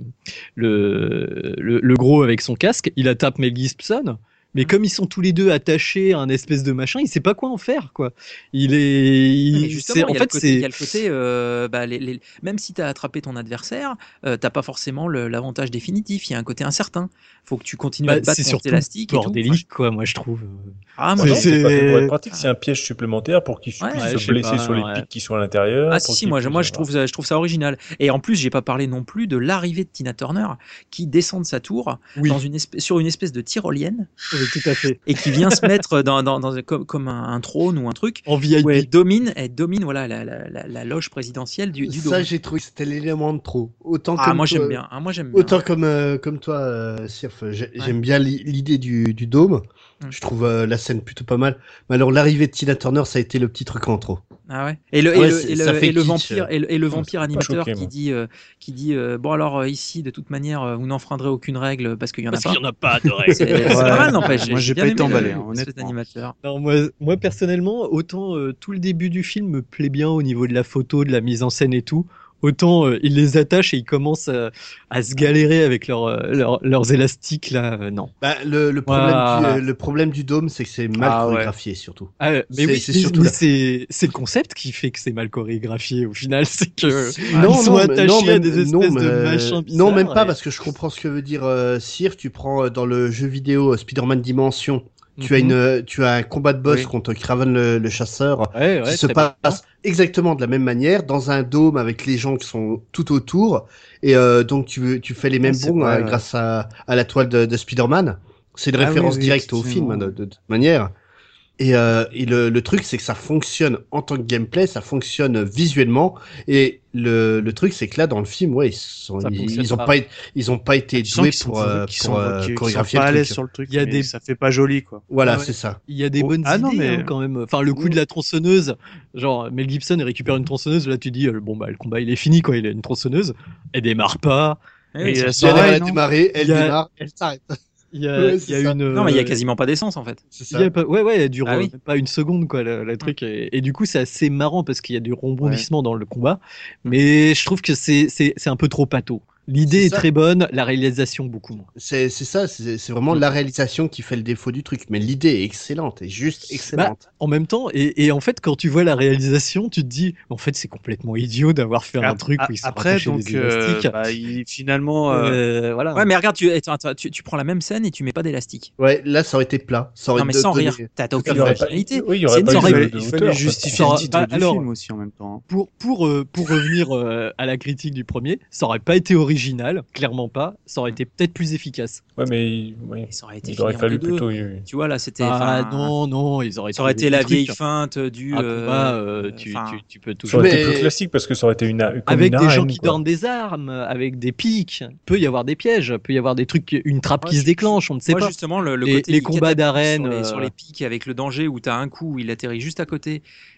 le gros avec son casque, il attaque Mel Gibson. Mais comme ils sont tous les deux attachés à un espèce de machin, il sait pas quoi en faire, quoi. Il est, Mais il, justement, c'est, il en y a fait, le côté, il y a c'est, le côté même si tu as attrapé ton adversaire, t'as pas forcément l'avantage définitif. Il y a un côté incertain. Faut que tu continues à te battre c'est contre surtout élastique et tout. bordélique, quoi. Moi, je trouve. Ah, moi, Non, c'est- c'est pas c'est- fait pour être pratique, c'est un piège supplémentaire pour qu'ils Ouais, puissent je se sais blesser pas, sur les ouais. pics qui sont à l'intérieur. Ah pour si, qu'ils moi puissent je trouve ça original. Et en plus, j'ai pas parlé non plus de l'arrivée de Tina Turner qui descend de sa tour Oui. sur une espèce de tyrolienne Oui, tout à fait. et qui vient se mettre comme un trône ou un truc En VIP. où elle domine voilà la loge présidentielle du Ça, dôme. j'ai trouvé que c'était l'élément de trop. Autant Ah, comme moi toi- j'aime bien. Ah, moi j'aime bien. Autant comme toi, Sirf, j'aime bien l'idée du dôme. Mm. Je trouve la scène plutôt pas mal. Mais alors l'arrivée de Tina Turner, ça a été le petit truc en trop. Ah ouais. Et le, Ah ouais, et le, c'est- et ça le, fait et le kitsch. vampire et le vampire pas animateur choqué, moi. qui dit bon alors ici de toute manière vous n'enfreindrez aucune règle parce qu'il y en a Parce pas. qu'il y en a pas de règles. C'est pas mal n'empêche. Moi, j'ai bien pas aimé été emballé, le- hein, l'espèce honnêtement. d'animateur. Non, moi personnellement, autant tout le début du film me plaît bien au niveau de la photo, de la mise en scène et tout, autant ils les attachent et ils commencent à se galérer avec leurs élastiques là. Non. Bah, le problème, Ouah. le problème du dôme, c'est que c'est mal Ah ouais. chorégraphié surtout. Mais C'est- oui, c'est surtout mais là. c'est le concept qui fait que c'est mal chorégraphié au final, c'est que Non, ils sont non, attachés mais- à des espèces non, de mais- machins bizarres. Non, même pas, et- parce que je comprends ce que veut dire Sir. Tu prends dans le jeu vidéo Spider-Man Dimension, tu as un combat de boss Oui. contre Kraven le chasseur Ouais, qui se très bien. passe exactement de la même manière dans un dôme avec les gens qui sont tout autour. Et donc tu fais les mêmes c'est bons vrai, ouais. grâce à la toile de Spider-Man. C'est une Ah oui, référence oui, directe au film effectivement. de toute manière. Et le truc, c'est que ça fonctionne en tant que gameplay, ça fonctionne visuellement. Et le truc, c'est que là, dans le film, ouais, Ça ils fonctionne ont pas. pas, ils ont pas été Tu sens doués qu'ils sont pour qu'ils sont chorégraphier pas à le l'aise truc. sur le truc. Il y a mais des- ça fait pas joli, quoi. Voilà, Ah ouais. c'est ça. Il y a des Oh, bonnes ah non, idées mais- hein, quand même. Enfin, le coup de la tronçonneuse, genre Mel Gibson il récupère une tronçonneuse, là tu dis bon bah le combat il est fini quoi, il a une tronçonneuse, elle démarre pas. Eh oui, Et, c'est- euh, Si elle pareil, a non démarré, elle Il y a- démarre, elle s'arrête. Il y a, Ouais, il y a c'est ça. une. Non mais il y a quasiment pas d'essence en fait. C'est il y a pas- ouais, elle dure Ah oui. même pas une seconde quoi, le truc. Et du coup, c'est assez marrant parce qu'il y a du rebondissement dans le combat, mais je trouve que c'est un peu trop pâteau. L'idée C'est est ça. très bonne, la réalisation beaucoup moins. C'est ça, c'est vraiment la réalisation qui fait le défaut du truc. Mais l'idée est excellente, est juste excellente. En même temps, et en fait, quand tu vois la réalisation, tu te dis, en fait, c'est complètement idiot d'avoir fait un truc où ils sont Après, attachés donc, des élastiques. finalement, Voilà. Ouais mais regarde tu prends la même scène et tu mets pas d'élastique. Ouais, là, ça aurait été plat. Ça aurait Non mais sans donné- rire. T'as Il y aucune aurait pas- originalité. oui, il y aurait C'est pas une eu sorte de- de- de il hauteur, fallait quoi. justifier Ça- le titre du alors- film aussi en même temps. Pour revenir à la critique du premier, ça aurait pas été original, clairement pas. Ça aurait été peut-être plus efficace. Ouais, mais oui, Et ça aurait été il aurait fini en fallu deux. plutôt. Tu vois là c'était. Ah enfin, non, ils auraient Ça aurait trouvé été des la vieille trucs. feinte du. Un combat, tu peux Ça toujours. aurait été Mais- plus classique parce que ça aurait été comme Avec une des gens arène, qui quoi. donnent des armes, avec des pics, peut y avoir des pièges, peut y avoir des trucs, une trappe Ouais, qui se déclenche, on ne sait Moi pas. justement le Les- côté les il combats catapulte d'arène, sur les pics avec le danger où t'as un coup où il atterrit juste à côté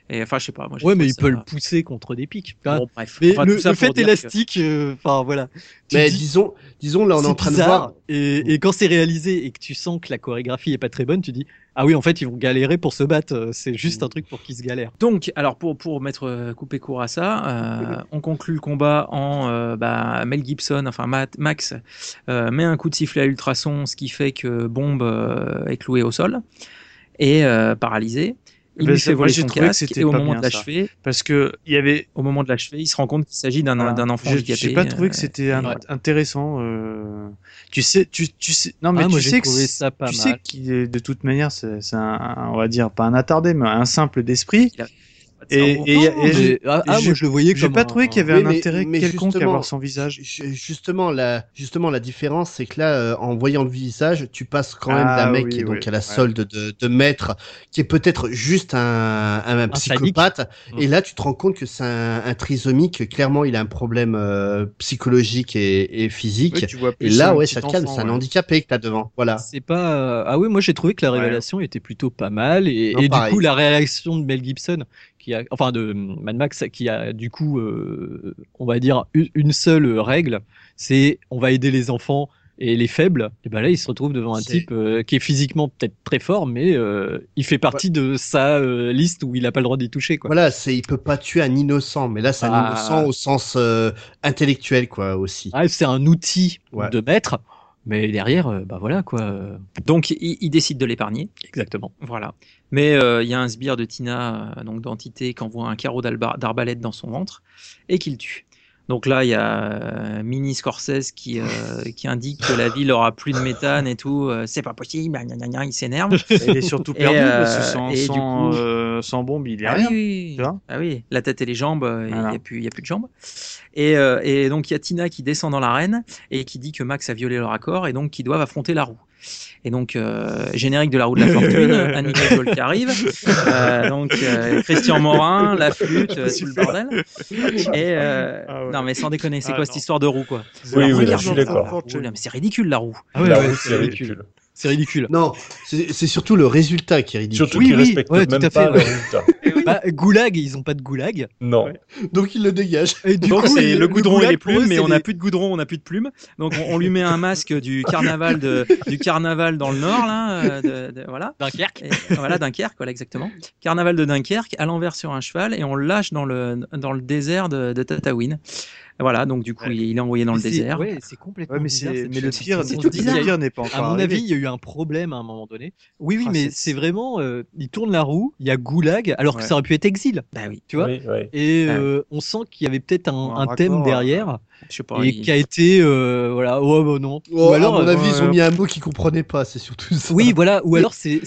Et enfin, je sais pas. Moi, j'ai Ouais, mais trouvé il ça- peut le pousser contre des pics. Bon, bref. Mais Enfin, tout ça le pour fait dire que- élastique, enfin voilà. Tu Mais dis, disons là, on est en train de bizarre, voir. Et quand c'est réalisé et que tu sens que la chorégraphie est pas très bonne, tu dis ah oui, en fait, ils vont galérer pour se battre. C'est juste un truc pour qu'ils se galèrent. Donc, alors pour mettre couper court à ça, on conclut le combat en Mel Gibson, enfin Max, met un coup de sifflet à ultrasons, ce qui fait que Bomb est cloué au sol et paralysé. Il Ben, lui ça, fait moi, voler j'ai son trouvé que casque c'était et au pas moment bien, de ça. l'achever, Parce que il y avait. il se rend compte qu'il s'agit d'un enfant handicapé. J'ai pas trouvé que c'était ouais. intéressant. Tu sais. Non, mais moi, tu j'ai sais que trouvé ça pas tu mal. sais qu'il est de toute manière, c'est un, on va dire pas un attardé, mais un simple d'esprit. Il a pas de cerveau. Moi je le voyais J'ai comme pas trouvé qu'il y avait Oui, un mais- intérêt mais quelconque à justement, voir son visage. Justement, la différence, c'est que là, en voyant le visage, tu passes quand même Ah d'un mec oui, qui est donc oui, à la ouais. solde de maître, qui est peut-être juste un psychopathe, sadique. et là, tu te rends compte que c'est un trisomique. Clairement, il a un problème psychologique et physique. Oui, tu vois Et plus là, un ouais, petit ça te calme, enfant, c'est un ouais. handicapé que t'as devant. Voilà. C'est pas. Ah oui, moi j'ai trouvé que la révélation était plutôt pas mal et, Non, et du pareil. coup la réaction de Mel Gibson, de Mad Max, qui a du coup, on va dire une seule règle, c'est on va aider les enfants et les faibles. Et ben là, il se retrouve devant un C'est- type qui est physiquement peut-être très fort, mais il fait partie de sa liste où il a pas le droit d'y toucher, quoi. Voilà, il peut pas tuer un innocent, mais là, c'est un Ah. innocent au sens intellectuel, quoi, aussi. Ah, c'est un outil Ouais. de maître, mais derrière, bah voilà quoi. Donc, il décide de l'épargner. Exactement. Voilà. Mais il y a un sbire de Tina, donc d'entité, qui envoie un carreau d'arbalète dans son ventre et qui le tue. Donc là, il y a Mini Scorsese qui indique que la ville aura plus de méthane et tout. C'est pas possible, gna, gna, gna, il s'énerve. Il est surtout Et, perdu parce que sans, et du sans, coup- sans bombe, il est Ah rien. oui, tu vois. ah oui, la tête et les jambes, il Voilà. n'y a plus de jambes. Et donc il y a Tina qui descend dans l'arène et qui dit que Max a violé leur accord et donc qu'ils doivent affronter la roue. Et donc générique de la roue de la fortune, Annika Gold qui arrive, Christian Morin, la flûte, tout le bordel. Et Ah ouais. non mais sans déconner, c'est Ah quoi non. cette histoire de roue quoi? Oui, Alors, oui, regarde, je suis d'accord. la roue, là, mais c'est ridicule la roue. Ah ouais, La ouais, roue, c'est c'est ridicule. ridicule. C'est ridicule. Non, c'est surtout le résultat qui est ridicule. Surtout Oui, qu'ils oui, respectent ouais, tout même à pas fait, le ouais. résultat. Bah, goulag, ils ont pas de goulag. Non. Ouais. Donc il le dégage. Et du Donc coup, c'est le goudron et goulag, les pour eux, plumes, mais c'est on n'a les- plus de goudron, on n'a plus de plumes. Donc on lui met un masque du carnaval dans le nord là, voilà. Dunkerque. Et voilà, Dunkerque, voilà exactement. Carnaval de Dunkerque, à l'envers sur un cheval, et on le lâche dans le désert de Tatooine. Voilà, donc du coup il est envoyé dans le Mais désert. Ouais, c'est complètement Ouais, mais bizarre, c'est, cette mais le chose. pire, C'est le tout bizarre. pire n'est pas encore À mon arrivé. avis, il y a eu un problème à un moment donné. Oui, Ah, mais c'est- c'est vraiment, il tourne la roue, il y a goulag, alors que Ouais. ça aurait pu être exil, Bah oui, tu vois. Oui, oui. Et Ouais. on sent qu'il y avait peut-être Un un thème raccord, derrière je sais pas. et il- qui a été, voilà, oh bah non. Oh, à mon avis, ils ont mis un mot qu'ils comprenaient pas, c'est surtout ça. Oui, voilà. Ou alors c'est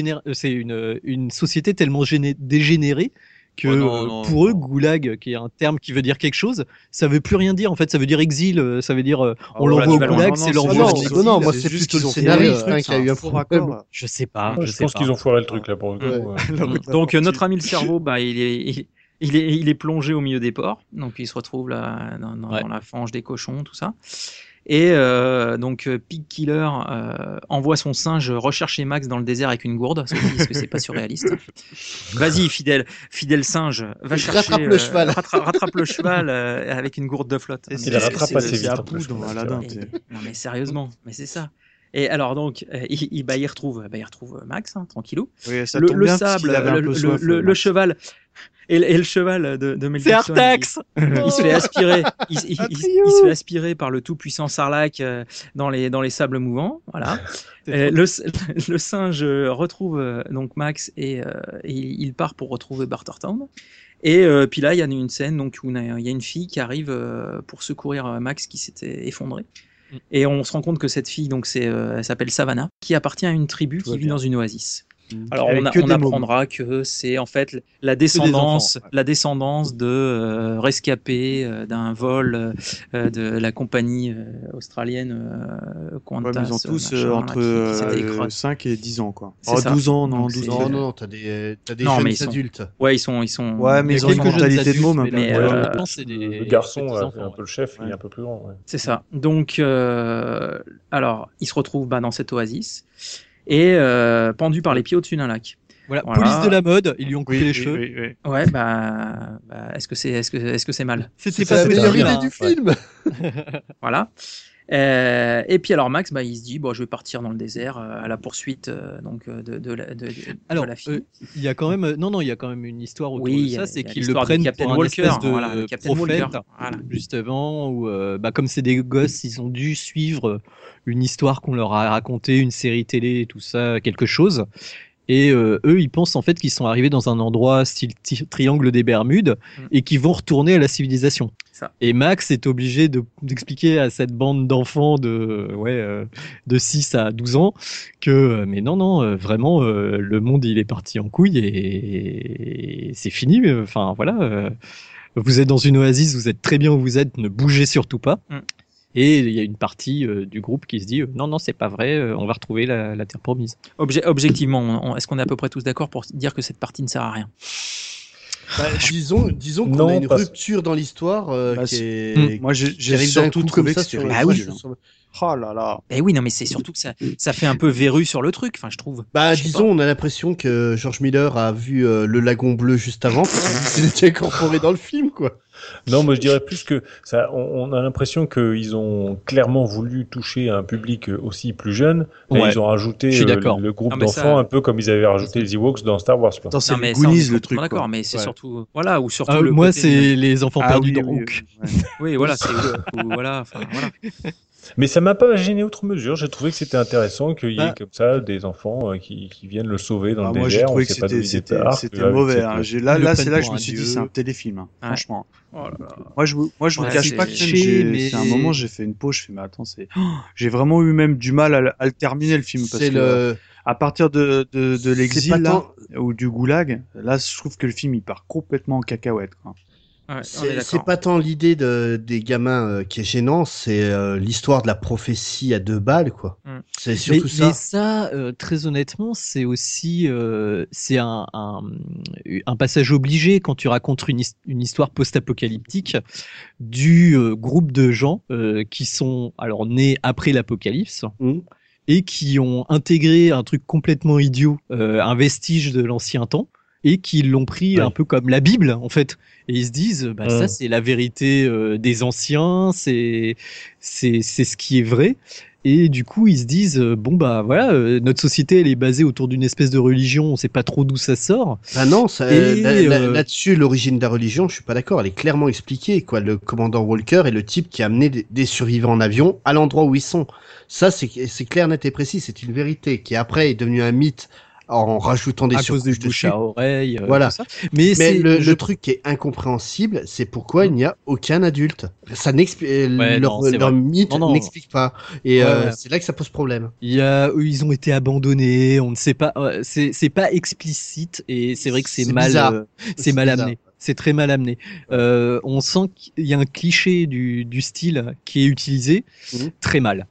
une société tellement dégénérée que Ouais, non, pour eux, non. goulag, qui est un terme qui veut dire quelque chose, ça veut plus rien dire. En fait, ça veut dire exil. Ça veut dire on voilà, l'envoie au tu vas loin. goulag, Non, c'est non, l'envoi non, en non, exil. non, moi, C'est c'est juste plutôt qu'ils le ont fait scénariste, un hein, qui a eu un faux problème. raccord. Je sais pas. Moi, je pense qu'ils ont foiré le truc là pour le coup. Ouais. Donc notre ami le cerveau, bah il est plongé au milieu des porcs, donc il se retrouve là dans la fange des cochons, tout ça. Et donc Pig Killer envoie son singe rechercher Max dans le désert avec une gourde, parce qu'ils disent que c'est pas surréaliste. Vas-y, fidèle singe, va chercher. Rattrape le cheval. Rattrape le cheval avec une gourde de flotte. Et Non, Il mais la rattrape c'est- assez c'est vite. à en plus, poudre, quoi. Aladdin. et- non mais sérieusement, mais c'est ça. Et alors donc il retrouve Max, hein, tranquillou. Oui, ça Le tombe bien parce sable, qu'il avait un peu soif, le Max. cheval et le cheval de Mel C'est Gibson, Artax. il se fait aspirer, il se fait aspirer par le tout puissant Sarlacc dans les sables mouvants, voilà. Le singe retrouve donc Max et il part pour retrouver Bartertown. Et puis là, il y a une scène donc où il y a une fille qui arrive pour secourir Max qui s'était effondré. Et on se rend compte que cette fille, donc elle s'appelle Savannah, qui appartit à une tribu qui vit dans une oasis. Alors Avec on que des apprendra que c'est en fait la descendance de rescapés d'un vol de la compagnie australienne Qantas. Ouais, mais ils ont tous machin, là, entre qui s'était écrasé. 5 et 10 ans, quoi. C'est Oh, ça. 12 ans, non, Donc, 12 c'est- ans. Non, t'as des Non, mais jeunes ils sont- adultes. Ouais, ils sont. Ouais, mais Il y ils a ont une quelques jeunes mentalité de adultes, môme un mais peu. mais, la euh, plupart, c'est des Le garçon, petits là, enfants. un peu le chef, il Ouais. est un peu plus grand. Ouais. C'est ça. Donc, alors, il se retrouve dans cette oasis et pendu par les pieds au-dessus d'un lac. Voilà, police de la mode, ils lui ont coupé les cheveux. Ouais, est-ce que c'est mal? C'était C'est la meilleure idée du film. Voilà. Et puis alors Max, il se dit bon, je vais partir dans le désert à la poursuite de la fille. Il y a quand même il y a quand même une histoire autour de ça, c'est qu'ils le l'histoire du prennent Captain pour un Walker, espèce de le Captain prophète, Walker, voilà. justement, où comme c'est des gosses, ils ont dû suivre une histoire qu'on leur a racontée, une série télé et tout ça, quelque chose. Et eux, ils pensent en fait qu'ils sont arrivés dans un endroit style triangle des Bermudes et qu'ils vont retourner à la civilisation. Ça. Et Max est obligé d'expliquer à cette bande d'enfants de 6 à 12 ans que mais non, vraiment, le monde il est parti en couille et c'est fini. Enfin voilà, vous êtes dans une oasis, vous êtes très bien où vous êtes, ne bougez surtout pas. Et il y a une partie du groupe qui se dit non, c'est pas vrai, on va retrouver la terre promise. Objectivement, est-ce qu'on est à peu près tous d'accord pour dire que cette partie ne sert à rien? Disons qu'on a une rupture dans l'histoire qui est. Moi, j'ai surtout trouvé que c'était ridicule. Oh là là. Eh oui, non, mais c'est surtout que ça fait un peu verrue sur le truc, enfin, je trouve. Disons, on a l'impression que George Miller a vu le Lagon Bleu juste avant, qu'il était incorporé dans le film, quoi. Non, moi je dirais plus que ça. On a l'impression qu'ils ont clairement voulu toucher un public aussi plus jeune, et ils ont rajouté le groupe d'enfants un peu comme ils avaient rajouté les Ewoks dans Star Wars. Attends, c'est les Goonies le truc. D'accord, mais c'est surtout ou surtout moi c'est les enfants perdus dans Hook. Oui, voilà, c'est voilà. Mais ça m'a pas gêné outre mesure. J'ai trouvé que c'était intéressant qu'il y ait comme ça des enfants qui viennent le sauver dans le désert. Moi, j'ai trouvé que c'était mauvais. Là, c'est là que je me suis dit, c'est un téléfilm, franchement. Oh là là. Moi, je vous cache pas que c'est un moment, j'ai fait une pause. Je fais, mais attends, j'ai vraiment eu même du mal à le terminer le film parce que à partir de l'exil là ou du goulag, là, je trouve que le film il part complètement en cacahuète, quoi. Ouais, c'est pas tant l'idée des gamins qui est gênant, c'est l'histoire de la prophétie à 2 balles, quoi. C'est surtout ça. Mais ça, très honnêtement, c'est aussi c'est un passage obligé quand tu racontes une histoire post-apocalyptique du groupe de gens qui sont alors nés après l'apocalypse. Et qui ont intégré un truc complètement idiot, un vestige de l'ancien temps, et qui l'ont pris un peu comme la Bible, en fait. Et ils se disent, ça c'est la vérité des anciens, c'est ce qui est vrai. Et du coup, ils se disent, notre société, elle est basée autour d'une espèce de religion, on sait pas trop d'où ça sort. Non, là-dessus, l'origine de la religion, je suis pas d'accord, elle est clairement expliquée, quoi. Le commandant Walker est le type qui a amené des survivants en avion à l'endroit où ils sont. Ça, c'est clair, net et précis, c'est une vérité qui après est devenue un mythe en rajoutant des surcouches à cause des bouches à oreille, voilà. tout ça. Mais le truc qui est incompréhensible, c'est pourquoi il n'y a aucun adulte. Ça n'explique leur mythe n'explique pas. Et c'est là que ça pose problème. Ils ont été abandonnés, on ne sait pas. C'est pas explicite et c'est vrai que c'est mal amené. C'est très mal amené. On sent qu'il y a un cliché du style qui est utilisé très mal.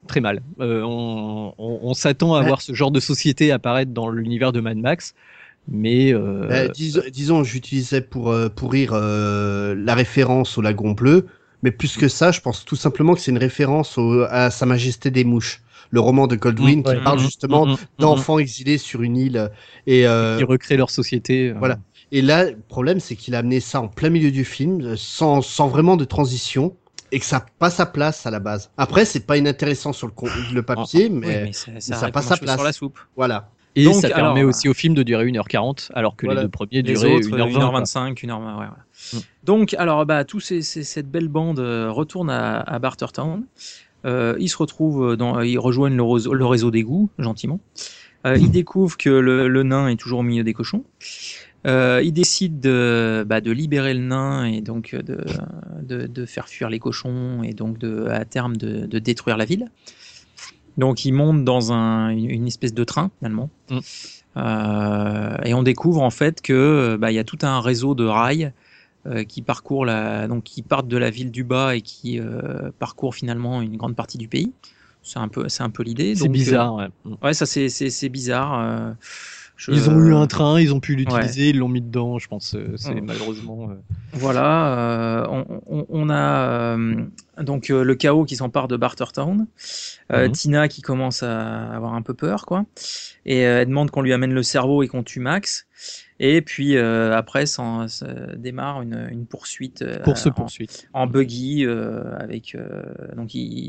On s'attend à voir ce genre de société apparaître dans l'univers de Mad Max, mais disons, j'utilisais pour rire la référence au Lagon Bleu, mais plus que ça, je pense tout simplement que c'est une référence à Sa Majesté des Mouches. Le roman de Goldwyn qui parle justement d'enfants exilés sur une île et qui recréent leur société. Voilà. Et là, le problème, c'est qu'il a amené ça en plein milieu du film, sans vraiment de transition, et que ça n'a pas sa place à la base. Après, c'est pas inintéressant sur le papier, mais ça n'a pas sa place. Sur la soupe. Voilà. Et donc, ça permet aussi au film de durer 1h40, alors que les deux premiers duraient 1h25, 1h20. Ouais. Donc, alors, cette belle bande retourne à Bartertown. Ils se retrouvent ils rejoignent le réseau d'égout, gentiment. Ils découvrent que le nain est toujours au milieu des cochons. Ils décident de libérer le nain et donc de faire fuir les cochons et donc à terme de détruire la ville. Donc ils montent dans une espèce de train finalement. Et on découvre en fait que y a tout un réseau de rails qui parcourt qui partent de la ville du bas et qui parcourent finalement une grande partie du pays. C'est un peu l'idée. C'est bizarre, ouais. Ouais, ça c'est bizarre. Ils ont eu un train, ils ont pu l'utiliser, ils l'ont mis dedans, je pense. C'est malheureusement. Voilà, on a Donc le chaos qui s'empare de Bartertown, Tina qui commence à avoir un peu peur, quoi, et elle demande qu'on lui amène le cerveau et qu'on tue Max. Et puis après, ça démarre une poursuite, en buggy avec donc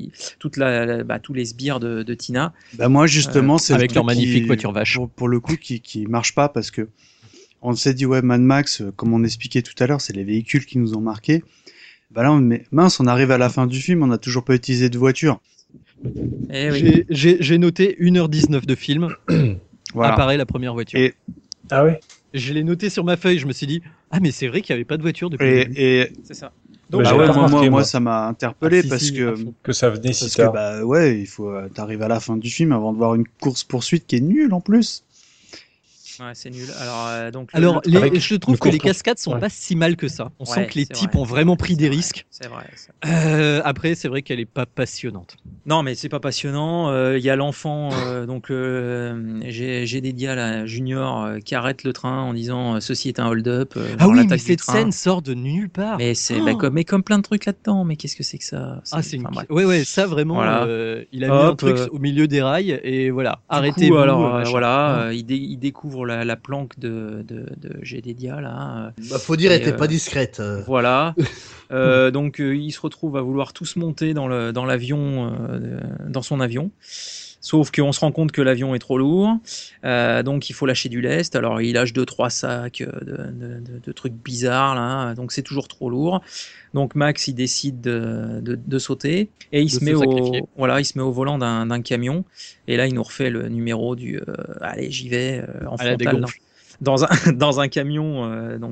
tous les sbires de Tina. Bah moi justement, c'est avec leur magnifique voiture vache. Pour le coup, qui marche pas parce que on s'est dit ouais, Mad Max, comme on expliquait tout à l'heure, c'est les véhicules qui nous ont marqué. Bah là, mince, on arrive à la fin du film, on n'a toujours pas utilisé de voiture. Eh oui. J'ai noté 1h19 de film. Voilà. Apparaît la première voiture. Ah ouais. Je l'ai noté sur ma feuille, je me suis dit ah mais c'est vrai qu'il n'y avait pas de voiture depuis. Et c'est ça. Donc bah ouais, moi ça m'a interpellé parce que ça venait si parce tard. Que bah ouais, il faut t'arrives à la fin du film avant de voir une course poursuite qui est nulle en plus. Ouais, c'est nul. Alors, donc, je trouve que les cascades sont pas si mal que ça. On sent que les types ont vraiment pris des risques. C'est vrai. Après, c'est vrai qu'elle est pas passionnante. Non, mais c'est pas passionnant. Il y a l'enfant, donc j'ai des dias là, Junior, qui arrête le train en disant ceci est un hold-up. Ah oui, mais cette scène sort de nulle part. Mais c'est comme plein de trucs là-dedans. Mais qu'est-ce que c'est que ça? Ouais, ça vraiment. Voilà. Il a mis un truc au milieu des rails et voilà. Arrêtez-vous. Alors voilà, il découvre la planque de Gédédia là. Faut dire, elle était pas discrète. Voilà. Donc il se retrouve à vouloir tous monter dans l'avion, dans son avion. Sauf qu'on se rend compte que l'avion est trop lourd, donc il faut lâcher du lest. Alors il lâche 2-3 sacs de trucs bizarres là, donc c'est toujours trop lourd. Donc Max il décide de sauter et il se met au volant d'un camion. Et là il nous refait le numéro du allez j'y vais en frontal dans un camion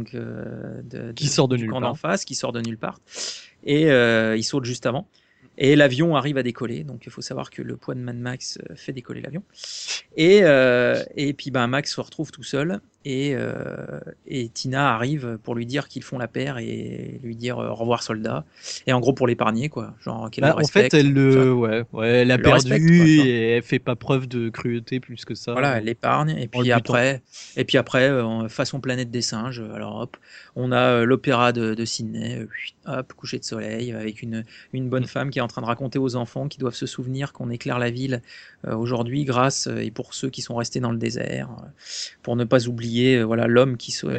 qui sort de nulle part, en face, qui sort de nulle part, et il saute juste avant. Et l'avion arrive à décoller, donc il faut savoir que le poids de Mad Max fait décoller l'avion. Et puis Max se retrouve tout seul, et Tina arrive pour lui dire qu'ils font la paire et lui dire au revoir soldat. Et en gros pour l'épargner, quoi. Genre qu'elle le respecte. En fait, elle a perdu et elle fait pas preuve de cruauté plus que ça. Voilà, elle l'épargne. Et puis après, façon planète des singes. Alors hop, on a l'opéra de Sydney. Hop, coucher de soleil avec une bonne femme qui est en train de raconter aux enfants qui doivent se souvenir qu'on éclaire la ville aujourd'hui grâce et pour ceux qui sont restés dans le désert, pour ne pas oublier l'homme qui sauva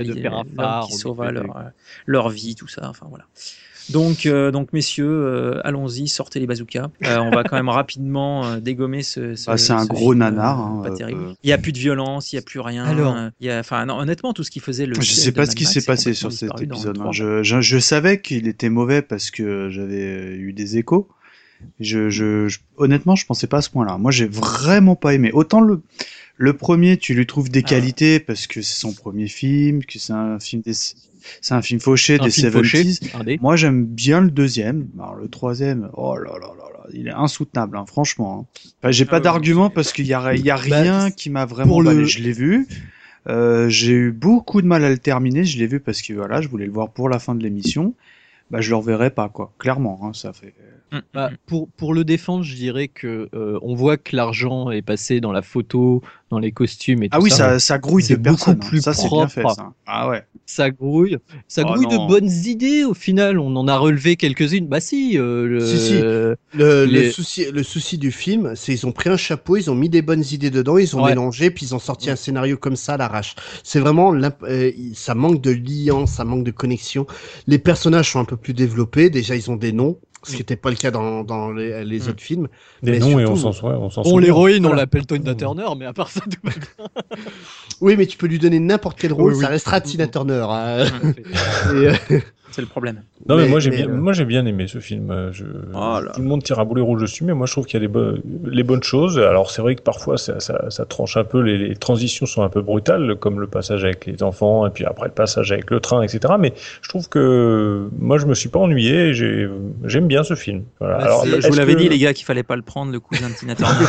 leur vie, tout ça. Enfin voilà. Donc messieurs, allons-y, sortez les bazookas. On va quand même rapidement dégommer ce c'est un gros nanar. Pas terrible. Il n'y a plus de violence, il n'y a plus rien. Alors, honnêtement, tout ce qui faisait le. Je sais pas ce qui s'est passé sur cet épisode. Je savais qu'il était mauvais parce que j'avais eu des échos. Honnêtement, je pensais pas à ce point-là. Moi, j'ai vraiment pas aimé. Autant le premier, tu lui trouves des qualités parce que c'est son premier film, que c'est un film fauché des 70s. Moi, j'aime bien le deuxième. Alors, le troisième, oh là là là là, il est insoutenable, hein, franchement. Enfin, j'ai pas d'argument parce qu'il y a rien qui m'a vraiment emballé. Je l'ai vu. J'ai eu beaucoup de mal à le terminer. Je l'ai vu parce que voilà, je voulais le voir pour la fin de l'émission. Je le reverrai pas, quoi. Clairement, hein, ça fait. Pour le défendre, je dirais que on voit que l'argent est passé dans la photo, dans les costumes et tout ça. Ah oui, ça grouille de personnes. Beaucoup plus ça, c'est propre. bien fait, ça. Ah ouais. Ça grouille de bonnes idées. Au final, on en a relevé quelques-unes. Bah si. Le souci du film, c'est ils ont pris un chapeau, ils ont mis des bonnes idées dedans, ils ont mélangé, puis ils ont sorti un scénario comme ça à l'arrache. C'est vraiment ça manque de lien, ça manque de connexion. Les personnages sont un peu plus développés. Déjà, ils ont des noms. Ce qui n'était pas le cas dans les autres films. Des noms, et on s'en souvient. L'héroïne, on l'appelle Tina Turner, mais à part ça, tout va bien. Oui, mais tu peux lui donner n'importe quel rôle, ça restera Tina Turner. C'est le problème. Non, mais moi j'ai bien aimé ce film. Tout le monde tire à boulet rouge dessus, mais moi je trouve qu'il y a les bonnes choses. Alors c'est vrai que parfois ça tranche un peu, les transitions sont un peu brutales, comme le passage avec les enfants, et puis après le passage avec le train, etc. Mais je trouve que moi je me suis pas ennuyé, et j'aime bien ce film. Voilà. Alors, je vous l'avais dit les gars qu'il fallait pas le prendre, le cousin de Tina Turner.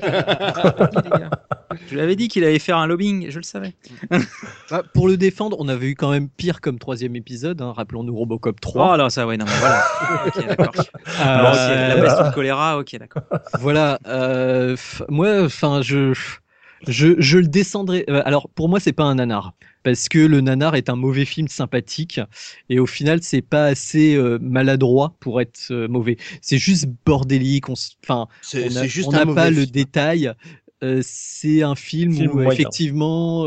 Je l'avais dit qu'il allait faire un lobbying, je le savais. Pour le défendre, on avait eu quand même pire comme troisième épisode, hein. Rappelons-nous Robocop 3. Oh là, ça, ouais, non, mais voilà. Ok, d'accord. La peste ou le choléra, ok, d'accord. Voilà. Moi, Je le descendrai. Alors pour moi, c'est pas un nanar parce que le nanar est un mauvais film sympathique et au final, c'est pas assez maladroit pour être mauvais. C'est juste bordélique. Enfin, on n'a pas le détail. C'est un film où moyen. effectivement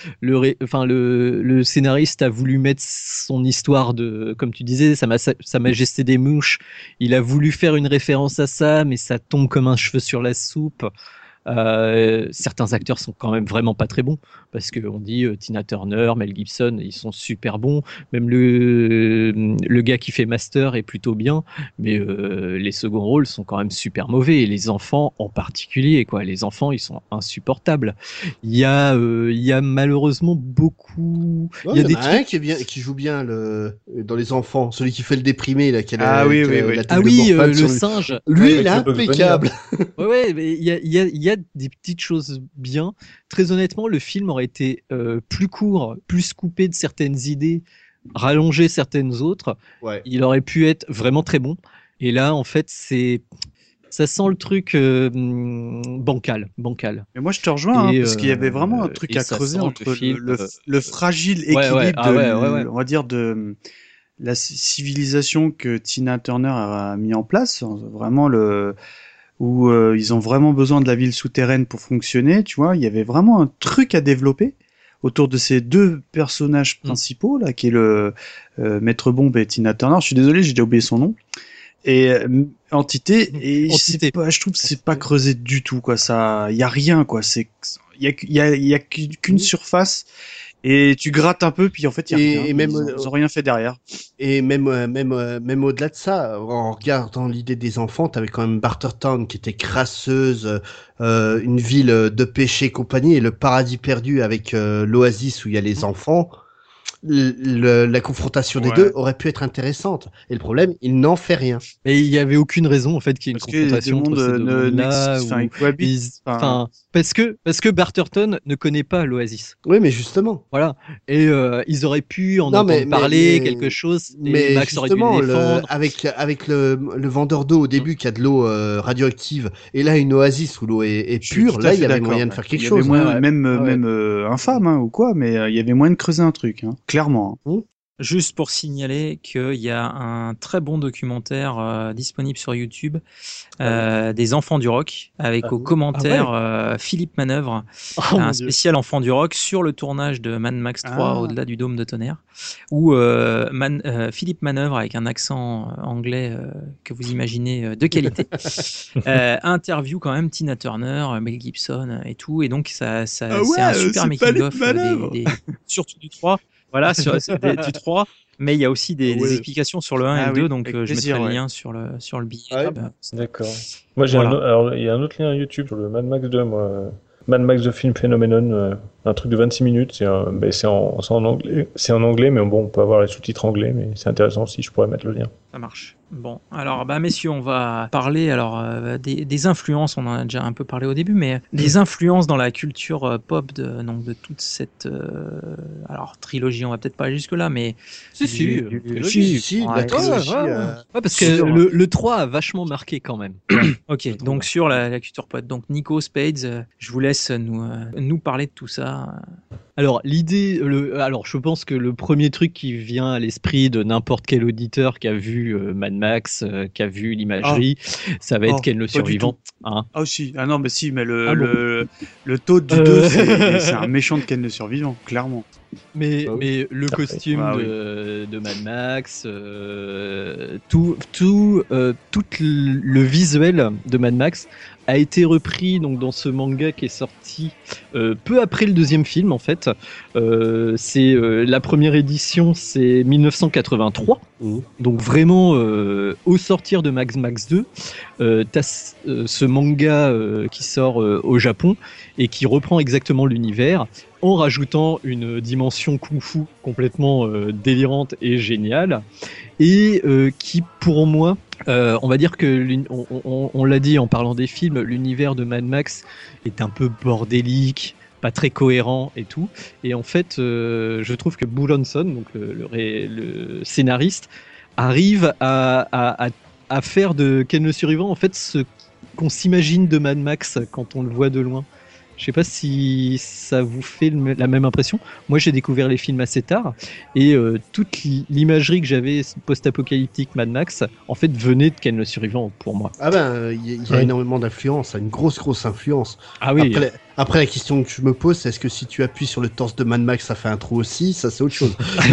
le scénariste a voulu mettre son histoire de, comme tu disais, Sa Majesté des Mouches. Il a voulu faire une référence à ça, mais ça tombe comme un cheveu sur la soupe. Certains acteurs sont quand même vraiment pas très bons parce qu'on dit Tina Turner, Mel Gibson, ils sont super bons. Même le gars qui fait Master est plutôt bien, mais les seconds rôles sont quand même super mauvais et les enfants en particulier, quoi. Les enfants, ils sont insupportables. Il y a malheureusement beaucoup. Ouais, il y en a un qui joue bien dans les enfants, celui qui fait le déprimé là, le singe. Lui, il est impeccable. Ouais, mais il y a des petites choses bien. Très honnêtement, le film aurait été plus court, plus coupé de certaines idées, rallongé certaines autres. Ouais. Il aurait pu être vraiment très bon. Et là, en fait, ça sent le truc bancal. Mais moi, je te rejoins, parce qu'il y avait vraiment un truc à creuser entre le fragile équilibre on va dire, de la civilisation que Tina Turner a mis en place. Vraiment où ils ont vraiment besoin de la ville souterraine pour fonctionner, tu vois. Il y avait vraiment un truc à développer autour de ces deux personnages principaux, là, qui est le Maître Bombe et Tina Turner. Je suis désolé, j'ai déjà oublié son nom. Et Entité, et je trouve que c'est pas creusé du tout, quoi. Ça, il y a rien, quoi. Il y a qu'une surface. Et tu grattes un peu, puis en fait, il y a rien. Et même, ils ont rien fait derrière. Et même au-delà de ça, en regardant l'idée des enfants, t'avais quand même Bartertown qui était crasseuse, une ville de péché et compagnie, et le paradis perdu avec l'oasis où il y a les enfants. La confrontation des deux aurait pu être intéressante. Et le problème, il n'en fait rien. Mais il n'y avait aucune raison, en fait, qu'il y ait une confrontation entre ces deux mondes-là. Parce que Barterton ne connaît pas l'Oasis. Oui, mais justement. Voilà. Et ils auraient pu en entendre parler, quelque chose. Mais Max aurait dû le défendre. Avec le vendeur d'eau au début qui a de l'eau radioactive, et là une Oasis où l'eau est pure, là il y avait moyen de faire quelque chose. Même infâme, ou quoi, mais il y avait moyen de creuser un truc, clairement. Juste pour signaler qu'il y a un très bon documentaire disponible sur YouTube des enfants du rock avec aux commentaires Philippe Manœuvre, un spécial enfants du rock sur le tournage de Mad Max 3 au-delà du dôme de tonnerre, où Philippe Manœuvre avec un accent anglais que vous imaginez de qualité interview quand même Tina Turner, Mel Gibson et tout, et donc c'est un super making-of surtout du 3. Voilà, du 3, mais il y a aussi des explications sur le 1 et le 2, donc je mettrai le lien sur le billet. D'accord. Moi, il y a un autre lien YouTube sur le Mad Max 2, moi. Mad Max The Film Phenomenon, un truc de 26 minutes, c'est en anglais. C'est en anglais, mais bon, on peut avoir les sous-titres anglais, mais c'est intéressant aussi, je pourrais mettre le lien. Ça marche. Bon, alors, messieurs, on va parler des influences, on en a déjà un peu parlé au début, mais des influences dans la culture pop de toute cette trilogie, on va peut-être pas aller jusque-là, mais... la trilogie. Parce que le 3 a vachement marqué quand même. Ok, donc sur la culture pop. Donc Nico Spades, je vous laisse nous parler de tout ça. Alors je pense que le premier truc qui vient à l'esprit de n'importe quel auditeur qui a vu Mad Max, qui a vu l'imagerie, ça va être Ken le survivant. Mais le taux du 2, c'est un méchant de Ken le survivant, clairement. Mais le costume de Mad Max, tout le visuel de Mad Max a été repris donc dans ce manga qui est sorti peu après le deuxième film en fait. C'est la première édition, c'est 1983. Donc vraiment au sortir de Mad Max 2, t'as ce manga qui sort au Japon et qui reprend exactement l'univers en rajoutant une dimension kung-fu complètement délirante et géniale, et qui pour moi, on va dire que on l'a dit en parlant des films, l'univers de Mad Max est un peu bordélique, pas très cohérent et tout, et en fait je trouve que Buronson, donc le scénariste, arrive à faire de Ken le survivant en fait ce qu'on s'imagine de Mad Max quand on le voit de loin. Je sais pas si ça vous fait la même impression. Moi, j'ai découvert les films assez tard et toute l'imagerie que j'avais post-apocalyptique Mad Max, en fait, venait de Ken le Survivant pour moi. Ah ben, il y a énormément d'influence, une grosse influence. Ah oui. Après, la question que je me pose, c'est est-ce que si tu appuies sur le torse de Mad Max, ça fait un trou aussi? Ça, c'est autre chose.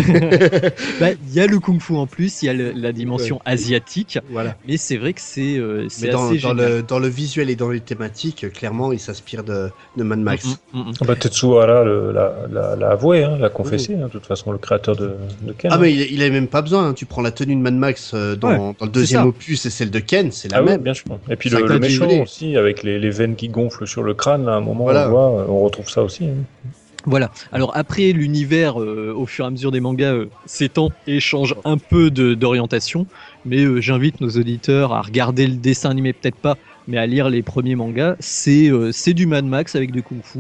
Il y a le kung-fu en plus, il y a la dimension asiatique. Voilà. Mais c'est vrai que c'est assez génial. Dans le visuel et dans les thématiques, clairement, il s'inspire de Mad Max. Tetsuhara l'a avoué, l'a confessé, de toute façon, le créateur de Ken. Ah, mais il avait même pas besoin. Tu prends la tenue de Mad Max dans le deuxième opus et celle de Ken, c'est la même. Oui, bien sûr. Et puis le méchant aussi, avec les veines qui gonflent sur le crâne, là, à un moment, on retrouve ça aussi. Voilà. Alors après, l'univers, au fur et à mesure des mangas, s'étend et change un peu d'orientation. Mais j'invite nos auditeurs à regarder le dessin animé, peut-être pas, mais à lire les premiers mangas. C'est du Mad Max avec du kung-fu.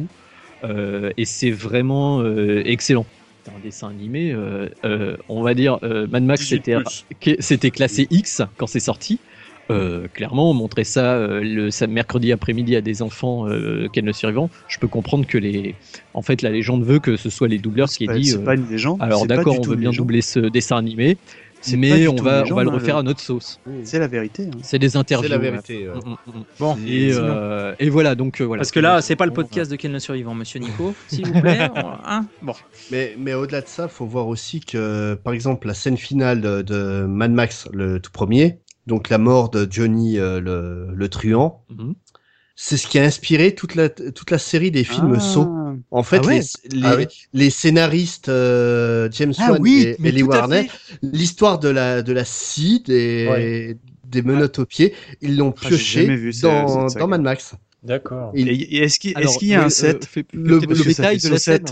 Et c'est vraiment excellent. C'est un dessin animé, on va dire, Mad Max c'était classé X quand c'est sorti. Clairement, on montrait ça mercredi après-midi à des enfants Ken le Survivant. Je peux comprendre que la légende veut que ce soit les doubleurs qui aient dit. C'est pas une légende. Alors d'accord, on veut bien doubler ce dessin animé, mais on va le refaire à notre sauce. C'est la vérité. C'est des interviews. C'est la vérité. Bon. Et voilà, donc voilà. Parce que là, c'est pas le podcast de Ken le Survivant, monsieur Nico, s'il vous plaît. Bon. Mais au-delà de ça, faut voir aussi que, par exemple, la scène finale de Mad Max, le tout premier, donc la mort de Johnny le truand, c'est ce qui a inspiré toute la série des films Saw. En fait, les scénaristes James Wan et Lee Warner, l'histoire de la scie des menottes aux pieds, ils l'ont pioché dans Mad Max. D'accord. Et est-ce qu'il y a un set le détail de la scène.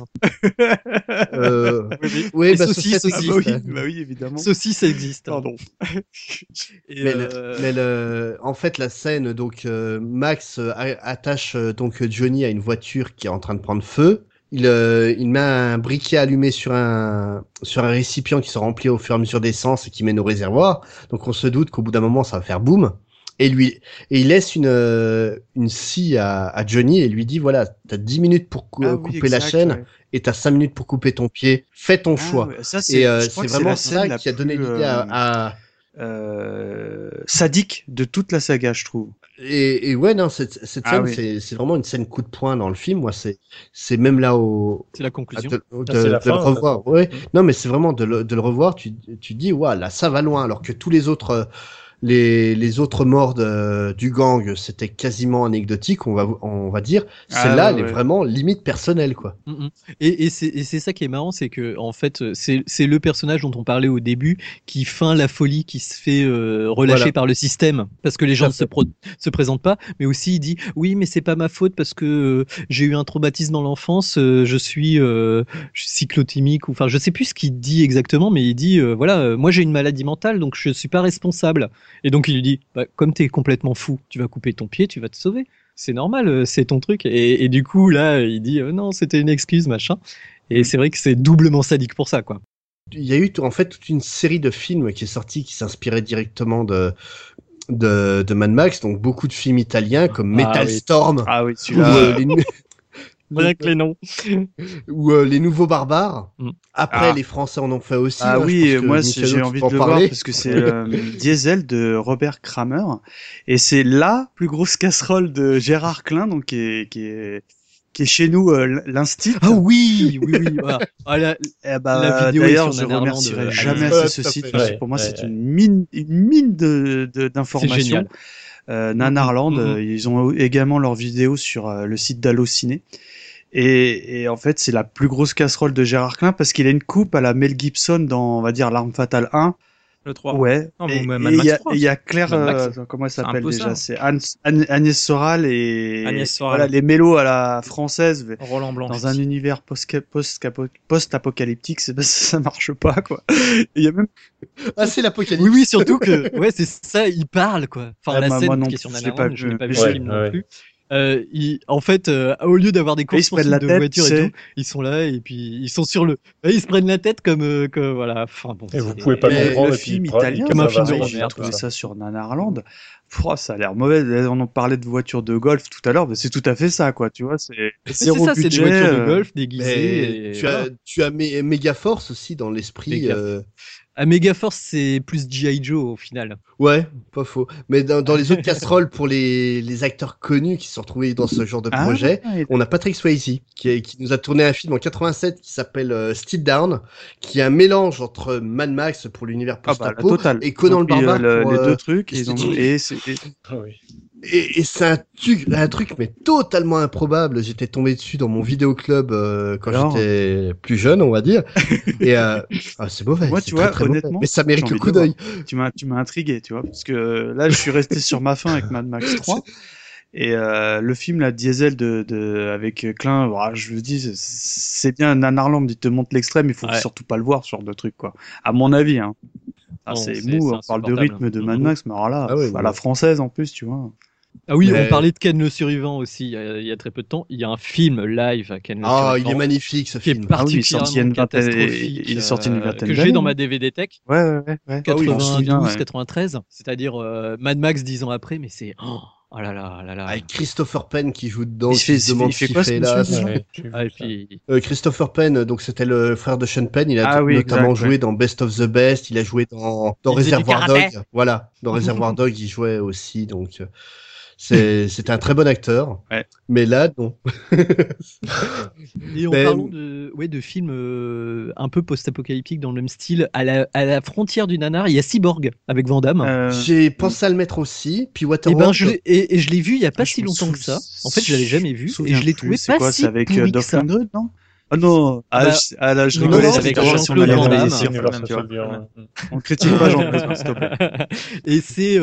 Oui, saucisse aussi. Bah oui, évidemment. Saucisse existe. Pardon. En fait, la scène, donc Max attache donc Johnny à une voiture qui est en train de prendre feu. Il met un briquet allumé sur un récipient qui se remplit au fur et à mesure d'essence et qui mène au réservoir. Donc on se doute qu'au bout d'un moment, ça va faire boum. Et il laisse une scie à Johnny et lui dit voilà, t'as 10 minutes pour couper la chaîne et t'as 5 minutes pour couper ton pied. Fais ton choix. Ouais, ça, c'est vraiment ça qui a donné l'idée à sadique de toute la saga, je trouve. Et ouais, non, cette scène, c'est vraiment une scène coup de poing dans le film. Moi, c'est même là c'est la conclusion. de le revoir. Ouais. Non, mais c'est vraiment de le revoir. Tu dis, ouais, là, ça va loin. Alors que tous les autres, les autres morts du gang, c'était quasiment anecdotique, on va dire. Celle-là, elle est vraiment limite personnelle, quoi. Et c'est ça qui est marrant, c'est que en fait, c'est le personnage dont on parlait au début qui feint la folie, qui se fait relâcher par le système parce que les gens ne se présentent pas, mais aussi il dit oui, mais c'est pas ma faute parce que j'ai eu un traumatisme dans l'enfance, je suis cyclotimique, ou enfin je sais plus ce qu'il dit exactement, mais il dit moi j'ai une maladie mentale, donc je suis pas responsable. Et donc il lui dit comme t'es complètement fou, tu vas couper ton pied, tu vas te sauver. C'est normal, c'est ton truc. Et du coup, là, il dit non, c'était une excuse, machin. Et c'est vrai que c'est doublement sadique pour ça, quoi. Il y a eu en fait toute une série de films qui est sortie qui s'inspirait directement de Mad Max, donc beaucoup de films italiens comme Metal Storm. Ah oui, celui-là. Rien que les noms. Ou les Nouveaux Barbares. Après, les Français en ont fait aussi. Ah là, oui, moi j'ai envie de le voir parce que c'est Diesel de Robert Kramer et c'est la plus grosse casserole de Gérard Klein, donc qui est chez nous l'instit. Ah oui. Voilà. La vidéo d'ailleurs, je remercierai jamais assez ce site parce que pour moi c'est une mine d'informations. Nanarland, ils ont également leurs vidéos sur le site d'Allociné. Et en fait, c'est la plus grosse casserole de Gérard Klein parce qu'il a une coupe à la Mel Gibson dans, on va dire, L'Arme Fatale 1. Le 3. Ouais. Non, et il y a Claire, comment elle s'appelle déjà? C'est Agnès Soral et voilà, les mélos à la française. Roland Blanc. Dans un univers post-apocalyptique, ça marche pas, quoi. Il y a même... c'est l'apocalypse. Oui, surtout que, c'est ça, il parle, quoi. Enfin, la scène qui est sur Nanarland, je n'ai pas vu le film non plus. En fait, au lieu d'avoir des courses de voitures et tout, ils sont là et puis ils sont sur ils se prennent la tête comme voilà. Enfin bon. Et vous pouvez pas comprendre. Le film italien, comme un film de j'ai trouvé ça sur Nanarland. Oh, ça a l'air mauvais. On en parlait de voitures de golf tout à l'heure, mais c'est tout à fait ça, quoi. Tu vois, c'est zéro ça, c'est des budget, voitures de golf déguisées. Et Tu voilà. as Megaforce aussi dans l'esprit. À Megaforce, c'est plus G.I. Joe au final. Ouais, pas faux. Mais dans les autres casseroles, pour les acteurs connus qui se sont retrouvés dans ce genre de projet, on a Patrick Swayze qui nous a tourné un film en 87 qui s'appelle Still Down, qui est un mélange entre Mad Max pour l'univers post-apo et Conan le Barbare pour les deux trucs. Et c'est un truc mais totalement improbable. J'étais tombé dessus dans mon vidéoclub quand j'étais plus jeune, on va dire. Et c'est mauvais. Moi, tu vois, très honnêtement, mais ça mérite le coup d'œil. Tu m'as intrigué, tu vois, parce que là, je suis resté sur ma faim avec Mad Max 3. Et le film, la Diesel avec Klein, je me dis, c'est bien Nanarland, il te montre l'extrême, il faut surtout pas le voir, ce genre de truc, quoi. À mon avis, hein. C'est mou, on parle de rythme de Mad Max, mais alors là, à la française en plus, tu vois. Ah oui, on parlait de Ken le Survivant aussi il y a très peu de temps. Il y a un film live à Ken le Survivant. Il est magnifique ce film. Qui est particulièrement catastrophique. Il est sorti une vingtaine que j'ai dans ma DVD Tech. Ouais. 92, 93. C'est-à-dire Mad Max 10 ans après, mais c'est. Oh là là là là. Avec Christopher Penn qui joue dedans. Il fait quoi ce monsieur Christopher Penn, donc c'était le frère de Sean Penn. Il a notamment joué dans Best of the Best. Il a joué dans Reservoir Dog. Voilà, dans Reservoir Dog, il jouait aussi. Donc c'était un très bon acteur. Ouais. Mais là, non. Et en parlant de films un peu post-apocalyptiques dans le même style, à la frontière du nanar, il y a Cyborg avec Van Damme. J'ai pensé à le mettre aussi. Puis Waterworld. Et je l'ai vu il y a pas si longtemps que ça. En fait, je l'avais jamais vu et je l'ai trouvé pas si avec pourri que Dolph ça. Lundgren, non? Ah non, je non, rigolais, non, c'est avec Jean-Claude Van Damme. On critique pas Jean-Claude, s'il te plaît. Et c'est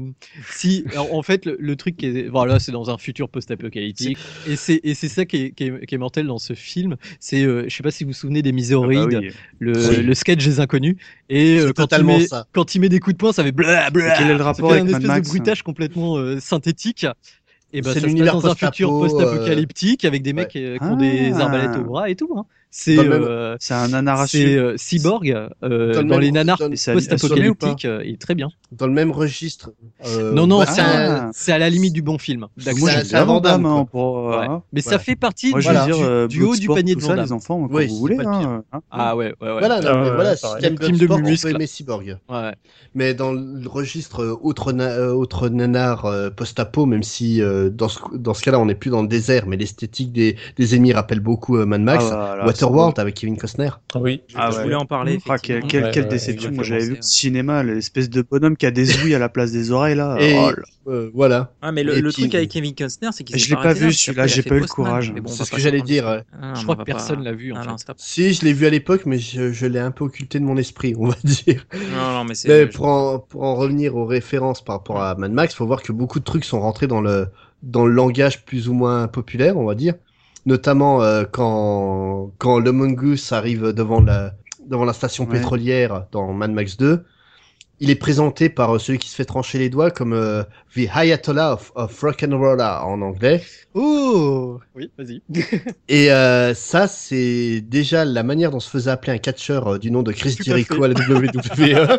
en fait le truc qui est voilà, c'est dans un futur post-apocalyptique et c'est ça qui est mortel dans ce film. C'est je sais pas si vous vous souvenez des Miséroïdes, le sketch des inconnus et quand il met des coups de poing, ça fait bla bla. Quel est le rapport avec un Mad espèce Max, de bruitage complètement synthétique. Et c'est ça l'univers se passe dans un futur post-apocalyptique avec des mecs qui ont des arbalètes au bras et tout. Hein. C'est un nanar c'est Cyborg dans les nanars post-apocalyptiques. Il est très bien. Dans le même registre. Non, c'est à la limite du bon film. Moi, c'est un Van Damme. Mais ça fait partie du haut du panier de Van Damme. Les enfants, quand vous voulez. Ah ouais. Voilà, si t'aimes film de sport, on muscle. peut aimer Cyborg. Ouais. Mais dans le registre autre nanar post-apo, même si dans ce cas-là on n'est plus dans le désert, mais l'esthétique des ennemis rappelle beaucoup Mad Max. Waterworld avec Kevin Costner. Oui, je voulais en parler. Quelle déception. Moi j'avais vu au cinéma l'espèce de bonhomme qui a des ouïes à la place des oreilles là. Voilà. Ah, mais le truc avec Kevin Costner, c'est qu'il je l'ai pas vu celui-là, j'ai pas eu le courage. C'est ce que j'allais dire. Je crois que personne l'a vu. Si, je l'ai vu à l'époque, mais je l'ai un peu occulté de mon esprit, on va dire. Non, mais c'est. Pour en revenir aux références par rapport à Mad Max, faut voir que beaucoup de trucs sont rentrés dans le langage plus ou moins populaire, on va dire. Notamment quand le Mongoose arrive devant la station pétrolière dans Mad Max 2, il est présenté par celui qui se fait trancher les doigts comme The Ayatollah of Rock'n'Rolla en anglais. Oh oui, vas-y. Et ça, c'est déjà la manière dont se faisait appeler un catcheur du nom de Chris Jericho à la WWE.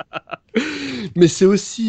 Mais c'est aussi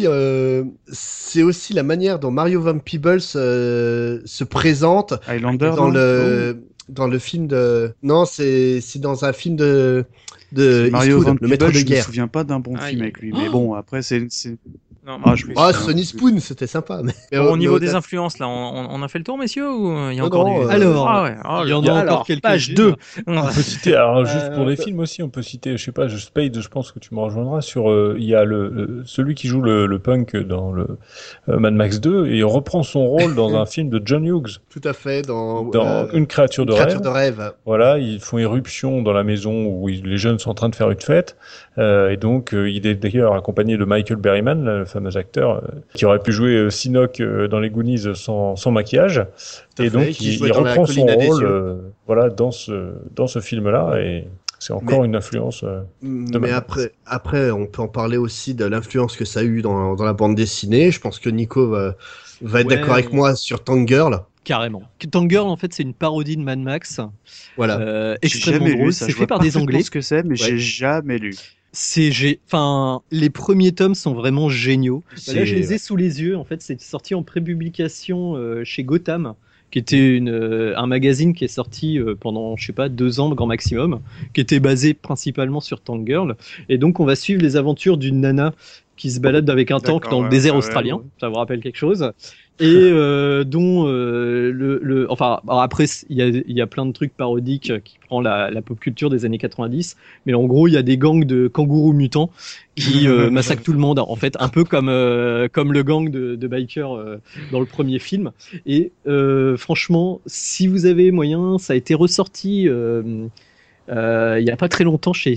la manière dont Mario Van Peebles se présente Highlander, dans le film de... Non, c'est dans un film de Mario Eastwood, Van le maître de Peebles, je me guerre. souviens pas d'un bon film avec lui, mais bon, après c'est... Non, Sonny Spoon, c'était sympa. Mais au niveau des influences, là, on a fait le tour, messieurs, ou il y a encore du... Alors, il y en a encore quelques page 2. On peut citer, alors juste pour les films aussi, on peut citer, je sais pas, Spade, je pense que tu me rejoindras sur, il y a celui qui joue le punk dans le Mad Max 2 et il reprend son rôle dans un film de John Hughes. Tout à fait, dans Une créature de rêve. Voilà, ils font irruption dans la maison où les jeunes sont en train de faire une fête, et donc il est d'ailleurs accompagné de Michael Berryman, le fameux acteur qui aurait pu jouer Sinoc dans les Goonies sans maquillage, et donc il reprend son rôle voilà dans ce film-là, et c'est encore une influence mais après on peut en parler aussi de l'influence que ça a eu dans la bande dessinée. Je pense que Nico va être d'accord avec moi sur Tank Girl. Carrément. Tank Girl, en fait, c'est une parodie de Mad Max. Voilà. Extrêmement drôle. C'est fait par des Anglais. Je sais ce que c'est, mais j'ai jamais lu. Enfin, les premiers tomes sont vraiment géniaux. Là, je les ai ouais. sous les yeux. En fait, c'est sorti en prépublication chez Gotham, qui était un magazine qui est sorti pendant, je sais pas, 2 ans grand maximum, qui était basé principalement sur Tank Girl. Et donc, on va suivre les aventures d'une nana qui se balade avec un tank dans le désert australien. Ça vous rappelle quelque chose? Et dont enfin, alors après il y a plein de trucs parodiques qui prend la pop culture des années 90, mais en gros il y a des gangs de kangourous mutants qui massacrent tout le monde, en fait, un peu comme le gang de bikers dans le premier film. Et franchement, si vous avez moyen, ça a été ressorti il y a pas très longtemps chez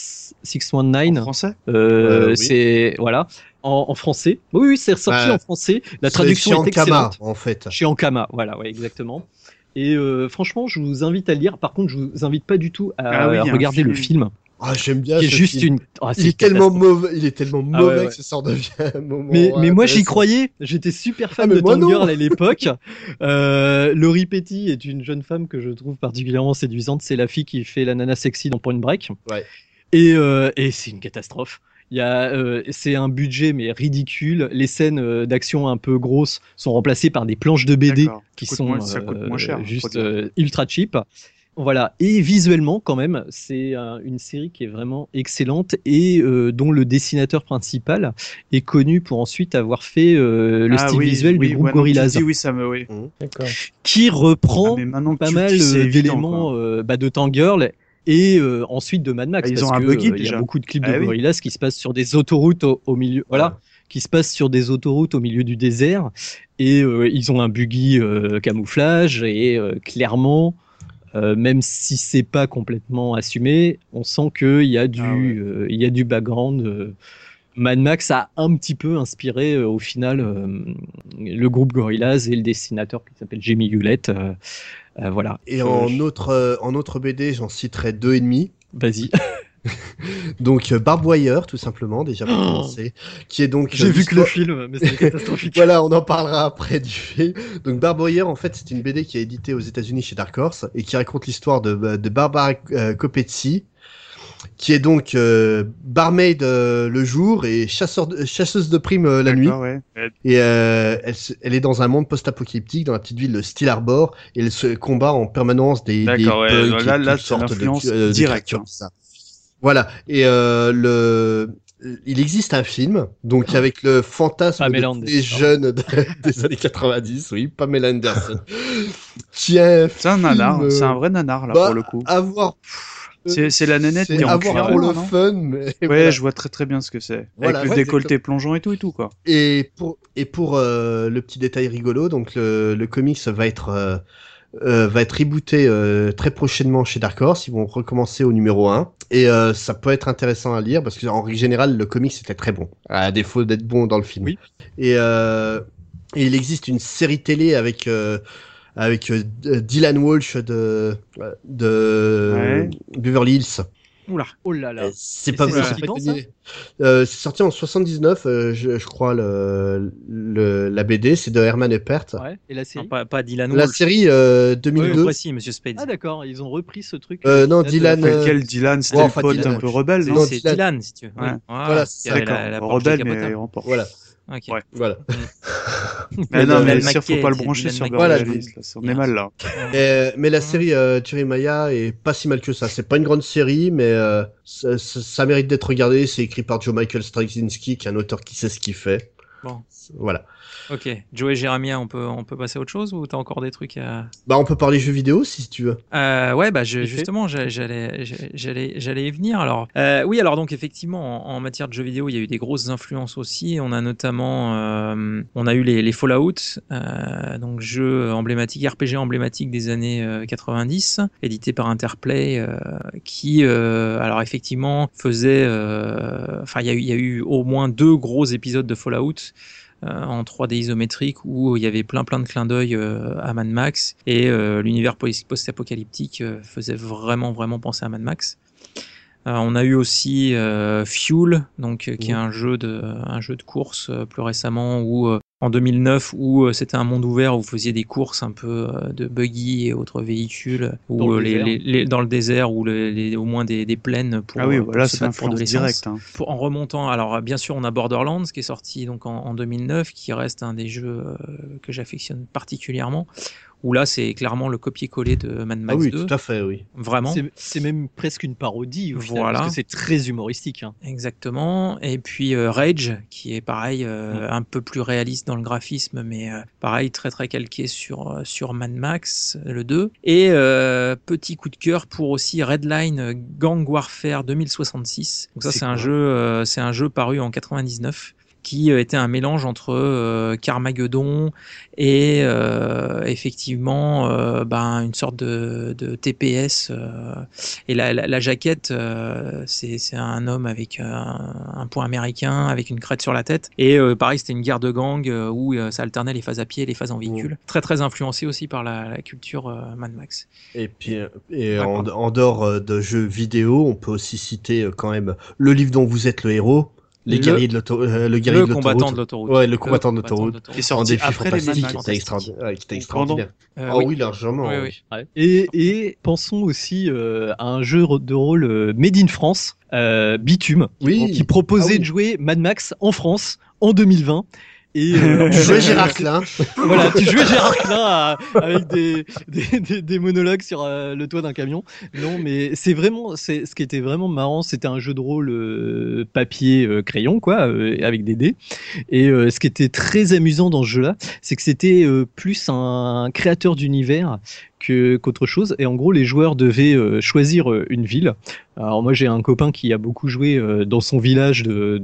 619 En français Oui. c'est voilà en français. Oui, c'est ressorti en français. La traduction est excellente. En fait. Chez Ankama, voilà, ouais, exactement. Et franchement, je vous invite à le lire. Par contre, je vous invite pas du tout à regarder le film. Ah, j'aime bien. Qui est juste film. c'est il est tellement mauvais. Il est tellement mauvais ouais. que ça devient un moment. Mais moi, j'y croyais. J'étais super fan de Tank Girl à l'époque. Laurie Petty est une jeune femme que je trouve particulièrement séduisante. C'est la fille qui fait la nana sexy dans Point Break. Ouais. Et c'est une catastrophe. C'est un budget mais ridicule. Les scènes d'action un peu grosses sont remplacées par des planches de BD qui sont ça coûte moins cher, juste ultra cheap. Voilà. Et visuellement, quand même, c'est une série qui est vraiment excellente et dont le dessinateur principal est connu pour ensuite avoir fait le style visuel du groupe Gorillaz. Oui, ça me. Oui. D'accord. Qui reprend pas mal d'éléments évident, de Tank Girl. Et ensuite de Mad Max, ils parce ont un que buggy, il y a beaucoup de clips de Gorillaz qui se passent sur des autoroutes au milieu, qui se passent sur des autoroutes au milieu du désert, et ils ont un buggy camouflage, et clairement, même si c'est pas complètement assumé, on sent qu'il y a du background. Mad Max a un petit peu inspiré au final le groupe Gorillaz et le dessinateur qui s'appelle Jamie Hewlett. Voilà. Et en autre BD, j'en citerai 2 et demi. Vas-y. Donc Barb Wire, tout simplement, déjà pour commencer, qui est donc. J'ai vu que le film, mais c'est catastrophique. Voilà, on en parlera après du fait. Donc Barb Wire, en fait, c'est une BD qui est éditée aux États-Unis chez Dark Horse et qui raconte l'histoire de Barbara Kopetsy, qui est donc barmaid le jour et chasseuse de primes la nuit. Ouais. Et elle est dans un monde post-apocalyptique dans la petite ville de Still Harbor et elle se combat en permanence des punks là, et toutes sortes de directe. créatures, ça. Voilà. Et il existe un film, donc avec le fantasme des jeunes des années 90, oui, Pamela Anderson. C'est un nanar, c'est un vrai nanar là pour le coup. C'est la nénette qui est en cuir. Pour le fun, mais ouais, voilà. Je vois très bien ce que c'est. Voilà, avec le décolleté plongeant et tout quoi. Et pour le petit détail rigolo, donc le comics va être rebooté très prochainement chez Dark Horse. Ils vont recommencer au numéro 1 et ça peut être intéressant à lire parce que en règle générale le comics était très bon, à défaut d'être bon dans le film. Oui. Et il existe une série télé avec Dylan Walsh de Beverly Hills. Oula, oh là là. C'est pas vous. C'est sorti en 79, je crois, la BD, c'est de Herman Eppert. Ouais. Et la série pas Dylan La Walsh. série 2002. Précis, Monsieur Spade. Ah d'accord, ils ont repris ce truc. Non, Dylan. Quel Dylan? C'était le pote un peu rebelle, non? C'est Dylan, si tu veux. Ouais. Voilà, c'est d'accord. Rebelle, mais remporte. Voilà. Okay. Ouais. Voilà. Mais non, mais sûr, faut pas le brancher sur Beverly Hills. On est mal là. Mais la série Jeremiah est pas si mal que ça. C'est pas une grande série, mais ça mérite d'être regardé. C'est écrit par Joe Michael Straczynski, qui est un auteur qui sait ce qu'il fait. Bon. Voilà. Ok. Joe et Jeremiah, on peut passer à autre chose ou t'as encore des trucs à... Bah, on peut parler jeux vidéo si tu veux. Ouais, bah justement, j'allais y venir. Alors, oui, alors donc effectivement, en matière de jeux vidéo, il y a eu des grosses influences aussi. On a notamment, on a eu les Fallout, donc jeux emblématiques, RPG emblématiques des années 90, édité par Interplay, qui, alors effectivement, faisait, enfin, il y a eu au moins 2 gros épisodes de Fallout. En 3D isométrique où il y avait plein de clins d'œil à Mad Max et l'univers post-apocalyptique faisait vraiment penser à Mad Max. On a eu aussi Fuel, donc qui est un jeu de course plus récemment où en 2009 où c'était un monde ouvert où vous faisiez des courses un peu de buggy et autres véhicules Dans le dans le désert ou au moins des plaines pour, Ah oui, pour voilà, se c'est battre pour de influence l'essence. directe. Hein. En remontant, alors bien sûr on a Borderlands qui est sorti donc en 2009 qui reste un des jeux que j'affectionne particulièrement où là c'est clairement le copier-coller de Mad Max 2. Tout à fait, oui. Vraiment. C'est même presque une parodie au final, Voilà. parce que c'est très humoristique. Hein. Exactement. Et puis Rage, qui est pareil, un peu plus réaliste dans le graphisme, mais pareil, très très calqué sur Mad Max, le 2. Et petit coup de cœur pour aussi Redline Gang Warfare 2066. Donc ça, c'est un jeu paru en 99. Qui était un mélange entre Carmageddon et effectivement une sorte de TPS. Et la jaquette, c'est un homme avec un point américain, avec une crête sur la tête. Et pareil, c'était une guerre de gang où ça alternait les phases à pied et les phases en véhicule. Très très influencé aussi par la culture Mad Max. Et puis en dehors de jeux vidéo, on peut aussi citer quand même le livre dont vous êtes le héros. Le combattant de l'autoroute. Ouais, le combattant de l'autoroute. Qui est sorti après les Mad Max. Qui était extraordinaire. Oui, largement. Oui. Ouais. Et pensons aussi à un jeu de rôle made in France, Bitume, qui proposait de jouer Mad Max en France en 2020. Et tu jouais Gérard Klein. Voilà, tu jouais Gérard Klein avec des monologues sur le toit d'un camion. Non, mais ce qui était vraiment marrant, c'était un jeu de rôle papier crayon quoi, avec des dés. Et ce qui était très amusant dans ce jeu-là, c'est que c'était plus un créateur d'univers qu'autre chose. Et en gros, les joueurs devaient choisir une ville. Alors moi, j'ai un copain qui a beaucoup joué dans son village de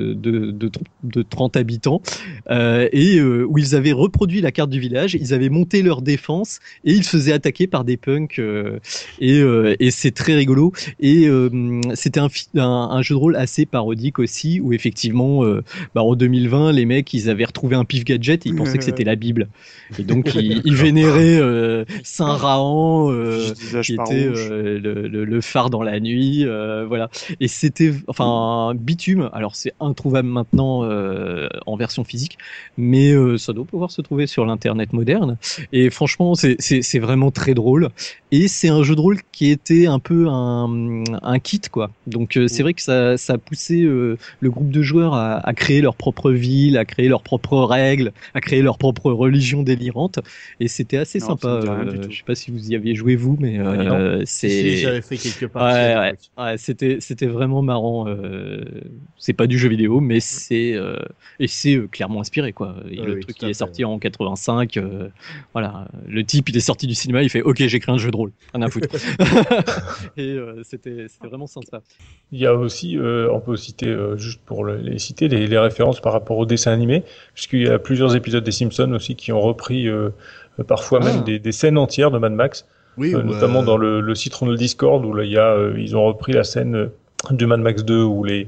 30 habitants où ils avaient reproduit la carte du village, ils avaient monté leur défense et ils se faisaient attaquer par des punks et c'est très rigolo. Et c'était un jeu de rôle assez parodique aussi où effectivement, en 2020, les mecs, ils avaient retrouvé un pif gadget et ils pensaient que c'était la Bible. Et donc, ils vénéraient Saint-Rahan, qui était le phare dans la nuit. Voilà. Et c'était, Bitume. Alors c'est introuvable maintenant en version physique, mais ça doit pouvoir se trouver sur l'internet moderne. Et franchement, c'est vraiment très drôle. Et c'est un jeu de rôle qui était un peu un kit, quoi. Donc c'est vrai que ça a poussé le groupe de joueurs à créer leur propre ville, à créer leurs propres règles, à créer leur propre religion délirante. Et c'était assez sympa. Je sais pas si vous y aviez joué vous, mais si, j'avais fait quelque part. Ouais, c'était vraiment marrant. C'est pas du jeu vidéo, mais c'est clairement inspiré quoi. Et le truc il est sorti en 85. Voilà, le type il est sorti du cinéma, il fait OK, j'ai créé un jeu de rôle, rien à foutre. Et c'était vraiment sympa. Il y a aussi, on peut citer juste pour les citer les références par rapport au dessin animé, puisqu'il y a plusieurs épisodes des Simpsons aussi qui ont repris parfois même des scènes entières de Mad Max. Oui, notamment dans le Citron de Discord où là, ils ont repris la scène de Mad Max 2 où les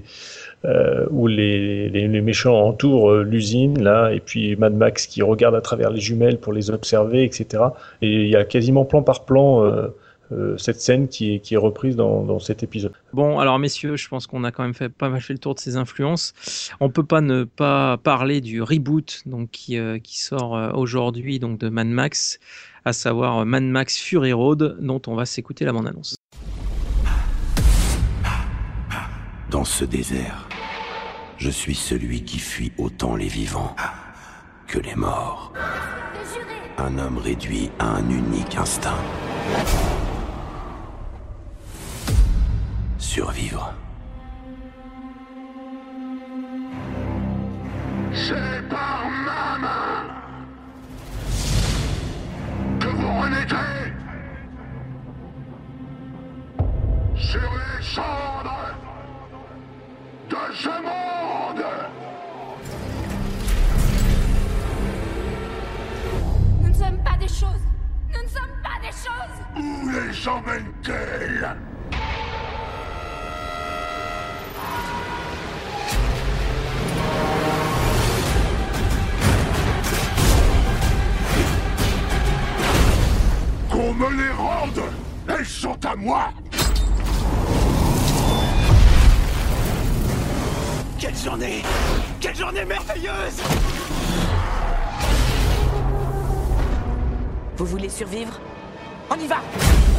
méchants entourent l'usine là et puis Mad Max qui regarde à travers les jumelles pour les observer, etc. Et il y a quasiment plan par plan cette scène qui est reprise dans cet épisode. Bon, alors messieurs, je pense qu'on a quand même pas mal fait le tour de ces influences. On peut pas ne pas parler du reboot donc qui sort aujourd'hui donc de Mad Max, à savoir Mad Max Fury Road, dont on va s'écouter la bande-annonce. Dans ce désert, je suis celui qui fuit autant les vivants que les morts. Un homme réduit à un unique instinct. Survivre. C'est par ma main que vous renaîtrez sur les cendres de ce monde. Nous ne sommes pas des choses. Nous ne sommes pas des choses. Où les emmène-t-elle ? Qu'on me les rende! Elles sont à moi! Quelle journée merveilleuse! Vous voulez survivre? On y va!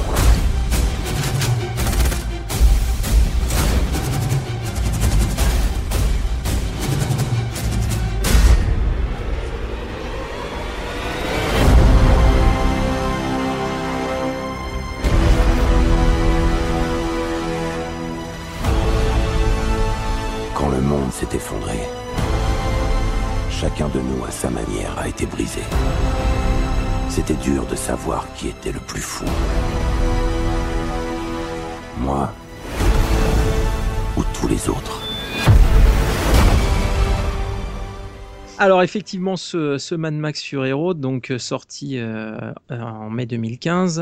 Quand le monde s'est effondré, chacun de nous, à sa manière, a été brisé. C'était dur de savoir qui était le plus fou. Moi ou tous les autres. Alors effectivement, ce Mad Max Fury Road, donc sorti en mai 2015,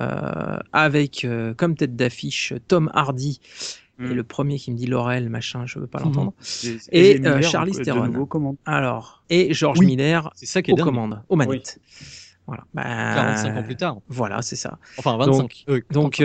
avec comme tête d'affiche Tom Hardy, et le premier qui me dit Laurel, machin, je veux pas l'entendre, et Charlize Theron. Alors, et George Miller c'est ça qui est aux dingue. commandes, aux manettes. Voilà. 45 ans plus tard. Voilà, c'est ça. Enfin, 25. Donc,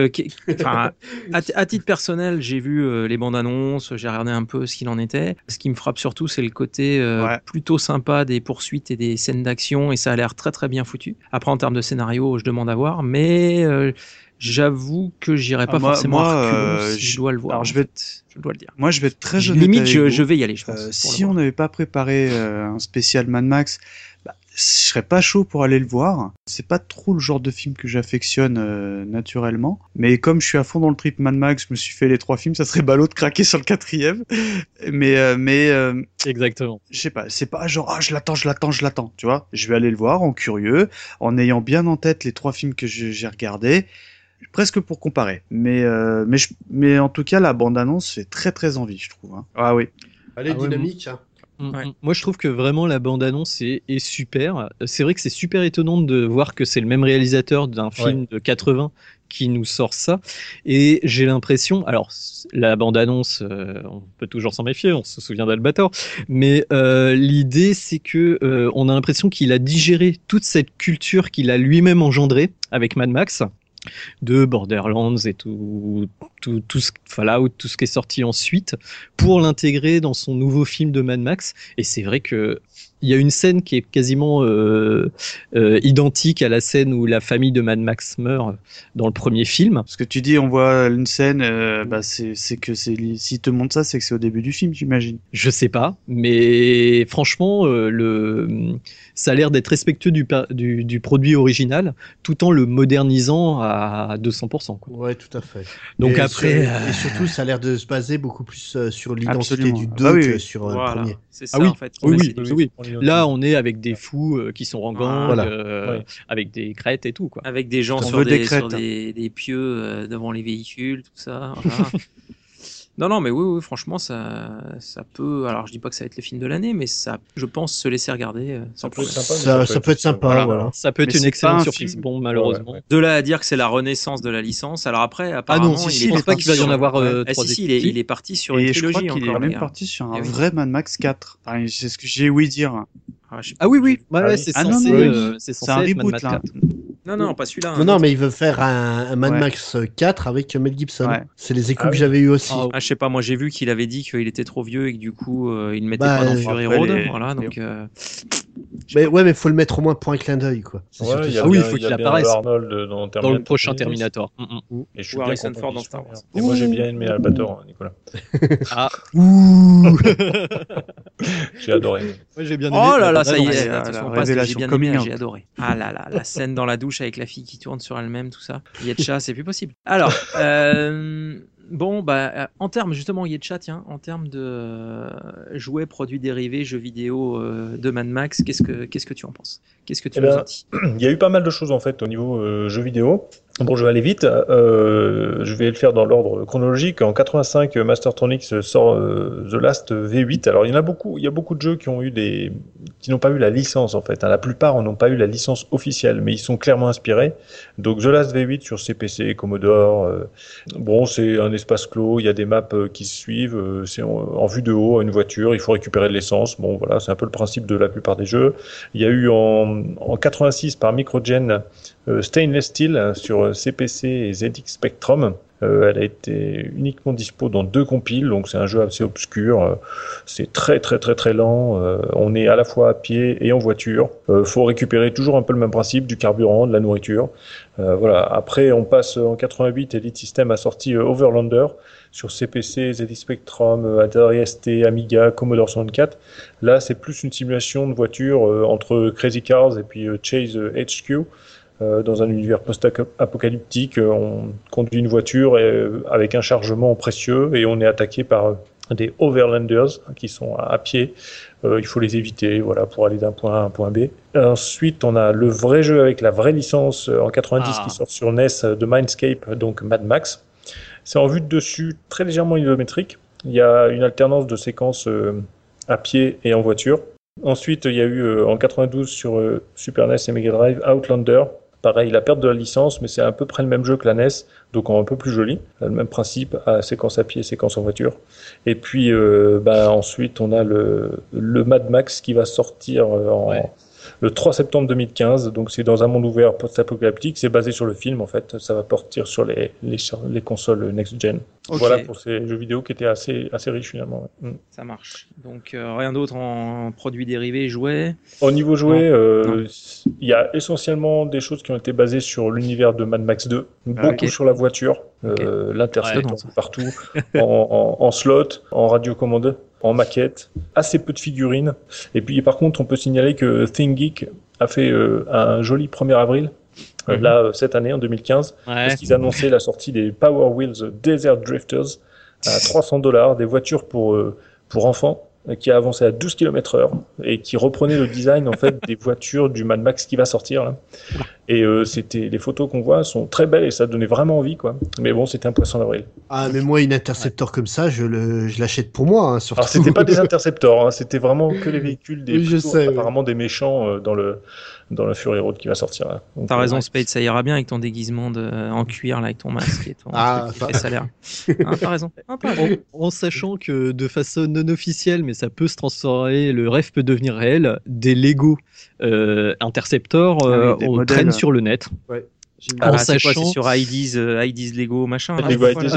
à titre personnel, j'ai vu les bandes annonces, j'ai regardé un peu ce qu'il en était. Ce qui me frappe surtout, c'est le côté plutôt sympa des poursuites et des scènes d'action, et ça a l'air très très bien foutu. Après, en termes de scénario, je demande à voir, mais j'avoue que j'irai pas forcément à reculons si je dois le voir. Alors, je dois le dire. Moi, je vais être très honnête limite, avec vous. je vais y aller, je pense. Si on n'avait pas préparé un spécial Mad Max, je serais pas chaud pour aller le voir. C'est pas trop le genre de film que j'affectionne naturellement. Mais comme je suis à fond dans le trip Mad Max, je me suis fait les 3 films, ça serait ballot de craquer sur le 4e. Mais exactement. Je sais pas, c'est pas genre je l'attends. Tu vois, je vais aller le voir en curieux, en ayant bien en tête les 3 films que j'ai regardés. Presque pour comparer, mais en tout cas la bande-annonce fait très très envie, je trouve. Hein. Ah oui. Elle est dynamique. Hein. Ouais. Moi, je trouve que vraiment la bande-annonce est super. C'est vrai que c'est super étonnant de voir que c'est le même réalisateur d'un film de 80 qui nous sort ça. Et j'ai l'impression, alors la bande-annonce, on peut toujours s'en méfier, on se souvient d'Albator, mais l'idée c'est que on a l'impression qu'il a digéré toute cette culture qu'il a lui-même engendrée avec Mad Max, de Borderlands et tout ce Fallout, tout ce qui est sorti ensuite, pour l'intégrer dans son nouveau film de Mad Max. Et c'est vrai que il y a une scène qui est quasiment identique à la scène où la famille de Mad Max meurt dans le premier film. Ce que tu dis, on voit une scène, c'est que s'il te montre ça, c'est que c'est au début du film, j'imagine. Je sais pas, mais franchement, ça a l'air d'être respectueux du produit original, tout en le modernisant à 200%. Quoi. Ouais, tout à fait. Donc après, et surtout, ça a l'air de se baser beaucoup plus sur l'identité Absolument. du 2 que sur le premier. C'est ça, oui. en fait. Oui. Là, on est avec des fous qui sont en gang, avec des crêtes et tout. Quoi. Avec des gens sur des pieux devant les véhicules, tout ça. Voilà. Non, mais oui, franchement, ça peut. Alors, je dis pas que ça va être le film de l'année, mais ça, je pense, se laisser regarder. Ça peut être sympa, voilà. Ça peut être une excellente surprise. Bon, malheureusement. De là à dire que c'est la renaissance de la licence. Alors après, apparemment, je pense pas qu'il va y en avoir 3. Il est parti sur une trilogie. Je crois qu'il est même parti sur un vrai Mad Max 4. Enfin, c'est ce que j'ai ouï dire. Oui. C'est censé. C'est un reboot là. Non, pas celui-là. Non, mais il veut faire un Mad Max 4 avec Mel Gibson. Ouais. C'est les échos que j'avais eu aussi. Je sais pas, moi j'ai vu qu'il avait dit qu'il était trop vieux et que du coup il ne mettait pas dans Fury Road. Voilà, donc. Mais faut le mettre au moins pour un clin d'œil, quoi. Il faut qu'il apparaisse Arnold dans le prochain Terminator. Et je suis Harrison Ford dans Star Wars. Et moi j'ai bien aimé Albator, Nicolas. J'ai adoré. Moi j'ai bien aimé. Oh là là, ça y est, la révélation coming out. J'ai adoré. Ah là là, la scène dans la douche avec la fille qui tourne sur elle-même, tout ça. Yetcha, c'est plus possible. Alors, bon, en termes, justement, Yetcha, en termes de jouets, produits dérivés, jeux vidéo de Mad Max, qu'est-ce que tu en penses? Qu'est-ce que tu nous en dis? Il y a eu pas mal de choses, en fait, au niveau jeux vidéo. Bon, je vais aller vite. Je vais le faire dans l'ordre chronologique. En 85, Mastertronics sort The Last V8. Alors, il y a beaucoup de jeux qui n'ont pas eu la licence, en fait. La plupart n'ont pas eu la licence officielle, mais ils sont clairement inspirés. Donc, The Last V8 sur CPC, Commodore. Bon, c'est un espace clos. Il y a des maps qui se suivent. C'est en vue de haut, une voiture. Il faut récupérer de l'essence. Bon, voilà, c'est un peu le principe de la plupart des jeux. Il y a eu en 86 par Microgen Stainless Steel sur CPC et ZX Spectrum. Elle a été uniquement dispo dans 2 compiles, donc c'est un jeu assez obscur. C'est très très très très lent. On est à la fois à pied et en voiture. Faut récupérer toujours un peu le même principe, du carburant, de la nourriture. Voilà. Après, on passe en 88, Elite System a sorti Overlander sur CPC, ZX Spectrum, Atari ST, Amiga, Commodore 64. Là, c'est plus une simulation de voiture entre Crazy Cars et puis Chase HQ. Dans un univers post-apocalyptique, on conduit une voiture avec un chargement précieux et on est attaqué par des Overlanders qui sont à pied. Il faut les éviter, voilà, pour aller d'un point A à un point B. Ensuite, on a le vrai jeu avec la vraie licence en 90 qui sort sur NES de Mindscape, donc Mad Max. C'est en vue de dessus, très légèrement isométrique. Il y a une alternance de séquences à pied et en voiture. Ensuite, il y a eu en 92 sur Super NES et Mega Drive Outlander. Pareil, la perte de la licence, mais c'est à peu près le même jeu que la NES, donc un peu plus joli. Le même principe, séquence à pied, séquence en voiture. Et puis ensuite, on a le Mad Max qui va sortir le 3 septembre 2015. Donc c'est dans un monde ouvert post-apocalyptique. C'est basé sur le film en fait. Ça va partir sur les consoles next-gen. Okay. Voilà pour ces jeux vidéo qui étaient assez riches finalement. Ouais. Ça marche. Donc rien d'autre en produits dérivés, jouets. Au niveau jouets, il y a essentiellement des choses qui ont été basées sur l'univers de Mad Max 2. Beaucoup sur la voiture, l'intercept partout, en slot, en radiocommande, en maquette, assez peu de figurines. Et puis par contre, on peut signaler que ThinkGeek a fait un joli 1er avril, là cette année, en 2015, parce qu'ils annonçaient la sortie des Power Wheels Desert Drifters à $300, des voitures pour enfants, qui a avancé à 12 km/h et qui reprenait le design en fait des voitures du Mad Max qui va sortir là. Et c'était les photos qu'on voit sont très belles et ça donnait vraiment envie quoi. Mais bon, c'était un poisson d'avril. Ah mais moi une Interceptor comme ça, je l'achète pour moi hein, surtout. Alors c'était pas des Interceptors, hein, c'était vraiment que les véhicules des apparemment des méchants dans le Fury Road qui va sortir là. T'as raison Spade, ça ira bien avec ton déguisement en cuir là avec ton masque et ton salaire. T'as raison. En sachant que de façon non officielle, mais ça peut se transformer, le rêve peut devenir réel, des Lego Interceptor traînent sur le net. Ouais. En sachant... c'est sur ID's Lego machin là,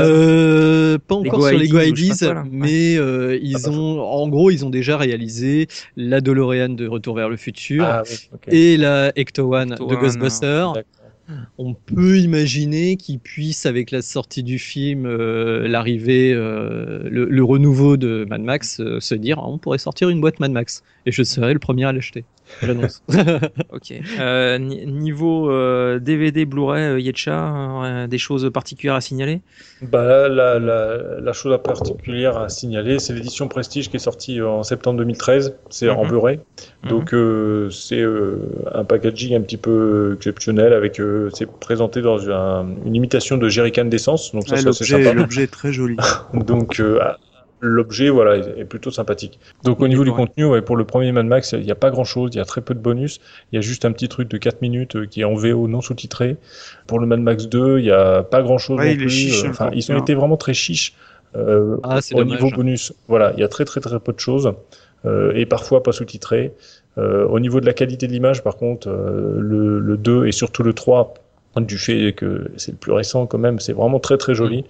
pas encore sur Lego ID's, mais ils ont déjà réalisé la DeLorean de Retour vers le futur et la Ecto-1 de Ghostbusters. On peut imaginer qu'ils puissent, avec la sortie du film, l'arrivée, le renouveau de Mad Max, se dire on pourrait sortir une boîte Mad Max et je serai le premier à l'acheter. J'annonce. Ok. Niveau DVD, Blu-ray, Yetcha, des choses particulières à signaler? Bah la chose particulière à signaler, c'est l'édition Prestige qui est sortie en septembre 2013. C'est en Blu-ray. Donc c'est un packaging un petit peu exceptionnel avec c'est présenté dans une imitation de jerrycan d'essence. Donc ça c'est sympa. L'objet est très joli. Donc l'objet voilà est plutôt sympathique. Donc au niveau du contenu, pour le premier Mad Max, il n'y a pas grand chose, il y a très peu de bonus. Il y a juste un petit truc de 4 minutes qui est en VO non sous-titré. Pour le Mad Max 2, il n'y a pas grand chose non plus. Ils ont été vraiment très chiches au niveau bonus. Voilà, il y a très très très peu de choses et parfois pas sous-titré. Au niveau de la qualité de l'image, par contre, le 2 et surtout le 3, du fait que c'est le plus récent quand même, c'est vraiment très très joli.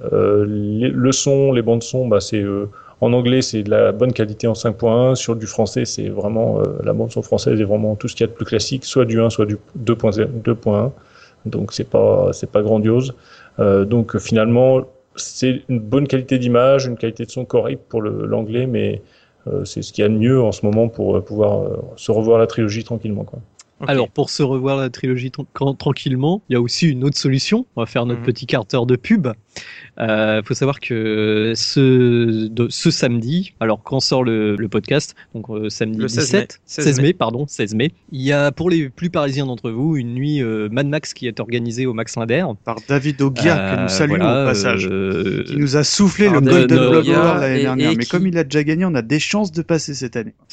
Le son, les bandes son, c'est en anglais c'est de la bonne qualité en 5.1, sur du français c'est vraiment la bande son française est vraiment tout ce qu'il y a de plus classique, soit du 1 soit du 2.1, donc c'est pas grandiose. Donc finalement c'est une bonne qualité d'image, une qualité de son correcte pour l'anglais, mais c'est ce qu'il y a de mieux en ce moment pour pouvoir se revoir la trilogie tranquillement quoi. Okay. Alors, pour se revoir la trilogie tranquillement, il y a aussi une autre solution. On va faire notre petit carter de pub. Faut savoir que ce samedi, alors quand sort le podcast, donc samedi le 16 mai, il y a pour les plus parisiens d'entre vous une nuit Mad Max qui est organisée au Max Linder. Par David Ogia, que nous saluons au passage, qui nous a soufflé le Golden Globe l'année dernière. Mais comme il a déjà gagné, on a des chances de passer cette année.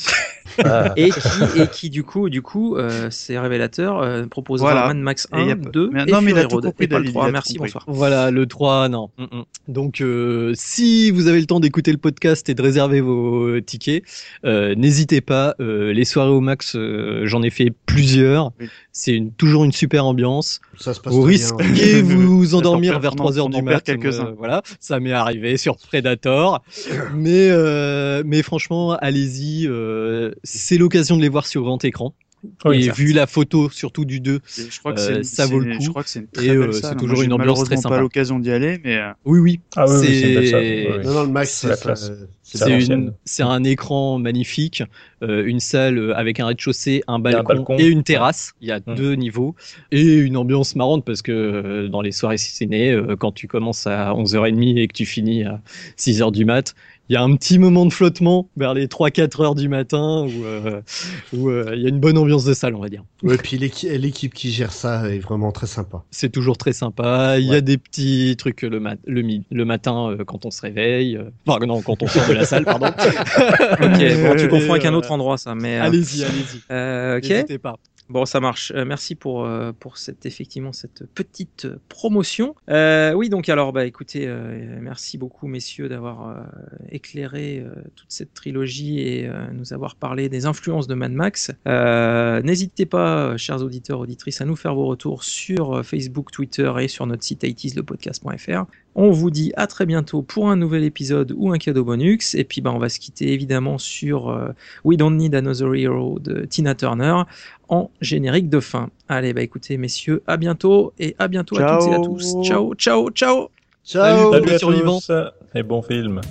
et qui du coup, c'est révélateur, proposera Voilà. Mad Max Et y 1, a 2 mais et non, mais il a Fury tout Road. compris, Et pas le David, 3, il a merci, tout compris. bonsoir. Voilà, le 3, non. Donc, si vous avez le temps d'écouter le podcast et de réserver vos tickets, n'hésitez pas. Les soirées au max, j'en ai fait plusieurs. Oui. C'est toujours une super ambiance. Ça se passe Vous très bien, risquez ouais. vous endormir t'en vers perd- 3h on en du perd mat. quelques-uns. Voilà, ça m'est arrivé sur Predator. mais franchement, allez-y. C'est l'occasion de les voir sur grand écran. Oui, et certes. vu la photo, surtout du 2, Et je crois que ça vaut le coup. Je crois que c'est une très Et, belle c'est salle. toujours Moi, une j'ai ambiance très malheureusement sympa. pas l'occasion d'y aller, mais Oui. Ah oui, c'est une belle salle. Oui. Non, le Max, C'est la classe. c'est à C'est l'ancienne. c'est un écran magnifique, une salle avec un rez-de-chaussée, un balcon, et une terrasse. Il y a 2 niveaux et une ambiance marrante parce que dans les soirées ciné, quand tu commences à 11h30 et que tu finis à 6h du mat, il y a un petit moment de flottement vers les 3-4 heures du matin où il y a une bonne ambiance de salle, on va dire. Ouais, puis l'équipe qui gère ça est vraiment très sympa. C'est toujours très sympa. Il y a des petits trucs le matin quand on se réveille. Enfin, non, quand on sort de la salle, pardon. Ok, bon, tu confonds avec un autre endroit, ça. Mais Allez-y. ok. N'hésitez pas. Bon, ça marche. Merci pour cette petite promotion. Oui, donc alors, écoutez, merci beaucoup, messieurs, d'avoir éclairé toute cette trilogie et nous avoir parlé des influences de Mad Max. N'hésitez pas, chers auditeurs, auditrices, à nous faire vos retours sur Facebook, Twitter et sur notre site 80slepodcast.fr. On vous dit à très bientôt pour un nouvel épisode ou un cadeau bonus. Et puis, on va se quitter évidemment sur We Don't Need Another Hero de Tina Turner en générique de fin. Allez, écoutez, messieurs, à bientôt et à bientôt à toutes et à tous. Ciao, ciao, ciao. Ciao. Salut à survivants. tous et bon film.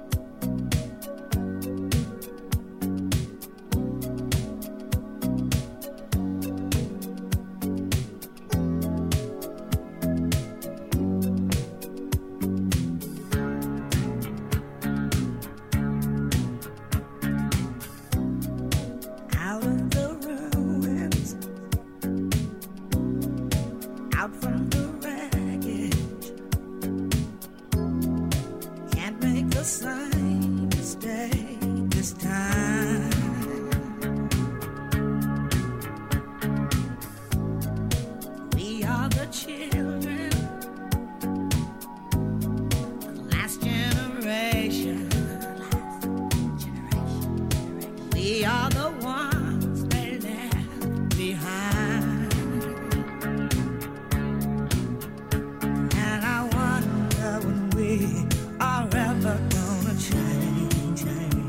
Out of the ruins, out from the wreckage, can't make the same mistake this time. We are the children, the last generation. We are the ones they left behind. And I wonder when we are ever gonna change.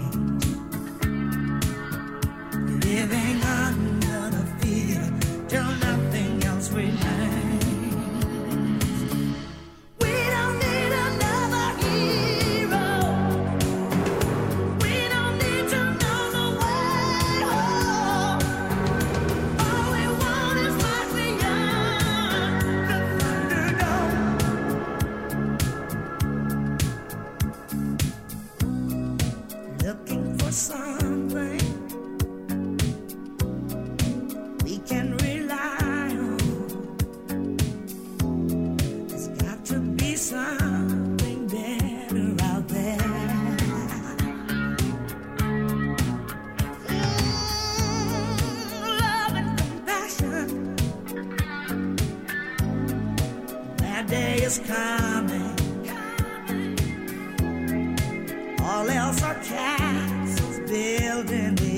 Living under the fear till nothing else remains. We don't need another hero. We don't need to know the way home. All we want is life beyond the Thunderdome. Looking for something we can rely on. There's got to be something better out there. Love and compassion. That day is coming. All else are castles built in the